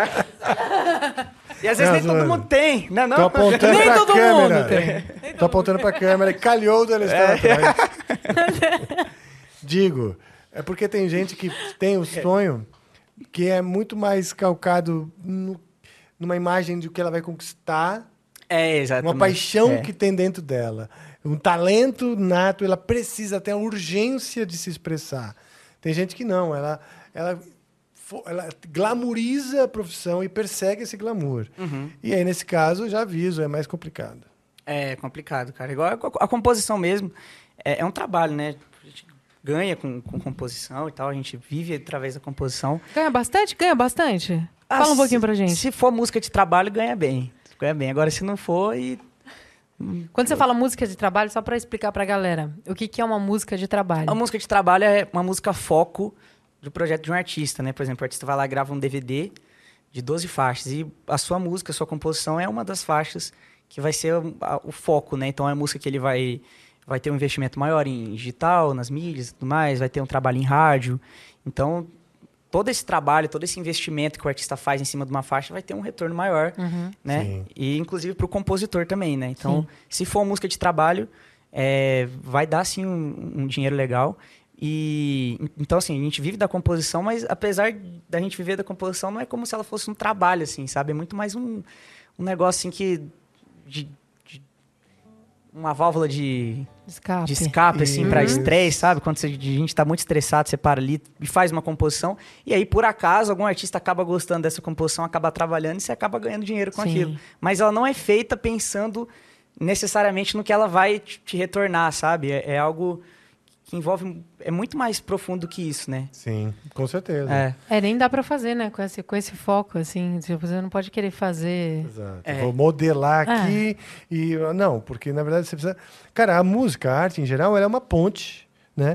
E às vezes Não, nem todo zoando. mundo tem, né? Não, Tô apontando Nem pra todo câmera. mundo tem. Tô apontando pra câmera e calhou dela estar atrás. Digo, é porque tem gente que tem o sonho que é muito mais calcado no- numa imagem de o que ela vai conquistar, É, exatamente. uma paixão É. que tem dentro dela. Um talento nato, ela precisa ter a urgência de se expressar. Tem gente que não, ela, ela, fo- ela glamouriza a profissão e persegue esse glamour. Uhum. E aí, nesse caso, já aviso, é mais complicado. É complicado, cara. Igual a, a composição mesmo, é, é um trabalho, né? A gente ganha com, com composição e tal, a gente vive através da composição. Ganha bastante? Ganha bastante? Ah, Fala um pouquinho se- pra gente. Se for música de trabalho, ganha bem. Ganha bem. Agora, se não for, e... Quando você fala música de trabalho, só pra explicar pra galera, o que, que é uma música de trabalho? A música de trabalho é uma música foco do projeto de um artista, né? Por exemplo, o artista vai lá e grava um D V D de doze faixas. E a sua música, a sua composição é uma das faixas que vai ser o, a- o foco, né? Então, é a música que ele vai, vai ter um investimento maior em digital, nas mídias e tudo mais, vai ter um trabalho em rádio. Então, todo esse trabalho, todo esse investimento que o artista faz em cima de uma faixa vai ter um retorno maior, Uhum. né? Sim. E, inclusive, para o compositor também, né? Então, Sim. se for uma música de trabalho, é, vai dar, sim, um, um dinheiro legal. E, então, assim, a gente vive da composição, mas apesar da gente viver da composição, não é como se ela fosse um trabalho, assim, sabe? É muito mais um, um negócio, assim, que... De, de- uma válvula de, Escape. de escape, assim, Isso. para estresse, sabe? Quando você- a gente tá muito estressado, você para ali e faz uma composição. E aí, por acaso, algum artista acaba gostando dessa composição, acaba trabalhando e você acaba ganhando dinheiro com Sim. aquilo. Mas ela não é feita pensando necessariamente no que ela vai te te retornar, sabe? É, é algo que envolve... É muito mais profundo do que isso, né? Sim, com certeza. É. É, nem dá pra fazer, né? Com esse, com esse foco, assim. Tipo, você não pode querer fazer... Exato. É. Vou modelar Ah. aqui e... Não, porque, na verdade, você precisa... Cara, a música, a arte, em geral, ela é uma ponte, né?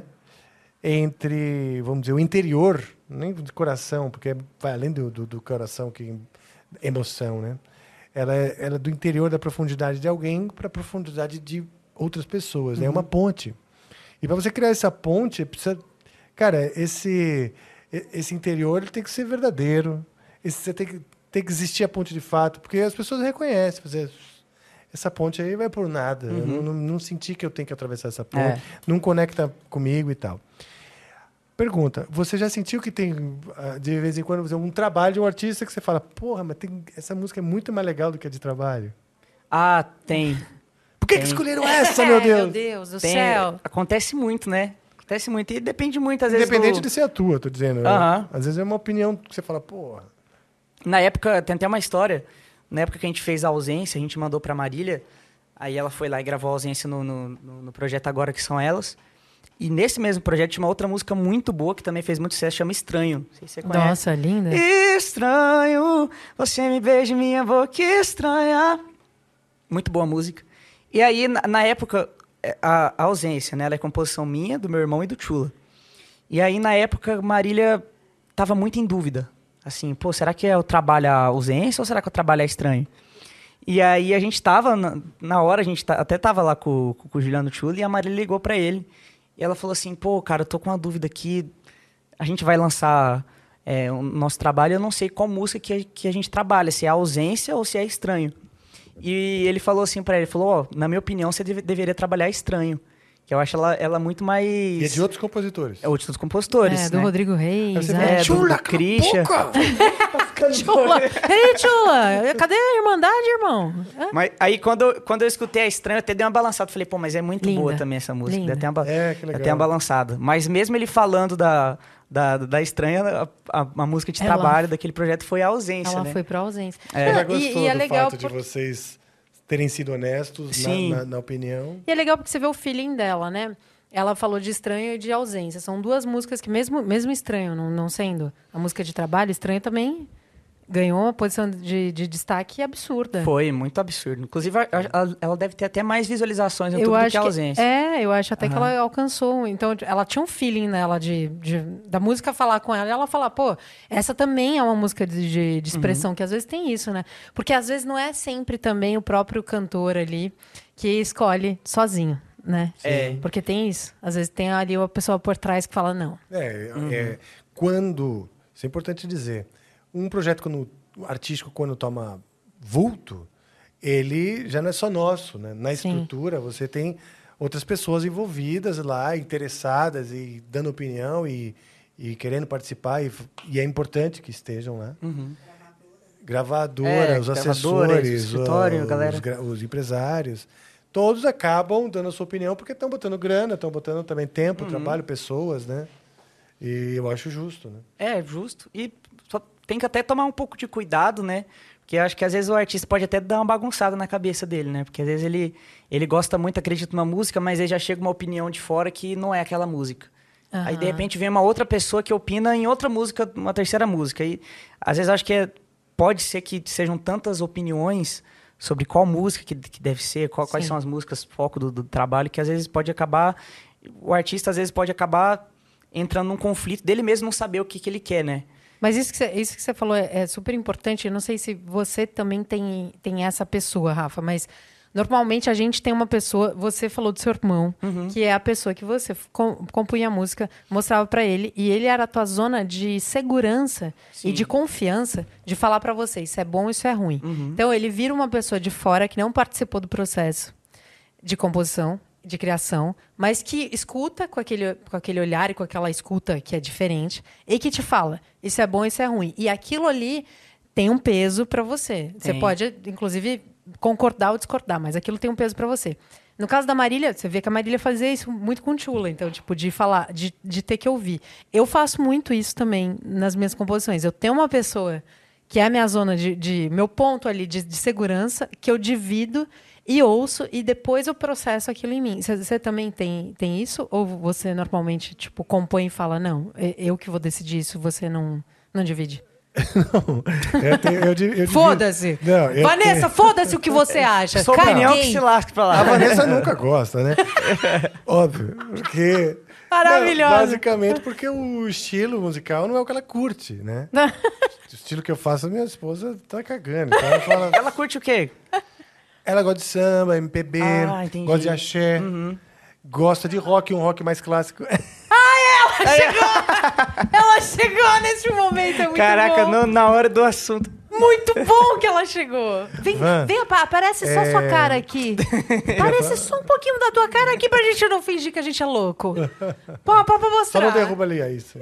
Entre, vamos dizer, o interior, nem do coração, porque vai além do, do, do coração, que é emoção, né? Ela é, ela é do interior da profundidade de alguém para a profundidade de outras pessoas, né? É uma ponte. E para você criar essa ponte, precisa... Cara, esse, e- esse interior ele tem que ser verdadeiro. Esse, você tem que, tem que existir a ponte de fato, porque as pessoas reconhecem. Você, essa ponte aí vai por nada. Eu não, não, não senti que eu tenho que atravessar essa ponte. É. Não conecta comigo e tal. Pergunta, você já sentiu que tem, ah, de vez em quando, um trabalho de um artista que você fala, porra, mas tem, essa música é muito mais legal do que a de trabalho? Ah, tem. Por que, que Tem. escolheram essa, meu Deus? Meu Deus do Tem, céu. acontece muito, né? Acontece muito. E depende muito, às vezes, Independente do... de ser a tua, tô dizendo. né? Aham. Às vezes é uma opinião que você fala, porra. Na época, tem até uma história. Na época que a gente fez a ausência, a gente mandou pra Marília. Aí ela foi lá e gravou a ausência no, no, no- no projeto Agora Que São Elas. E nesse mesmo projeto tinha uma outra música muito boa, que também fez muito sucesso, chama Estranho. Não sei se você conhece. Nossa, linda. Estranho, você me beija em minha boca estranha. Muito boa música. E aí, na, na época, é, a, a ausência, né? Ela é composição minha, do meu irmão e do Chula. E aí, na época, Marília tava muito em dúvida. Assim, pô, será que eu trabalho a ausência ou será que eu trabalho a estranho? E aí, a gente tava, na, na hora, a gente tá- até tava lá com, com, com o Juliano Chula e a Marília ligou pra ele. E ela falou assim, pô, cara, eu tô com uma dúvida aqui. A gente vai lançar é, o nosso trabalho, eu não sei qual música que a, que a gente trabalha, se é a ausência ou se é estranho. E ele falou assim pra ele, falou, ó, na minha opinião, você deve- deveria trabalhar estranho. Que eu acho ela, ela muito mais... E é de outros compositores. É outros compositores, É, do né? Rodrigo Aí Reis. você né? fala, É, do- Chula, do cala a Christian. boca! Tá ficando Chula! Ei, Chula! Cadê a Irmandade, irmão? Hã? Mas aí, quando, eu- quando eu escutei a estranho, eu até dei uma balançada. Falei, pô, mas é muito Linda. boa também essa música. Linda. Deu até uma, ba- É, que deu legal. até uma balançada. Mas mesmo ele falando da, da, da estranha, a, a- a música de Ela- trabalho daquele projeto foi a ausência, Ela né? foi pra ausência. Ela E- gostou e, é do legal fato por- de vocês terem sido honestos na, Sim. na- na opinião. E é legal porque você vê o feeling dela, né? Ela falou de Estranho e de Ausência. São duas músicas que, mesmo, mesmo Estranho, não, não sendo a música de trabalho, Estranho também ganhou uma posição de, de destaque absurda. Foi muito absurdo. Inclusive, a- a- ela, ela deve ter até mais visualizações no Eu YouTube do acho que a que, ausência. é, eu acho até que Aham. ela alcançou. Então, ela tinha um feeling nela de, de- da música falar com ela. E ela falar, pô, essa também é uma música de, de- de expressão, Uhum. que às vezes tem isso, né? Porque às vezes não é sempre também o próprio cantor ali que escolhe sozinho, né? É. Porque tem isso. Às vezes tem ali uma pessoa por trás que fala, não. É, Uhum. é, quando, isso é importante dizer, um projeto quando, artístico, quando toma vulto, ele já não é só nosso, né? Na Sim. estrutura, você tem outras pessoas envolvidas lá, interessadas e dando opinião e, e querendo participar, e, e é importante que estejam lá. Uhum. Gravadora, É, os gravadora, assessores, escritório, os, galera. gra- os empresários, todos acabam dando a sua opinião porque estão botando grana, estão botando também tempo, Uhum. trabalho, pessoas, né? E eu acho justo, né? É, justo. E só tem que até tomar um pouco de cuidado, né? Porque eu acho que às vezes o artista pode até dar uma bagunçada na cabeça dele, né? Porque às vezes ele, ele gosta muito, acredita numa música, mas aí já chega uma opinião de fora que não é aquela música. Uhum. Aí, de repente, vem uma outra pessoa que opina em outra música, uma terceira música. E às vezes eu acho que é, pode ser que sejam tantas opiniões sobre qual música que, que deve ser, qual, quais são as músicas, foco do, do trabalho, que às vezes pode acabar... O artista, às vezes, pode acabar entrando num conflito dele mesmo não saber o que, que ele quer, né? Mas isso que você, isso que você falou é, é super importante. Eu não sei se você também tem, tem essa pessoa, Rafa, mas normalmente a gente tem uma pessoa... Você falou do seu irmão, uhum. que é a pessoa que você com, compunha a música, mostrava pra ele, e ele era a tua zona de segurança Sim. e de confiança de falar pra você, isso é bom, isso é ruim. Uhum. Então, ele vira uma pessoa de fora que não participou do processo de composição, de criação, mas que escuta com aquele, com aquele olhar e com aquela escuta que é diferente e que te fala, isso é bom, isso é ruim. E aquilo ali tem um peso para você. Tem. Você pode, inclusive, concordar ou discordar, mas aquilo tem um peso para você. No caso da Marília, você vê que a Marília fazia isso muito com o Tchula, então, tipo, de falar, de, de ter que ouvir. Eu faço muito isso também nas minhas composições. Eu tenho uma pessoa que é a minha zona de... de meu ponto ali de, de segurança, que eu divido e ouço, e depois eu processo aquilo em mim. Você também tem, tem isso? Ou você normalmente tipo, compõe e fala, não, eu que vou decidir isso, você não, não divide? Não, eu tenho, eu, eu, eu foda-se! Não, eu Vanessa, tenho... foda-se o que você acha. Sua opinião que se lasque pra lá. A Vanessa nunca gosta, né? Óbvio, porque... Maravilhosa. Não, basicamente porque o estilo musical não é o que ela curte, né? O estilo que eu faço, minha esposa tá cagando. Então ela, fala... ela curte o quê? Ela gosta de samba, M P B, ah, gosta de axé, uhum. gosta de rock, um rock mais clássico. Ah, ela chegou! Ela chegou nesse momento, é muito Caraca, bom. Caraca, na hora do assunto. Muito bom que ela chegou. Vem, Van, vem, aparece só é... sua cara aqui. Aparece só um pouquinho da tua cara aqui pra gente não fingir que a gente é louco. Pô, pra mostrar. Só não derruba ali, é isso.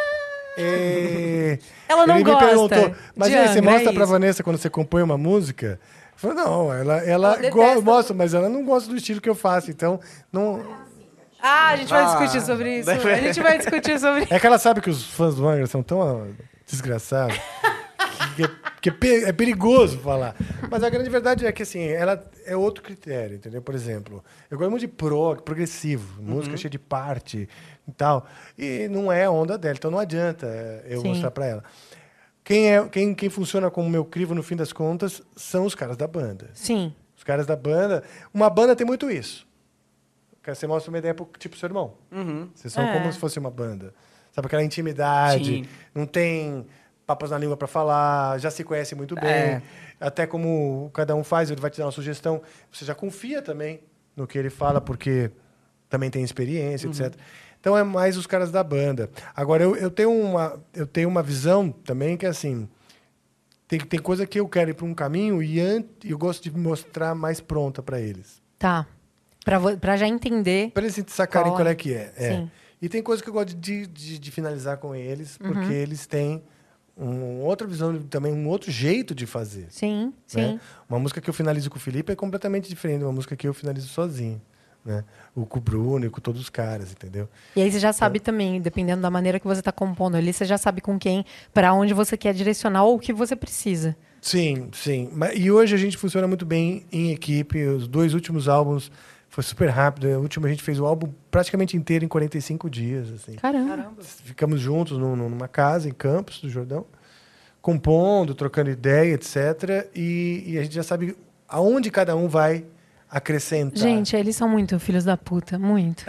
É... Ela não Ele gosta. me perguntou, mas aí, você Angra, mostra é pra isso. Vanessa quando você compõe uma música? Eu falei, não, ela, ela, ela go- mostra, mas ela não gosta do estilo que eu faço, então não... Ah, a gente vai Ah. discutir sobre isso. A gente vai discutir sobre isso. É que ela sabe que os fãs do Angra são tão ah, desgraçados que, é, que é, pe- é perigoso falar. Mas a grande verdade é que, assim, ela é outro critério, entendeu? Por exemplo, eu gosto muito de prog, progressivo, uhum. música cheia de parte e tal, e não é a onda dela, então não adianta eu Sim. mostrar pra ela. Quem, é, quem, quem funciona como meu crivo, no fim das contas, são os caras da banda. Sim. Os caras da banda... Uma banda tem muito isso. Você mostra uma ideia pro tipo seu irmão. Uhum. Vocês são É. como se fosse uma banda. Sabe, aquela intimidade. Sim. Não tem papas na língua para falar, já se conhece muito bem. É. Até como cada um faz, ele vai te dar uma sugestão. Você já confia também no que ele fala, porque também tem experiência, uhum. etcétera. Então, é mais os caras da banda. Agora, eu, eu, tenho, uma, eu tenho uma visão também que, assim, tem, tem coisa que eu quero ir para um caminho e an- eu gosto de mostrar mais pronta para eles. Tá. Pra, vo- pra já entender. Para eles sacarem Qual qual é. é que é. é. Sim. E tem coisa que eu gosto de, de, de finalizar com eles, porque Uhum. eles têm uma outra visão, também um outro jeito de fazer. Sim, sim. Né? Uma música que eu finalizo com o Felipe é completamente diferente de uma música que eu finalizo sozinho. Né? O com o Bruno e com todos os caras, entendeu? E aí você já sabe também, dependendo da maneira que você está compondo ali, você já sabe com quem, para onde você quer direcionar ou o que você precisa. Sim, sim. Mas, e hoje a gente funciona muito bem em equipe. Os dois últimos álbuns foi super rápido. O último a gente fez o álbum praticamente inteiro em quarenta e cinco dias. Assim. Caramba. Ficamos juntos num- numa casa em Campos do Jordão, compondo, trocando ideia, etcétera. E, e a gente já sabe aonde cada um vai acrescentar. Gente, eles são muito filhos da puta, muito.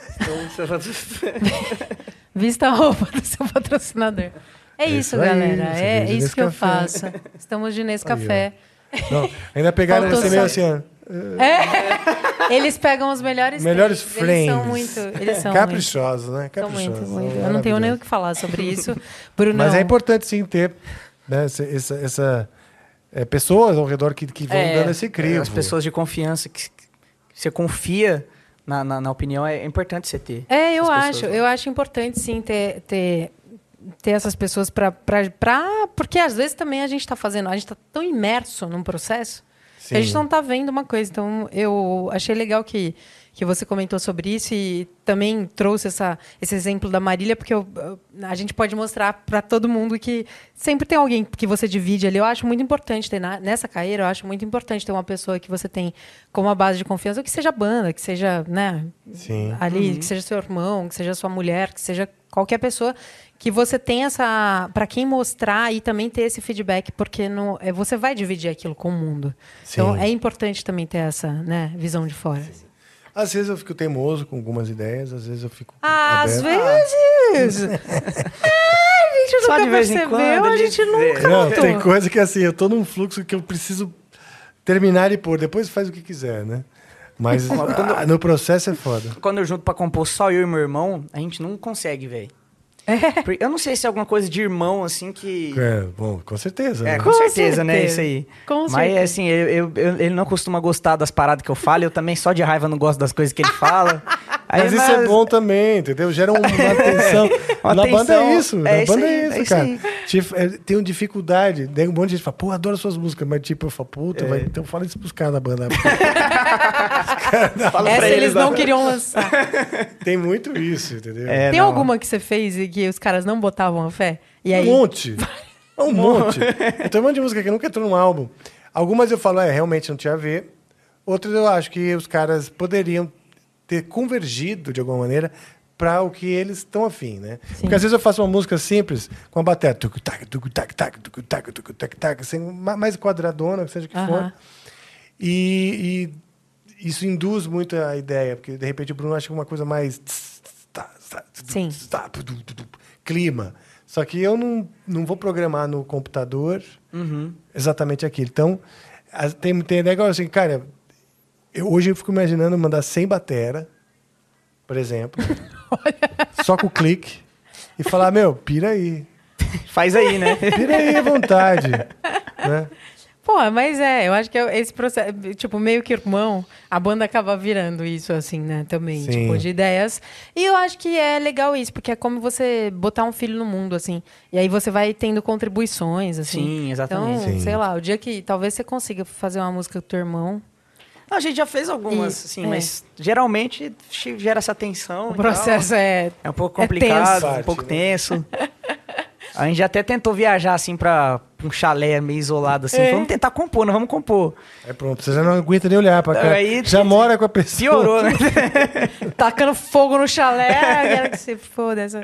Vista a roupa do seu patrocinador. É, É isso, isso aí, galera. você É vê de isso que eu Nescafé. faço. Estamos de Nescafé. Não, ainda pegaram Faltou esse meio só- assim, ó. É. Eles pegam os melhores Melhores takes. Eles são frames. muito. Eles são Caprichosos, né? muito. São Caprichosos. muito, muito. são Eu não tenho nem o maravilhosos. que falar sobre isso. Bruno. Mas é importante, sim, ter né, essa, essa, essa, é, pessoas ao redor que, que vão É, dando esse crivo. As pessoas de confiança que, que você confia na, na, na opinião, é importante você ter. É, eu essas acho. pessoas, né? Eu acho importante, sim, ter, ter, ter essas pessoas para... Porque, às vezes, também a gente está fazendo... A gente está tão imerso num processo que a gente não está vendo uma coisa. Então, eu achei legal que, que você comentou sobre isso e também trouxe essa, esse exemplo da Marília, porque eu, a gente pode mostrar para todo mundo que sempre tem alguém que você divide ali. Eu acho muito importante ter, na, nessa carreira, eu acho muito importante ter uma pessoa que você tem como uma base de confiança, ou que seja banda, que seja, né, Sim. ali, Uhum. que seja seu irmão, que seja sua mulher, que seja qualquer pessoa, que você tem essa, para quem mostrar e também ter esse feedback, porque no, é, você vai dividir aquilo com o mundo. Sim. Então é importante também ter essa, né, visão de fora. Às vezes eu fico teimoso com algumas ideias, às vezes eu fico Ah, às aberto. vezes. Ah, a gente Só nunca de vez em percebeu, quando a ele gente vê. nunca Não, notou. tem coisa que assim, eu tô num fluxo que eu preciso terminar e pôr, depois faz o que quiser, né? Mas ah, no processo é foda. Quando eu junto pra compor só eu e meu irmão, a gente não consegue, velho. É. Eu não sei se é alguma coisa de irmão, assim, que... É, bom, com certeza. É, né? com, Com certeza, né? certeza. Isso aí. Com Mas, certeza. assim, eu, eu- eu- ele não costuma gostar das paradas que eu falo. Eu também, só de raiva, não gosto das coisas que ele fala. Aí, Mas isso é bom também, entendeu? Gera uma tensão. Uma Na banda é tensão. isso, É na isso banda aí, é isso, é isso cara. aí. Tipo, é, tenho dificuldade. Daí um monte de gente fala, pô, adoro suas músicas. Mas tipo, eu falo, puta, vai, então fala isso pros caras da banda. Fala Essa pra eles eles, não ó. queriam lançar. Tem muito isso, entendeu? É, Tem não. alguma que você fez e que os caras não botavam a fé? E aí? Um monte. Um monte. Eu tenho um monte de música que nunca entrou num álbum. Algumas eu falo, é, realmente não tinha a ver. Outras eu acho que os caras poderiam ter convergido, de alguma maneira, para o que eles estão afim, né? Porque às vezes eu faço uma música simples, com a bateria, tucu-tac, tucu-tac, tac, tucu-tac, tucu-tac, tac, assim, ma- mais quadradona, seja o que for. Aham. E, e isso induz muito a ideia, porque de repente o Bruno acha uma coisa mais... tss, tss, tá, tá, tss, Sim. tss, tá, pu, tu, tu, tu, clima. Só que eu não, não vou programar no computador Uhum. exatamente aquilo. Então, as- tem, tem negócio assim, cara, eu, hoje eu fico imaginando mandar sem batera, por exemplo, só com o clique, e falar, meu, pira aí. Faz aí, né? Pira aí à vontade. Né? Pô, mas é, eu acho que é esse processo, tipo, meio que irmão, a banda acaba virando isso, assim, né, também, Sim. tipo, de ideias. E eu acho que é legal isso, porque é como você botar um filho no mundo, assim, e aí você vai tendo contribuições, assim. Sim, exatamente. Então, Sim. sei lá, o dia que talvez você consiga fazer uma música com teu irmão, Não, a gente já fez algumas, E- assim, é. mas geralmente gera essa tensão. o e processo tal. é... É um pouco é complicado, tenso. um pouco Parte, né? tenso. A gente até tentou viajar, assim, pra pra um chalé meio isolado, assim. É. Vamos tentar compor, não vamos compor. Aí pronto, você já não aguenta nem olhar pra cá. Aí, já mora com a pessoa. Piorou, né? Tacando fogo no chalé, quero que se foda. Essa...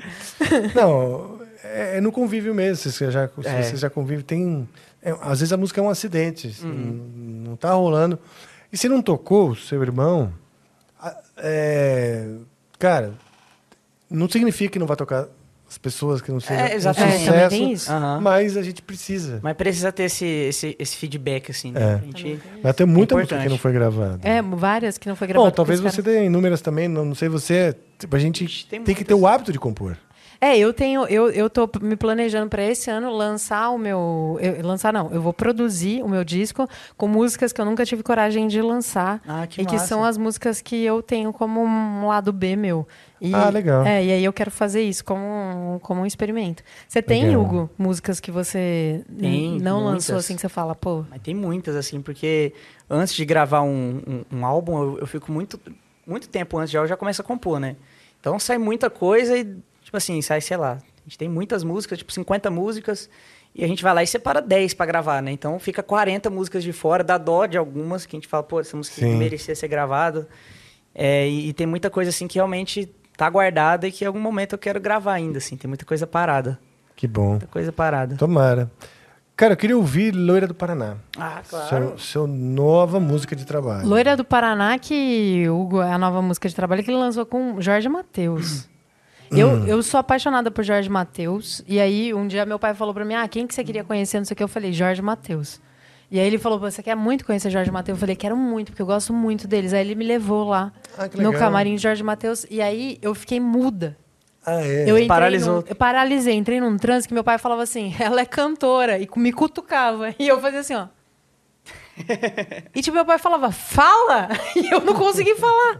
Não, é, é no convívio mesmo. Você já, É. você já convive. Tem, é, às vezes a música é um acidente. assim, Não, não tá rolando. E se não tocou o seu irmão, a- é, cara, não significa que não vai tocar as pessoas, que não seja É, um exatamente. É, também sucesso. tem isso. Aham. Mas a gente precisa. Mas precisa ter esse, esse, esse feedback, assim, né? É. Pra gente... Vai ter muita música importante. que não foi gravada. É, várias que não foi gravado. Bom, talvez porque os você caras- tenha inúmeras também, não, não sei você. Tipo, a gente Ixi, tem tem, que muitas. ter o hábito de compor. É, eu tenho, eu, eu tô me planejando para esse ano lançar o meu, eu- lançar não, eu vou produzir o meu disco com músicas que eu nunca tive coragem de lançar Ah, que e que massa. são as músicas que eu tenho como um lado B meu. E, Ah, legal. É, e aí eu quero fazer isso como um, como um experimento. Você tem, Legal. Hugo, músicas que você Tem, não muitas. lançou assim que você fala, pô, Mas tem muitas, assim, porque antes de gravar um, um, um álbum, eu, eu fico muito, muito tempo antes já, eu já começo a compor, né? Então sai muita coisa e, tipo assim, sai, sei lá, a gente tem muitas músicas, tipo cinquenta músicas, e a gente vai lá e separa dez pra gravar, né? Então fica quarenta músicas de fora, dá dó de algumas, que a gente fala, pô, essa música Sim. merecia ser gravada. É, e, e tem muita coisa, assim, que realmente tá guardada e que em algum momento eu quero gravar ainda, assim. Tem muita coisa parada, Que bom. muita coisa parada. Tomara. Cara, eu queria ouvir Loira do Paraná. Ah, Seu, seu nova música de trabalho. Loira do Paraná, que Hugo é a nova música de trabalho que ele lançou com Jorge Mateus. Eu, eu sou apaixonada por Jorge Mateus. E aí, um dia meu pai falou pra mim, ah, quem que você queria conhecer? Não sei o que. Eu falei, Jorge Mateus. E aí ele falou, você quer muito conhecer Jorge Mateus? Eu falei, quero muito, porque eu gosto muito deles. Aí ele me levou lá, Ah, que no legal. camarim de Jorge Mateus. E aí eu fiquei muda. Ah, é? Eu entrei Paralisou. num- eu paralisei, entrei num transe que meu pai falava assim, ela é cantora, e me cutucava. E eu fazia assim, ó. E tipo, meu pai falava, fala! E eu não consegui falar.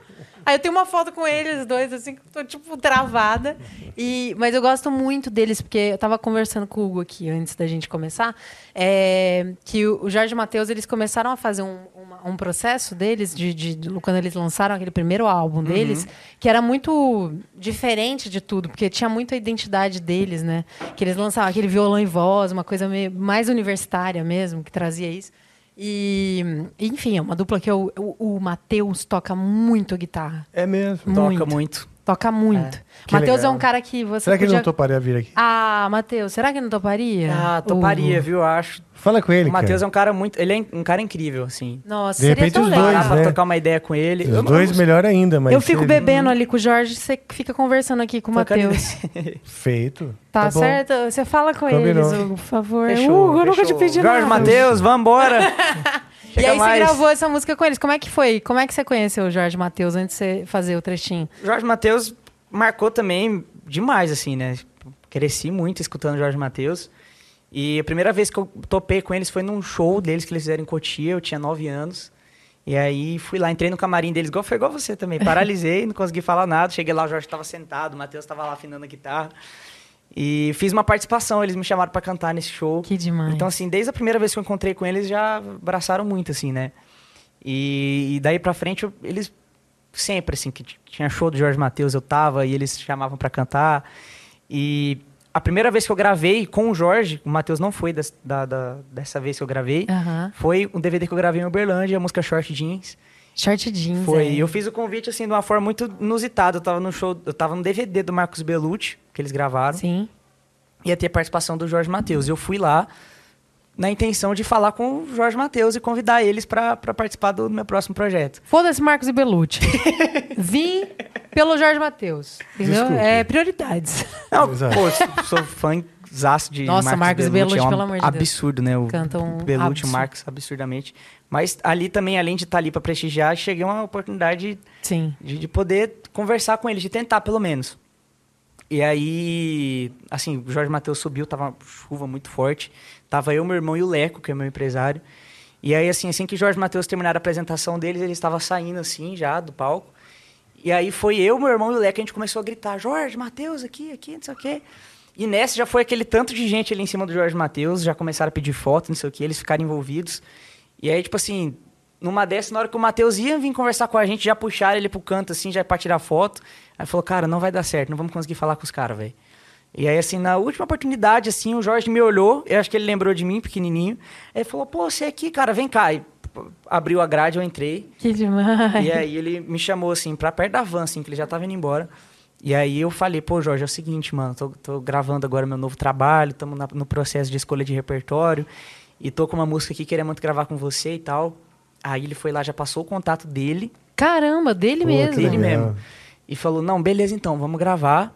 Aí eu tenho uma foto com eles dois, assim, que eu tô, tipo, travada. E, mas eu gosto muito deles, porque eu tava conversando com o Hugo aqui, antes da gente começar, é, que o, o Jorge e Mateus, eles começaram a fazer um, uma, um processo deles, de, de, de, quando eles lançaram aquele primeiro álbum deles, uhum. que era muito diferente de tudo, porque tinha muito a identidade deles, né? Que eles lançavam aquele violão e voz, uma coisa meio, mais universitária mesmo, que trazia isso. E, enfim, é uma dupla que eu, o, o Mateus toca muito guitarra. É mesmo? Muito. Toca muito. Toca muito. É. Mateus é um cara que você Será que podia... ele não toparia vir aqui? Ah, Mateus, será que ele não toparia? Ah, toparia, Uh. viu? Eu acho. Fala com ele, O Matheus cara. é um cara muito... Ele é um cara incrível, assim. Nossa, De seria repente tão os legal. dois, Dá pra né? trocar uma ideia com ele. Os Eu- dois, eu- melhor ainda, mas... Eu fico se- bebendo ali com o Jorge, você fica conversando aqui com o Trocando Mateus. Feito. Tá, bom. certo? Você fala com Combinou. eles, Hugo, por favor. Fechou, Hugo, eu nunca te fechou. pedi Jorge nada. Matheus, vambora! E Chega aí mais. você gravou essa música com eles. Como é que foi? Como é que você conheceu o Jorge Matheus antes de você fazer o trechinho? Jorge Matheus marcou também demais, assim, né? Cresci muito escutando Jorge Matheus. E a primeira vez que eu topei com eles foi num show deles que eles fizeram em Cotia, eu tinha nove anos. E aí fui lá, entrei no camarim deles, igual, foi igual você também. Paralisei, não consegui falar nada. Cheguei lá, o Jorge estava sentado, o Matheus estava lá afinando a guitarra. E fiz uma participação, eles me chamaram para cantar nesse show. Que demais. Então, assim, desde a primeira vez que eu encontrei com eles, já abraçaram muito, assim, né? E, e daí pra frente, eu- eles sempre, assim, que t- tinha show do Jorge Matheus, eu tava, e eles chamavam pra cantar. E a primeira vez que eu gravei com o Jorge, o Matheus não foi des- da, da- dessa vez que eu gravei, Aham. foi um D V D que eu gravei em Uberlândia, a música Short Jeans. Short jeans, Foi. é. E eu fiz o convite, assim, de uma forma muito inusitada. Eu tava no show, eu tava no D V D do Marcos Bellucci, que eles gravaram. Sim. Ia ter participação do Jorge Matheus. Eu fui lá na intenção de falar com o Jorge Matheus e convidar eles para participar do meu próximo projeto. Foda-se Marcos e Bellucci. Vim pelo Jorge Matheus. Entendeu? Desculpe. É prioridades. Não, Exato. pô, sou- sou fãzaço de Nossa, Marcos e Bellucci, é um pelo amor de Deus. absurdo, né? O Cantam Bellucci, o absurdo. Marcos, absurdamente. Mas ali também, além de estar ali para prestigiar, cheguei a uma oportunidade Sim. de, de poder conversar com eles, de tentar pelo menos. E aí, assim, o Jorge Matheus subiu, tava uma chuva muito forte. Tava eu, meu irmão e o Leco, que é meu empresário. E aí, assim, assim que o Jorge Matheus terminaram a apresentação deles, ele estava saindo, assim, já do palco. E aí foi eu, meu irmão e o Leco, a gente começou a gritar, Jorge Matheus, aqui, aqui, não sei o quê. E nessa já foi aquele tanto de gente ali em cima do Jorge Matheus, já começaram a pedir foto, não sei o quê, eles ficaram envolvidos. E aí, tipo assim, numa dessas, na hora que o Matheus ia vir conversar com a gente, já puxaram ele pro canto, assim, já pra tirar foto. Aí falou, cara, não vai dar certo, não vamos conseguir falar com os caras, velho. E aí, assim, na última oportunidade, assim, o Jorge me olhou, eu acho que ele lembrou de mim, pequenininho. Aí ele falou, pô, você é aqui, cara, vem cá. E pô, abriu a grade, eu entrei. Que demais. E aí ele me chamou, assim, pra perto da van, assim, que ele já tava indo embora. E aí eu falei, pô, Jorge, é o seguinte, mano, tô, tô gravando agora meu novo trabalho, estamos no processo de escolha de repertório, e tô com uma música aqui, querendo muito gravar com você e tal. Aí ele foi lá, já passou o contato dele, Caramba, dele Pô, mesmo. que dele legal. mesmo. E falou, não, beleza então, vamos gravar.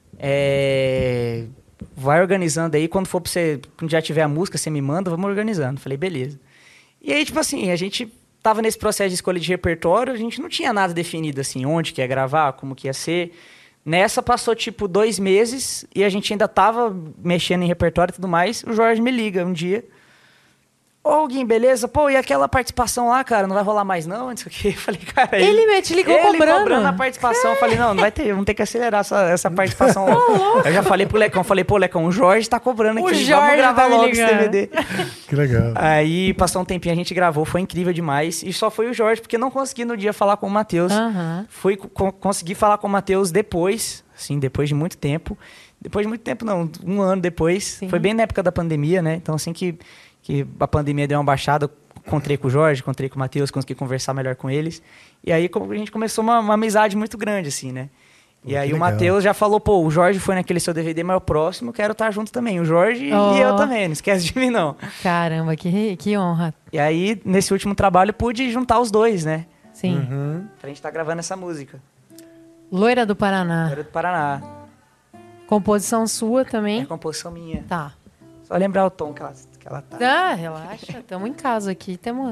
É, vai organizando aí, quando for pra você, quando já tiver a música, você me manda, vamos organizando. Falei, beleza. E aí, tipo assim, a gente tava nesse processo de escolha de repertório, a gente não tinha nada definido, assim, onde que ia gravar, como que ia ser. Nessa passou, tipo, dois meses e a gente ainda tava mexendo em repertório e tudo mais. O Jorge me liga um dia. Ô, Guim, beleza? Pô, e aquela participação lá, cara, não vai rolar mais não? Não sei o quê. Eu falei, cara... Ele me- te ligou ele cobrando? cobrando a participação. Eu falei, não, não vai ter, vamos ter que acelerar essa, essa participação. Eu já falei pro Lecão, falei, pô, Lecão, o Jorge tá cobrando O aqui, Jorge vamos gravar tá me logo esse ligando. D V D. Que legal. Aí passou um tempinho, a gente gravou, foi incrível demais. E só foi o Jorge, porque não consegui no dia falar com o Matheus. Aham. Fui co- consegui falar com o Matheus depois, assim, depois de muito tempo. Depois de muito tempo, não, um ano depois. Sim. Foi bem na época da pandemia, né? Então, assim que, que a pandemia deu uma baixada, eu encontrei com o Jorge, encontrei com o Matheus, consegui conversar melhor com eles. E aí co- a gente começou uma, uma amizade muito grande, assim, né? E Pô, aí que o legal. Matheus já falou, pô, o Jorge foi naquele seu D V D, mas o próximo eu quero estar junto também. O Jorge Oh. e eu também, não esquece de mim, não. Caramba, que, que honra. E aí, nesse último trabalho, eu pude juntar os dois, né? Sim. Uhum. Pra gente estar gravando essa música. Loira do Paraná. Era do Paraná. Composição sua É também? composição minha. Tá. Só lembrar o tom que ela, que ela tá. Ah, relaxa. Estamos em casa aqui. Temos...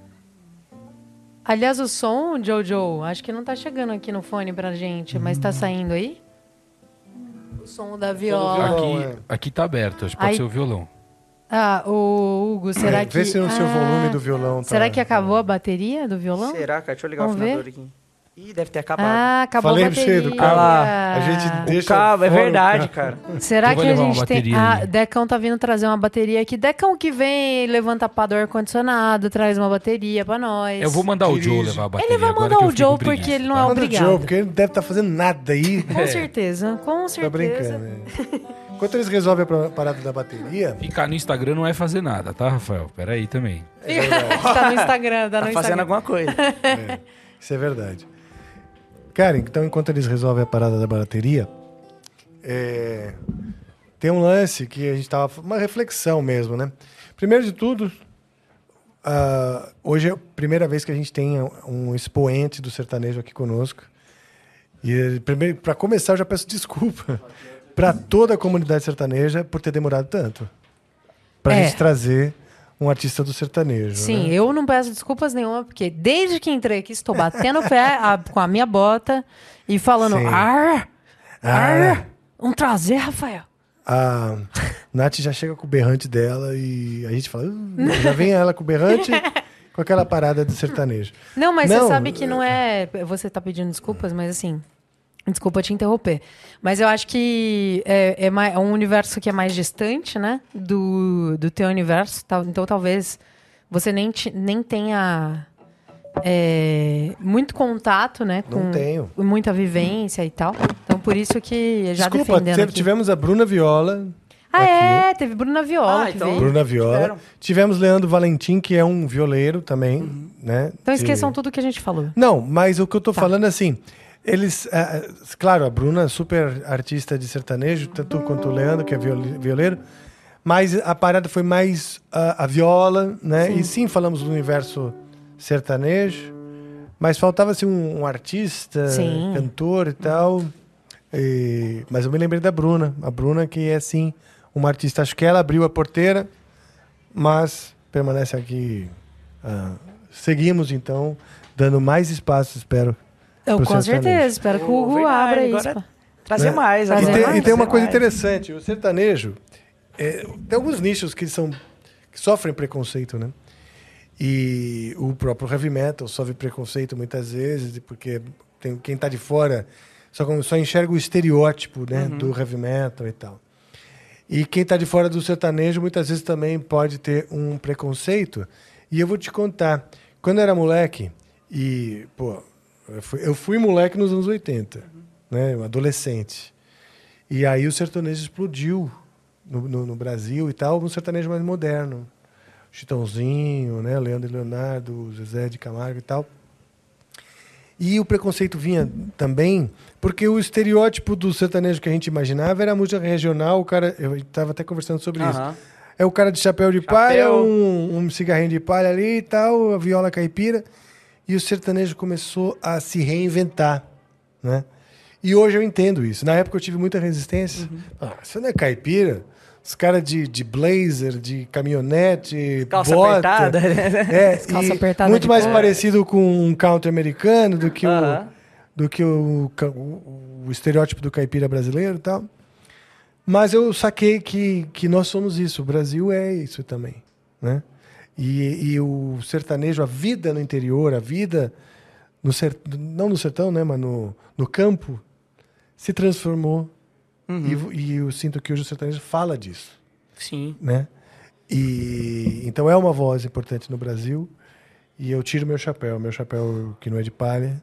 Aliás, o som, Jojo, acho que não tá chegando aqui no fone pra gente, mas tá saindo aí? O som da viola. Violão, Aqui, é. aqui tá aberto, acho que pode Aí- ser o violão. Ah, o Hugo, será que... Vê se o seu Ah, volume do violão tá... Será que acabou a bateria do violão? Será, cara? Deixa eu ligar Vamos o afinador aqui. Ih, deve ter acabado. Ah, acabou Falei a pra você bateria. do cabo. Ah lá. A gente O deixa cabo, é fora o verdade, cabo. cara. Será Eu vou que a levar uma gente tem... bateria Ah, aí. Decão tá vindo trazer uma bateria aqui. Decão que vem, levanta a pá do ar-condicionado, traz uma bateria pra nós. Eu vou mandar o Joe Dirige. levar a bateria. Ele vai agora mandar que eu o fiquei Joe com preguiça, porque ele não tá? é Manda o obrigado. Joe, porque ele não deve estar fazendo nada aí. Com certeza, com certeza. Tá brincando, né? Enquanto eles resolvem a parada da bateria... Ficar no Instagram não é fazer nada, tá, Rafael? Pera aí também. Tá no Instagram, tá no Tá Instagram. fazendo alguma coisa. É, isso é verdade. Cara, então enquanto eles resolvem a parada da bateria, é, tem um lance que a gente tava... Uma reflexão mesmo, né? Primeiro de tudo, ah, hoje é a primeira vez que a gente tem um expoente do sertanejo aqui conosco. E primeiro, para começar, eu já peço desculpa para toda a comunidade sertaneja por ter demorado tanto. Pra É. gente trazer um artista do sertanejo. Sim, né? eu não peço desculpas nenhuma, porque desde que entrei aqui estou batendo o pé a- com a minha bota e falando: Sim. ar, ar, Ah. vamos trazer, Rafael. A Nath já chega com o berrante dela e a gente fala, "Uh", já vem ela com o berrante com aquela parada do sertanejo. Não, mas Não, você sabe que não é. Você tá pedindo desculpas, mas assim. Desculpa te interromper. Mas eu acho que é, é, mais, é um universo que é mais distante, né? Do, do teu universo. Tal- Então talvez você nem, ti- nem tenha é, muito contato, né? Não Com tenho. muita vivência e tal. Então por isso que já Desculpa, defendendo teve- aqui. tivemos a Bruna Viola. Ah, aqui. é? Teve Bruna Viola Ah, que então- veio. Bruna Viola. tiveram. Tivemos Leandro Valentim, que é um violeiro também, né? Então Que- esqueçam tudo que a gente falou. Não, mas o que eu tô Tá. falando é assim, eles, ah, claro, a Bruna é super artista de sertanejo, tanto quanto o Leandro, que é viole- violeiro, mas a parada foi mais ah, a viola, né? E sim, falamos do universo sertanejo, mas faltava assim um, um artista, Sim. cantor e tal. E- mas eu me lembrei da Bruna, a Bruna que é assim uma artista, acho que ela abriu a porteira, mas permanece aqui. ah, seguimos então dando mais espaço, espero. Eu, Pro com sertanejo. certeza. Espero que o Oh, Hugo verdade, abra isso. agora- Trazer Né? mais. E Fazer agora. tem, mais, e tem uma Trazer coisa mais. interessante, o sertanejo, é, tem alguns nichos que são que sofrem preconceito, né? E o próprio heavy metal sofre preconceito muitas vezes, porque tem, quem está de fora só, só enxerga o estereótipo, né, do heavy metal e tal. E quem está de fora do sertanejo muitas vezes também pode ter um preconceito. E eu vou te contar, quando eu era moleque, e, pô, eu fui, eu fui moleque nos anos oitenta, né, um adolescente. E aí o sertanejo explodiu no, no, no Brasil e tal, um sertanejo mais moderno. Chitãozinho, né, Leandro e Leonardo, Zezé de Camargo e tal. E o preconceito vinha também porque o estereótipo do sertanejo que a gente imaginava era a música regional. O cara, eu estava até conversando sobre isso. Aham. É o cara de chapéu de Chapéu. palha, um, um cigarrinho de palha ali e tal, a viola caipira. E o sertanejo começou a se reinventar, né? E hoje eu entendo isso. Na época eu tive muita resistência. Ah, você não é caipira? Os caras de, de blazer, de caminhonete, Calça bota. apertada. É, Calça e apertada muito de mais couro. parecido com um country americano do que, Aham. o, do que o, ca- o, o estereótipo do caipira brasileiro e tal. Mas eu saquei que, que nós somos isso. O Brasil é isso também, né? E, e o sertanejo, a vida no interior, a vida no ser, não no sertão, né, mas no, no campo, se transformou. E, e eu sinto que hoje o sertanejo fala disso, Sim. né? E então é uma voz importante no Brasil. E eu tiro meu chapéu, meu chapéu que não é de palha.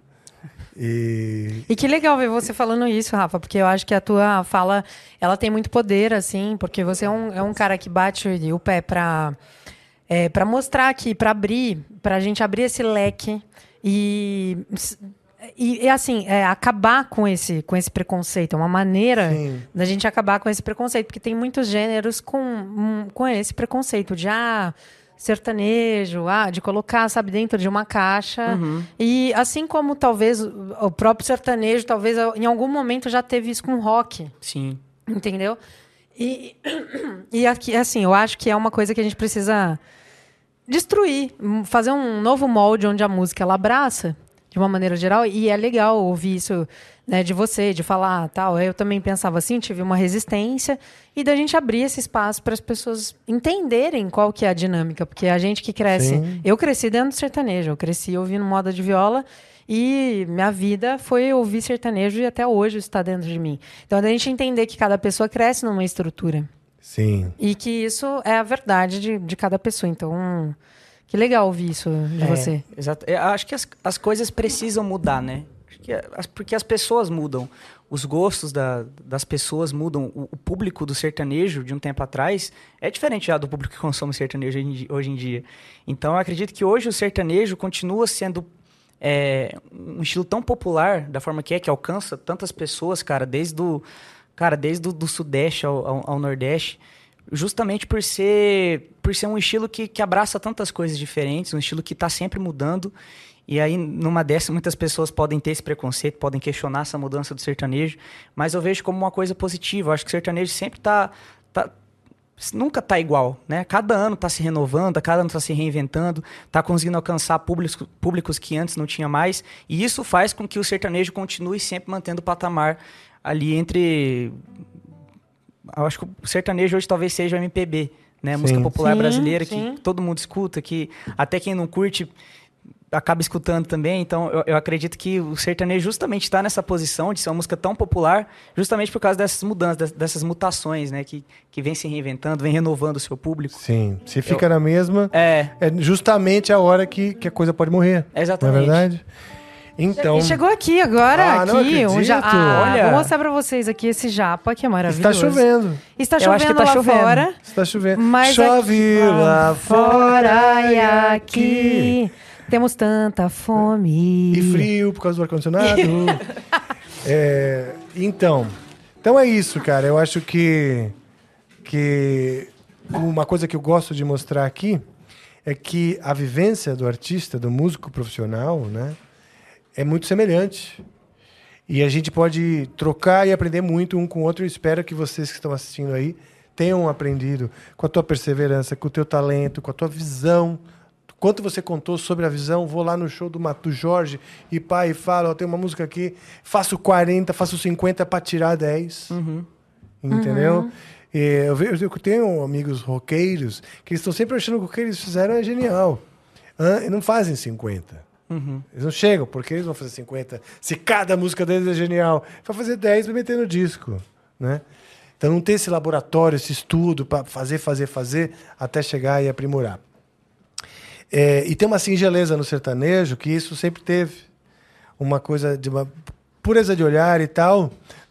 E E que legal ver você falando isso, Rafa, porque eu acho que a tua fala, ela tem muito poder, assim, porque você é um, é um cara que bate o pé pra, é, pra mostrar aqui, pra abrir, pra gente abrir esse leque e, e, e, assim, é, acabar com esse, com esse preconceito. É uma maneira Sim. da gente acabar com esse preconceito, porque tem muitos gêneros com, um, com esse preconceito de, ah, sertanejo, ah, de colocar, sabe, dentro de uma caixa. E assim como talvez o o próprio sertanejo, talvez em algum momento já teve isso com rock, Sim. entendeu? E, e aqui, assim, eu acho que é uma coisa que a gente precisa destruir, m- fazer um novo molde onde a música ela abraça de uma maneira geral, e é legal ouvir isso, né, de você, de falar tal. Eu também pensava assim, tive uma resistência, e da gente abrir esse espaço para as pessoas entenderem qual que é a dinâmica, porque a gente que cresce, Sim. eu cresci dentro do sertanejo, eu cresci ouvindo moda de viola, E minha vida foi ouvir sertanejo e até hoje isso está dentro de mim. Então, a gente entender que cada pessoa cresce numa estrutura. Sim. E que isso é a verdade de, de cada pessoa. Então, que legal ouvir isso de É, você. Exato. Eu acho que as, as coisas precisam mudar, né? Acho que as- porque as pessoas mudam. Os gostos da- das pessoas mudam. O, o público do sertanejo, de um tempo atrás, é diferente já do público que consome sertanejo hoje em di- hoje em dia. Então, eu acredito que hoje o sertanejo continua sendo é, um estilo tão popular, da forma que é, que alcança tantas pessoas, cara, desde do, cara, desde do, do Sudeste ao, ao, ao Nordeste, justamente por ser, por ser um estilo que, que abraça tantas coisas diferentes, um estilo que está sempre mudando. E aí, numa dessas, muitas pessoas podem ter esse preconceito, podem questionar essa mudança do sertanejo, mas eu vejo como uma coisa positiva. Eu acho que o sertanejo sempre está... Tá, nunca está igual, né? Cada ano está se renovando, cada ano está se reinventando, está conseguindo alcançar públicos, públicos que antes não tinha mais, e isso faz com que o sertanejo continue sempre mantendo o patamar ali entre... Eu acho que o sertanejo hoje talvez seja o M P B, né? A música Sim. popular Sim, brasileira, sim. que todo mundo escuta, que até quem não curte acaba escutando também. Então, eu, eu acredito que o sertanejo justamente está nessa posição de ser uma música tão popular, justamente por causa dessas mudanças, des- dessas mutações, né? Que, que vem se reinventando, vem renovando o seu público. Sim. Se fica na mesma, É, é justamente a hora que, que a coisa pode morrer. exatamente. Não é verdade? Então, E chegou aqui agora, Ah, não aqui, um ja... acredito. ah, Olha. vou mostrar pra vocês aqui esse japa que é maravilhoso. está chovendo. Está Eu chovendo acho que tá lá chovendo. fora. Está chovendo. Mas Chove aqui, lá fora e aqui. temos tanta fome. E frio por causa do ar-condicionado. É, então, então é isso, cara. Eu acho que, que uma coisa que eu gosto de mostrar aqui é que a vivência do artista, do músico profissional, né, é muito semelhante. E a gente pode trocar e aprender muito um com o outro. Eu espero que vocês que estão assistindo aí tenham aprendido com a tua perseverança, com o teu talento, com a tua visão. Quanto você contou sobre a visão, vou lá no show do, Ma- do Jorge e pai e falo, ó, tem uma música aqui, faço quarenta, faço cinquenta para tirar dez. Entendeu? E eu, vejo, eu tenho amigos roqueiros que estão sempre achando que o que eles fizeram é genial. Hã? E não fazem cinquenta. Eles não chegam, porque eles vão fazer cinquenta. Se cada música deles é genial, vai fazer dez para meter no disco. Né? Então não tem esse laboratório, esse estudo para fazer, fazer, fazer, até chegar e aprimorar. É, e tem uma singeleza no sertanejo que isso sempre teve. Uma coisa de uma pureza de olhar e tal.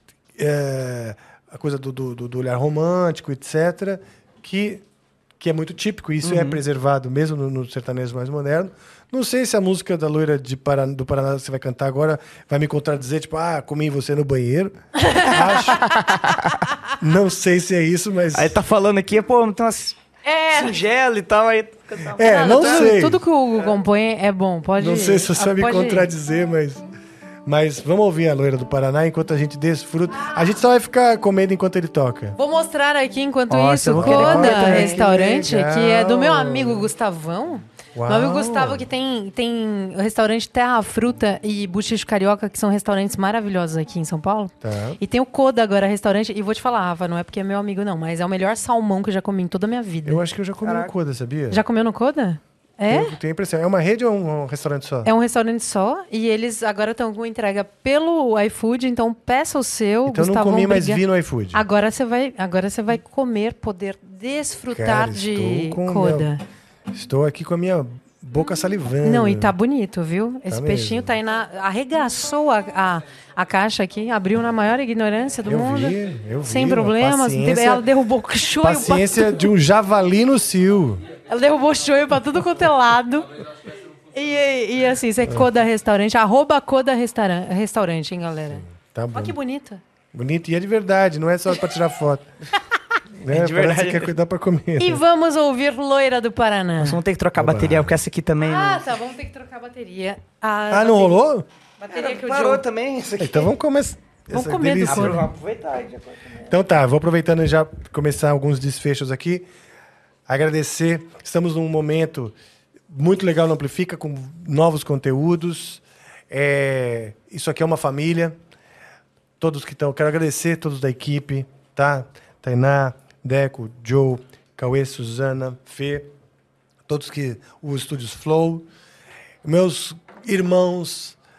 É, a coisa do, do, do olhar romântico, etcétera. Que, que é muito típico. Isso é preservado mesmo no, no sertanejo mais moderno. Não sei se a música da loira de Paraná, do Paraná que você vai cantar agora vai me contradizer, tipo, ah, comi você no banheiro. Acho. Não sei se é isso, mas... Aí tá falando aqui, pô, tem umas É. singelo e tal, aí... É, não tudo, sei. Tudo que o Hugo compõe é bom, pode Não sei se você vai me pode- contradizer, mas... Mas vamos ouvir a loira do Paraná enquanto a gente desfruta. A gente só vai ficar comendo enquanto ele toca. Vou mostrar aqui, enquanto Nossa, isso, eu vou querer Coda comer também. Restaurante, Que legal. que é do meu amigo Gustavão. Uau. Meu amigo Gustavo, que tem, tem o restaurante Terra Fruta e Bochecho Carioca, que são restaurantes maravilhosos aqui em São Paulo. Tá. E tem o Coda agora, restaurante. E vou te falar, Rafa, não é porque é meu amigo, não, mas é o melhor salmão que eu já comi em toda a minha vida. Eu acho que eu já comi no Coda, sabia? Já comeu no Coda? É? Tenho, tenho a impressão. É uma rede ou um, um restaurante só? É um restaurante só e eles agora estão com entrega pelo iFood, então peça o seu. Então eu não Gustavão comi, mas Briga- vi no iFood. Agora você vai, agora você vai comer, poder desfrutar Cara, de estou com Coda. meu- Estou aqui com a minha boca salivando. Não, e tá bonito, viu? Esse Tá peixinho mesmo. tá aí na. Arregaçou a, a, a caixa aqui, abriu na maior ignorância do Eu mundo. vi, eu vi. Sem uma problemas. paciência- Ela derrubou o shoyu. pra Paciência de um javali no cio. Ela derrubou shoyu pra tudo quanto é lado. E, e assim, você é Coda Restaurante, arroba Coda Restauran- Restaurante, hein, galera? Tá bom. Olha que bonito. Bonito e é de verdade, não é só pra tirar foto. né? de Parece verdade. que quer cuidar pra comer. E vamos ouvir Loira do Paraná. Nós vamos ter que trocar a Oba. bateria, porque essa aqui também... Ah, tá, vamos ter que trocar a bateria. A Ah, não bateria- rolou? Bateria que o Parou Joe... também, isso aqui. Então vamos começar. Vamos Essa comer do delícia. forno. aproveitar. Já... Então tá, vou aproveitando e já começar alguns desfechos aqui. Agradecer. Estamos num momento muito legal no Amplifica, com novos conteúdos. É, isso aqui é uma família. Todos que estão. Quero agradecer todos da equipe, tá? Tainá, Deco, Joe, Cauê, Suzana, Fê, todos que. Os Estúdios Flow. Meus irmãos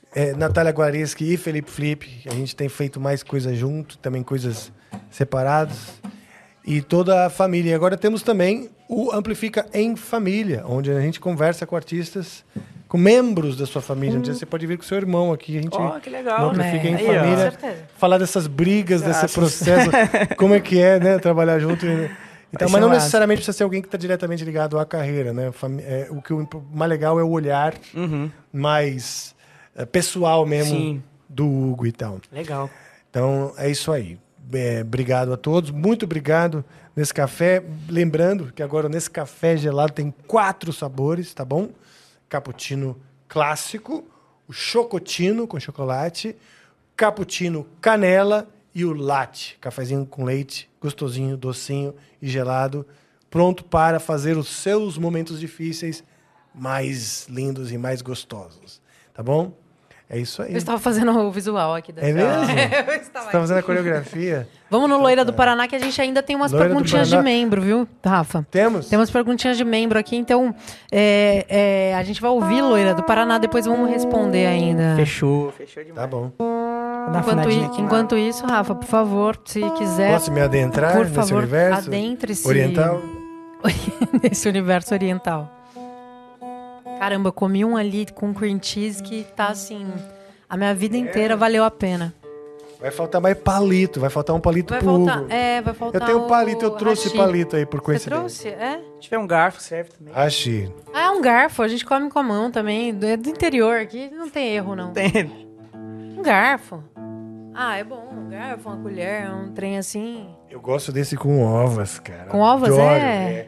é, Natália Guareschi e Felipe Flip. A gente tem feito mais coisas junto, também coisas separadas. E toda a família. E agora temos também o Amplifica em Família, onde a gente conversa com artistas, com membros da sua família. Um dia você pode vir com seu irmão aqui. A gente Oh, que legal. no Amplifica em Aí, Família. Com certeza. Falar dessas brigas, desse Graças. processo. Como é que é, né? Trabalhar junto. E, então, Vai mas ser não massa. necessariamente precisa ser alguém que está diretamente ligado à carreira, né? Fami- é, o que o mais legal é o olhar Uhum. mais é, pessoal mesmo Sim. do Hugo e tal. Legal. Então, é isso aí. É, obrigado a todos. Muito obrigado nesse café. Lembrando que agora nesse café gelado tem quatro sabores, tá bom? Cappuccino clássico, o chocotino com chocolate, cappuccino canela e o latte, cafezinho com leite, gostosinho, docinho e gelado, pronto para fazer os seus momentos difíceis mais lindos e mais gostosos. Tá bom? É isso aí. Eu estava fazendo o visual aqui. Da É mesmo? Eu Você estava está fazendo a coreografia? Vamos no Loira do Paraná, que a gente ainda tem umas Loira do perguntinhas de Paraná. membro, viu, Rafa? Temos? Temos perguntinhas de membro aqui, então é, é, a gente vai ouvir Loira do Paraná, depois vamos responder ainda. Fechou. Fechou demais. Tá bom. Vou dar uma Enquanto, afinadinha i- aqui. enquanto isso, Rafa, por favor, se quiser, Posso me adentrar por nesse favor, universo? adentre-se Oriental? nesse universo oriental. Caramba, eu comi um ali com cream cheese que tá assim, a minha vida inteira valeu a pena. Vai faltar mais palito, vai faltar um palito Vai pro faltar, Hugo. é, vai faltar Eu tenho palito, eu o trouxe hashi. palito aí por Você coincidência. trouxe? É? Se tiver um garfo, serve também. Hashi. Ah, é um garfo, a gente come com a mão também, é do interior, aqui não tem erro não. Tem. Um garfo. Ah, é bom, um garfo, uma colher, um trem assim. Eu gosto desse com ovas, cara. Com ovas, Adoro, é?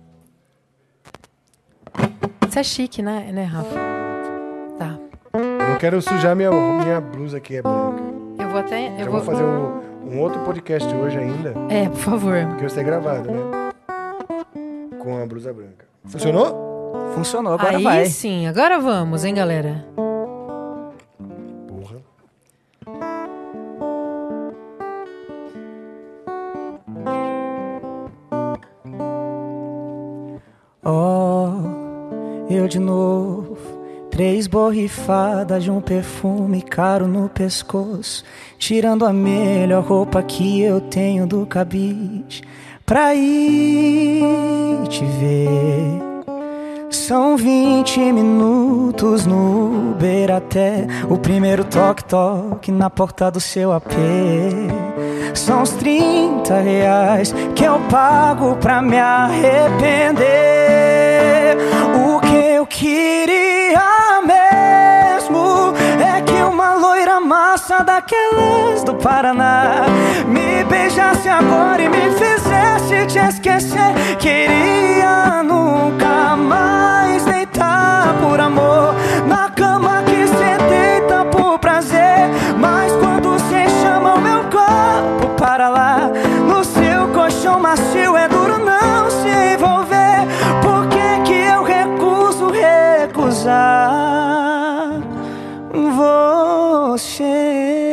Isso é chique, né, né, Rafa? Tá. Eu não quero sujar minha, minha blusa que é branca. Eu vou até. Eu Eu vou vou fazer um, um outro podcast hoje ainda, É, por favor. porque vai ser gravado, né? Com a blusa branca. Funcionou? Funcionou, agora Aí vai. sim, agora vamos, hein, galera? Porra. Oh, eu de novo. Três borrifadas de um perfume caro no pescoço, tirando a melhor roupa que eu tenho do cabide pra ir te ver. São vinte minutos no Uber até o primeiro toque-toque na porta do seu A P. São os trinta reais que eu pago pra me arrepender. O que eu queria mesmo é que uma loira massa daquelas do Paraná me beijasse agora e me fizesse te esquecer. Queria nunca mais deitar por amor na cama que cê deita por prazer. Mas quando cê chama o meu corpo para lá, no seu colchão macio é duro não se envolver. Por que que eu recuso recusar você?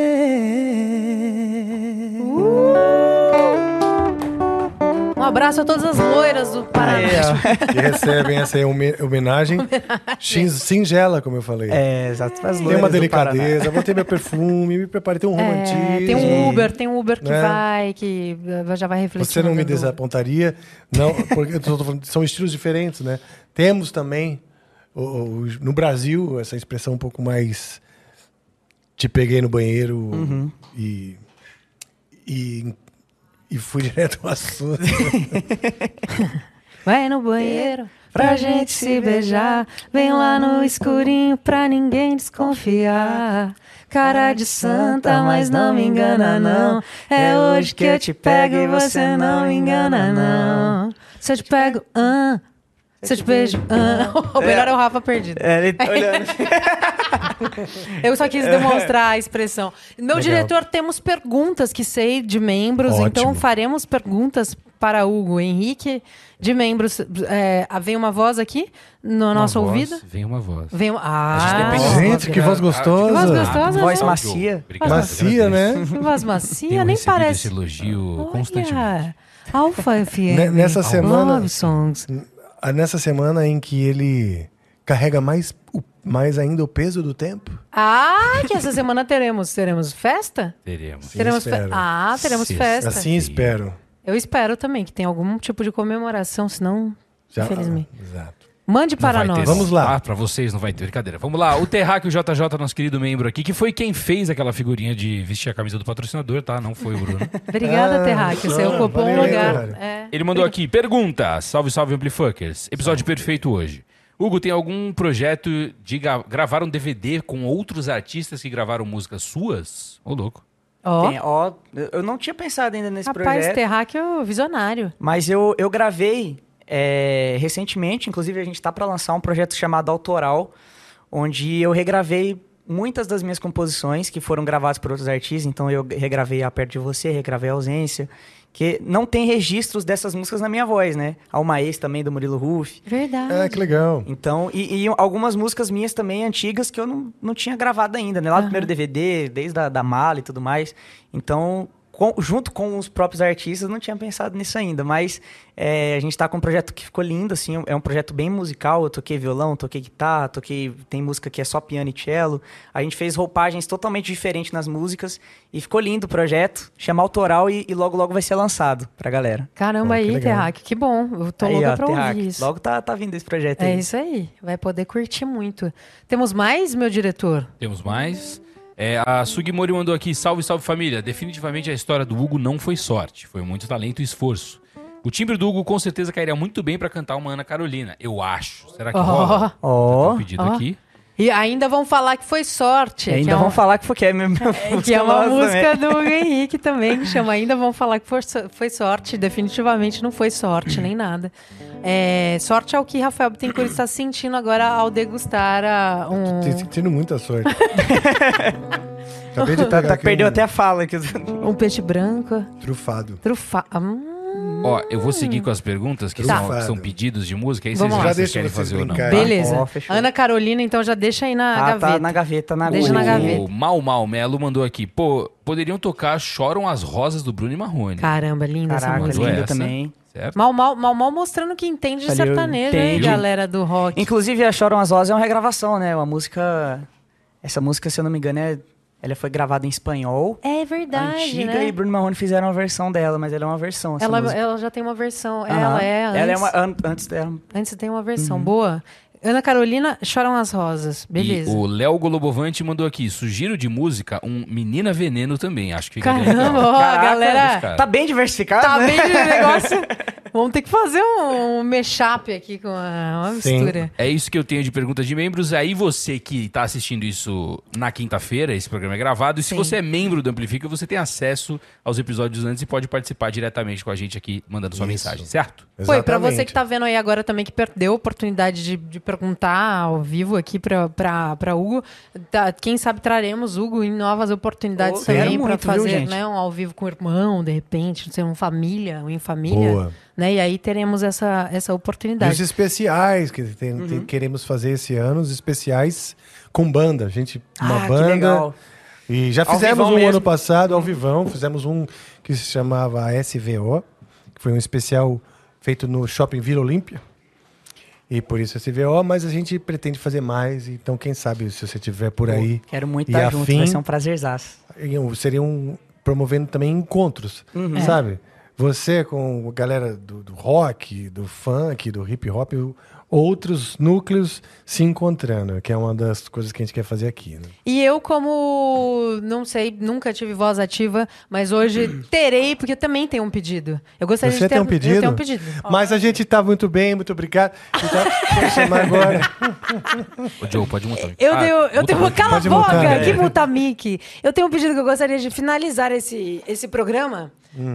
Um abraço a todas as loiras do Paraná. Que recebem essa homen- homenagem xin- singela, como eu falei. É, exato. As Tem loiras uma do Paraná. delicadeza, botei meu perfume, me preparei, tem um É, romantismo. tem um Uber, tem um Uber que né? vai, que eh, já vai refletir. Você não me no Uber. desapontaria, não, porque eu tô falando, são estilos diferentes, né? Temos também o- o- no Brasil essa expressão um pouco mais te peguei no banheiro Uhum. e, e e fui direto ao assunto. Vai no banheiro pra gente se beijar. Vem lá no escurinho pra ninguém desconfiar. Cara de santa, mas não me engana não. É hoje que eu te pego e você não me engana não. Se eu te pego, ah. Se eu te beijo, ah. O melhor é o Rafa perdido. É, ele tá olhando. Eu só quis demonstrar a expressão. Meu Legal. diretor, temos perguntas que sei de membros, Ótimo. então faremos perguntas para Hugo Henrique de membros. É, vem uma voz aqui no nosso Uma voz, ouvido? Vem uma voz. Vem uma... Ah, A gente depende da Gente, que voz gostosa. Voz gostosa, Voz né? macia. Obrigado, Macia, agradeço. né? Que voz macia, Tenho nem recebido parece. esse elogio Olha, constantemente. Alfa F M. Ne- nessa semana- Love Songs. Ah, Nessa semana em que ele carrega mais o mais ainda o peso do tempo? Ah, que essa semana teremos. Teremos festa? Teremos. Sim, teremos fe... espero. Ah, teremos Sim, festa. Assim espero. Eu espero também que tenha algum tipo de comemoração, senão, Já, infelizmente. Exato. Mande Não para vai nós. ter, Vamos lá. Ah, pra vocês não vai ter brincadeira. Vamos lá. O Terráqueo J J, nosso querido membro aqui, que foi quem fez aquela figurinha de vestir a camisa do patrocinador, tá? Não foi o Bruno. Obrigada, Ah, Terráqueo. Você só, ocupou um valeu, lugar. cara. É. Ele mandou aqui, pergunta, salve, salve, Amplifuckers. Episódio perfeito hoje. Hugo, tem algum projeto de gra- gravar um D V D com outros artistas que gravaram músicas suas? Ô, louco. Ó, Tem, ó, eu eu não tinha pensado ainda nesse rapaz, projeto, Terráqueo visionário. mas eu, eu gravei é, recentemente, inclusive a gente está para lançar um projeto chamado Autoral, onde eu regravei muitas das minhas composições que foram gravadas por outros artistas. Então eu regravei A Perto de Você, regravei A Ausência, que não tem registros dessas músicas na minha voz, né? Alma Ex também, do Murilo Ruff. Verdade. Ah, que legal. Então, e, e algumas músicas minhas também antigas que eu não, não tinha gravado ainda, né? Lá do primeiro D V D, desde a da mala e tudo mais. Então, com- junto com os próprios artistas, não tinha pensado nisso ainda. Mas é, a gente tá com um projeto que ficou lindo, assim. É um projeto bem musical. Eu toquei violão, toquei guitarra, toquei... Tem música que é só piano e cello. A gente fez roupagens totalmente diferentes nas músicas. E ficou lindo o projeto. Chama Autoral e, e logo, logo vai ser lançado pra galera. Caramba Pô, que aí, legal. Terráqueo. Que bom. Eu tô Aí, louca ó, pra Terrac. ouvir isso. Logo tá, tá vindo esse projeto É aí. isso aí. Vai poder curtir muito. Temos mais, meu diretor? Temos mais. É, a Sugimori mandou aqui, salve, salve família. Definitivamente a história do Hugo não foi sorte, foi muito talento e esforço. O timbre do Hugo com certeza cairia muito bem pra cantar uma Ana Carolina, eu acho. Será que Ó. rola? Ó. Já tem um pedido Ó. aqui. E ainda vão falar que foi sorte. E ainda que é vão um- falar que foi que é, mesmo, que é uma música do Hugo Henrique também, que chama Ainda Vão Falar que foi, so- foi sorte. Definitivamente não foi sorte, nem nada. É, sorte é o que Rafael Bittencourt está sentindo agora ao degustar a, um, Tô sentindo muita sorte. Acabei de Tá, pegar tá, aqui perdeu um até a fala. Que... um peixe branco. trufado. Trufa... Hum, Ó, eu vou seguir com as perguntas, que Tá. são, que são pedidos de música, aí Vamos vocês lá. já Já vocês deixa querem vocês fazer ou não. brincarem. beleza. Ó, fechou. Ana Carolina, então já deixa aí na Ah, gaveta. tá na gaveta, na Deixa agulha. na gaveta. O Mal Mal Melo mandou aqui, pô, poderiam tocar Choram as Rosas do Bruno e Marrone. Caramba, linda essa Caraca, música. Mandou linda essa. também. Certo? Mal, mal, mal, mal mostrando que entende de Valeu, sertanejo, hein, entende. galera do rock. Inclusive, a Choram as Rosas é uma regravação, né? Uma música... Essa música, se eu não me engano, é... ela foi gravada em espanhol. É verdade, antiga, né? e Bruno e Marrone fizeram uma versão dela, mas ela é uma versão, essa Ela, música. ela já tem uma versão. Aham. Ela é antes. Ela é uma... an- antes dela. Antes tem uma versão. Boa. Ana Carolina, Choram as Rosas. Beleza. E o Léo Golobovante mandou aqui, sugiro de música um Menina Veneno também, acho que fica bem Caramba, legal. ó, a Caraca, galera cara. Tá bem diversificado, tá né? bem de negócio. Vamos ter que fazer um, um mashup aqui com uma, uma Sim. mistura. É isso que eu tenho de perguntas de membros. Aí você que tá assistindo isso na quinta-feira, esse programa é gravado. E se Sim. você é membro do Amplifica, você tem acesso aos episódios antes e pode participar diretamente com a gente aqui, mandando sua Isso. mensagem, certo? Foi, pra Exatamente. você que tá vendo aí agora também, que perdeu a oportunidade de, de perguntar ao vivo aqui pra, pra, pra Hugo, tá, quem sabe traremos Hugo em novas oportunidades Oh, quero também pra muito, viu, fazer, gente? né, um ao vivo com o irmão, de repente, não sei, um família, um em família. Boa. Né, e aí teremos essa, essa E oportunidade. os especiais que tem- tem- queremos fazer esse ano, os especiais com banda. A gente, uma Ah, que banda. legal. E já Ao fizemos vivão um mesmo. ano passado, ao vivão. Fizemos um que se chamava S V O, que foi um especial feito no Shopping Vila Olímpia. E por isso S V O, mas a gente pretende fazer mais. Então, quem sabe, se você estiver por aí, Quero muito E estar junto, afim. vai ser um prazerzaço. eu- seria um promovendo também encontros, sabe? Você com a galera do, do rock, do funk, do hip hop, o- outros núcleos se encontrando, que é uma das coisas que a gente quer fazer aqui. Né? E eu, como, não sei, nunca tive voz ativa, mas hoje terei, porque eu também tenho um pedido. Eu gostaria Você de ter tem um pedido? Eu tenho um pedido. Mas a gente tá muito bem, muito obrigado. Então, vou chamar agora. Ô, Joe, pode montar. o- Eu, Ah, tenho, eu muta tenho o uma. Cala a Pode boca! mutar, né? Que muta mic! Eu tenho um pedido que eu gostaria de finalizar esse, esse programa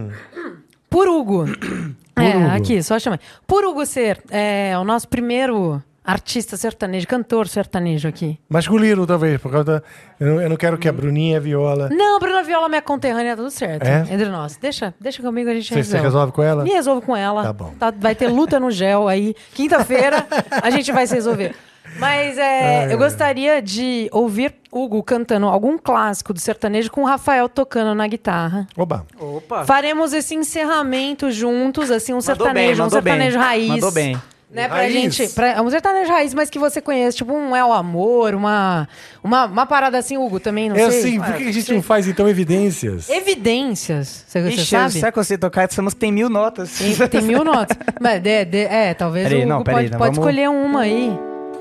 por Hugo. é, Hugo. aqui, só chamar. Por Hugo ser é, o nosso primeiro artista sertanejo, cantor sertanejo aqui. Masculino, talvez, por causa da... Eu não, eu não quero que a Bruninha viola. Não, Bruna Viola, minha conterrânea, tudo certo. É? Entre nós. Deixa, deixa comigo, a gente Você, resolve. você resolve com ela? Me resolvo com ela. Tá bom. vai ter luta no gel aí. Quinta-feira a gente vai se resolver. Mas é, Ai, eu gostaria de ouvir Hugo cantando algum clássico do sertanejo com o Rafael tocando na guitarra. Oba. Opa. Faremos esse encerramento juntos, assim, um Mandou sertanejo, bem, um mandou bem. sertanejo raiz. Mandou bem. Né, pra Raiz. gente, pra, um sertanejo raiz, mas que você conhece, tipo um É o Amor, uma, uma, uma parada assim, Hugo, também, não É sei. assim, por que que a gente não faz então evidências? Evidências, você, você Ixi, sabe? será que você tocar essa música tem mil notas? Tem, tem mil notas. Mas, de, de, é, talvez Peraí, o Hugo não, peraí, pode, não, pode vamos- escolher uma aí.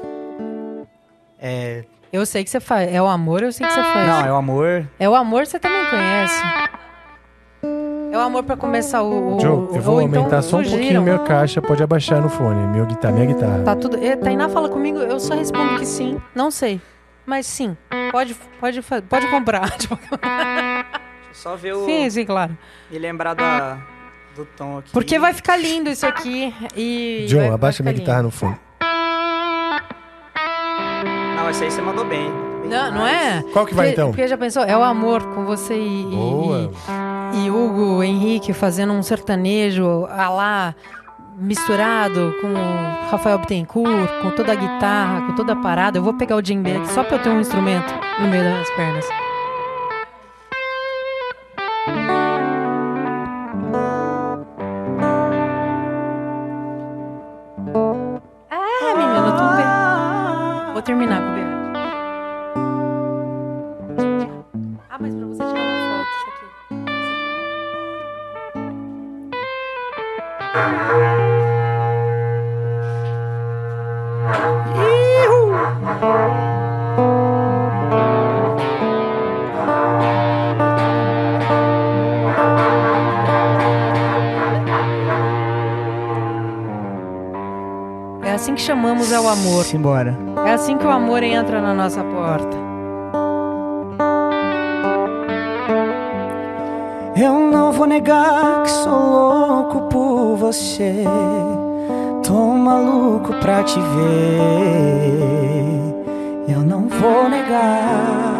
É... Eu sei que você faz. É o Amor, eu sei que você faz. Não, é o amor. É o Amor, você também conhece. É o Amor pra começar o... o Joe, eu vou ou então aumentar só um o pouquinho Giram. minha caixa, pode abaixar no fone, meu guitarra, minha guitarra. Tá tudo... É, Tainá fala comigo, eu só respondo que sim. Não sei. Mas sim. Pode, pode, fa- pode comprar. Tipo, Só ver o... sim, sim, claro. E lembrar da... do tom aqui. Porque vai ficar lindo isso aqui. E Joe, vai- vai abaixa ficar minha guitarra lindo. no fone. Não, essa aí você mandou bem. Bem Não, não demais. é? Qual que vai, Porque- então? Porque já pensou? É o Amor com você e... e- Boa. E, e Hugo, Henrique fazendo um sertanejo a lá... misturado com o Rafael Bittencourt, com toda a guitarra, com toda a parada. Eu vou pegar o djembe aqui só pra eu ter um instrumento no meio das pernas. Ah, menina, eu tô bem. Vou terminar com o berrante. Ah, mas pra você tirar uma foto, isso aqui. É assim que chamamos ao amor. Simbora. É assim que o amor entra na nossa porta. Eu não vou negar que sou louco por você. Tô maluco pra te ver. Eu não vou negar.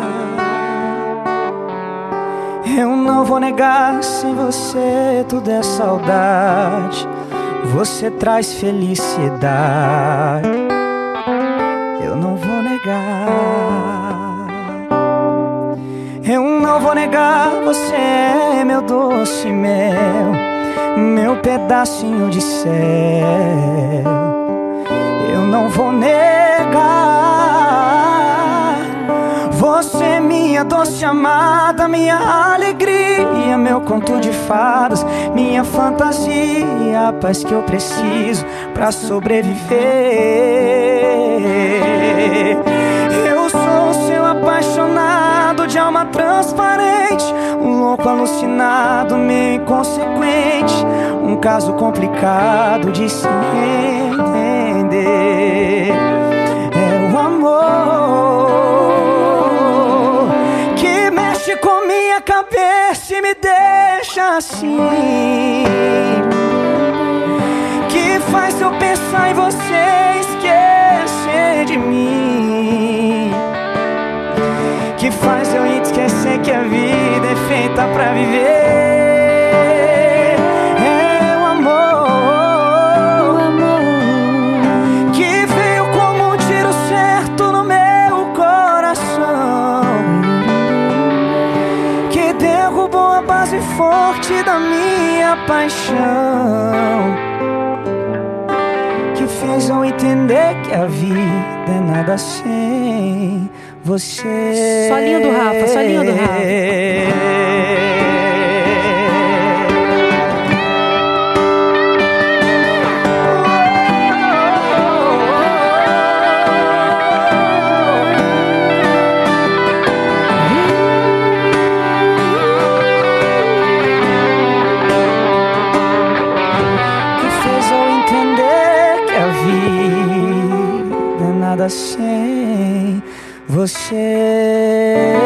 Eu não vou negar, sem você tudo é saudade. Você traz felicidade. Eu não vou negar. Eu não vou negar, você é meu doce mel, meu pedacinho de céu. Eu não vou negar. Você é minha doce amada, minha alegria, meu conto de fadas, minha fantasia, a paz que eu preciso pra sobreviver. Eu sou seu apaixonado de alma transparente, um louco alucinado, meio inconsequente, um caso complicado de se entender. É o amor que mexe com minha cabeça e me deixa assim, que faz eu pensar em você, esquecer de mim, que faz eu esquecer que a vida é feita pra viver. É o amor, o amor que veio como um tiro certo no meu coração, que derrubou a base forte da minha paixão, que fez eu entender que a vida é nada sem você. Solinho do Rafa, solinho do Rafa. Que fez eu entender que a vida é nada sem você.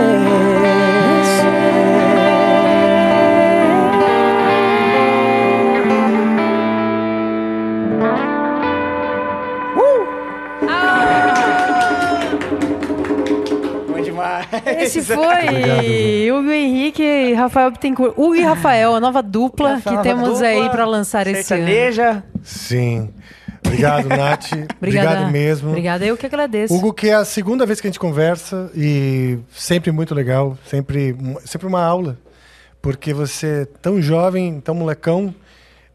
Bom demais. Esse foi Hugo Henrique e Rafael Bittencourt. Hugo e Rafael, a nova dupla Rafael, que temos dupla, aí pra lançar esse ano. sertaneja. Sim. Obrigado, Nath. Obrigada. Obrigado mesmo. Obrigada, eu que agradeço. Hugo, que é a segunda vez que a gente conversa e sempre muito legal, sempre, sempre uma aula, porque você é tão jovem, tão molecão,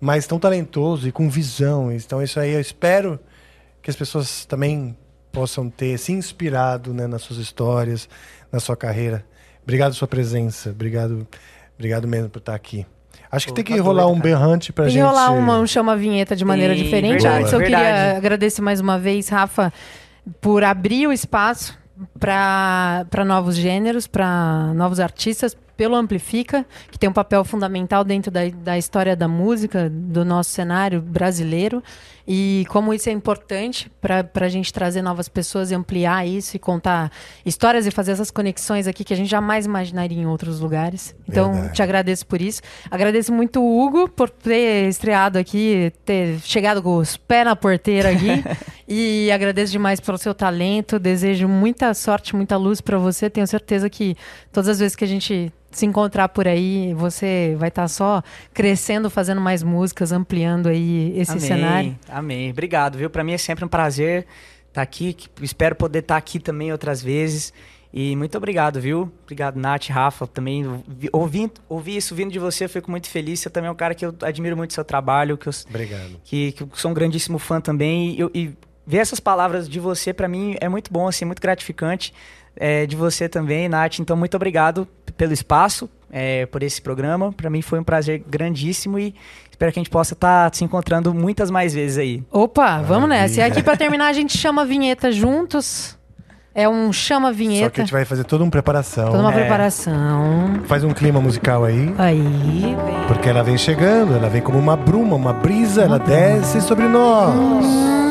mas tão talentoso e com visão. Então isso aí eu espero que as pessoas também possam ter se inspirado, né, nas suas histórias, na sua carreira. Obrigado pela sua presença. Obrigado, obrigado mesmo por estar aqui. Acho que Pô, tem que tá rolar doido, um cara. berrante pra Tem gente... que rolar uma, um chama-vinheta de maneira Sim, diferente. verdade, Antes eu queria verdade. agradecer mais uma vez, Rafa, por abrir o espaço para novos gêneros, para novos artistas, pelo Amplifica, que tem um papel fundamental dentro da, da história da música, do nosso cenário brasileiro, e como isso é importante para a gente trazer novas pessoas e ampliar isso e contar histórias e fazer essas conexões aqui que a gente jamais imaginaria em outros lugares. Então, Verdade. te agradeço por isso. Agradeço muito o Hugo por ter estreado aqui, ter chegado com os pés na porteira aqui. E agradeço demais pelo seu talento. Desejo muita sorte, muita luz para você. Tenho certeza que todas as vezes que a gente se encontrar por aí, você vai estar só crescendo, fazendo mais músicas, ampliando aí esse Amém, cenário. amém. Obrigado, viu? Pra mim é sempre um prazer estar aqui. que- Espero poder estar aqui também outras vezes. E muito obrigado, viu? Obrigado, Nath, Rafa, também. ouvi- Ouvi, ouvi isso vindo de você, eu fico muito feliz. Você também é um cara que eu admiro muito o seu trabalho, que eu, Obrigado. que, que eu sou um grandíssimo fã também. E, eu- e ver essas palavras de você, pra mim, é muito bom, assim, muito gratificante. É, de você também, Nath. Então, muito obrigado p- pelo espaço, é, por esse programa. Pra mim foi um prazer grandíssimo e espero que a gente possa estar se encontrando muitas mais vezes aí. Opa, vamos nessa. E aqui para terminar a gente chama a vinheta juntos. É um chama a Só que a vinheta. gente vai fazer toda uma preparação. Toda uma É. preparação. Faz um clima musical aí. Aí, vem. Porque ela vem chegando, ela vem como uma bruma, uma brisa, ela desce sobre nós.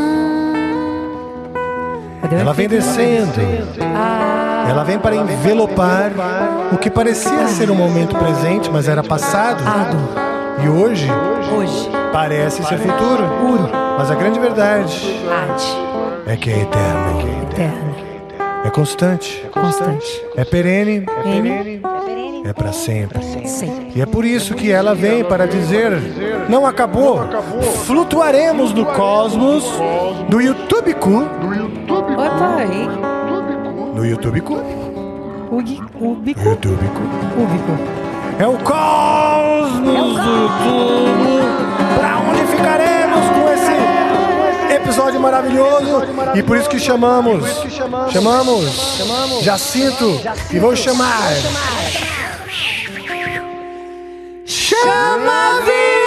Cadê o Ela vem efeito? descendo. Ah, Ela vem para envelopar o que parecia ser um momento presente, mas era passado. Ado. E hoje Hoje. parece ser futuro. Mas a grande verdade Ade. é que é eterno. Eterno. É constante. Constante. É perene. N. É para sempre. Sempre. E é por isso que ela vem para dizer: não acabou. Flutuaremos no cosmos do YouTubecu. Opa, aí. No YouTubecu. Ugi, ubico. YouTubecu. Ubico. É o cosmos do YouTube. Pra onde ficaremos com esse episódio maravilhoso? E por isso que chamamos. Chamamos. Jacinto. E vou chamar. Chama a vida!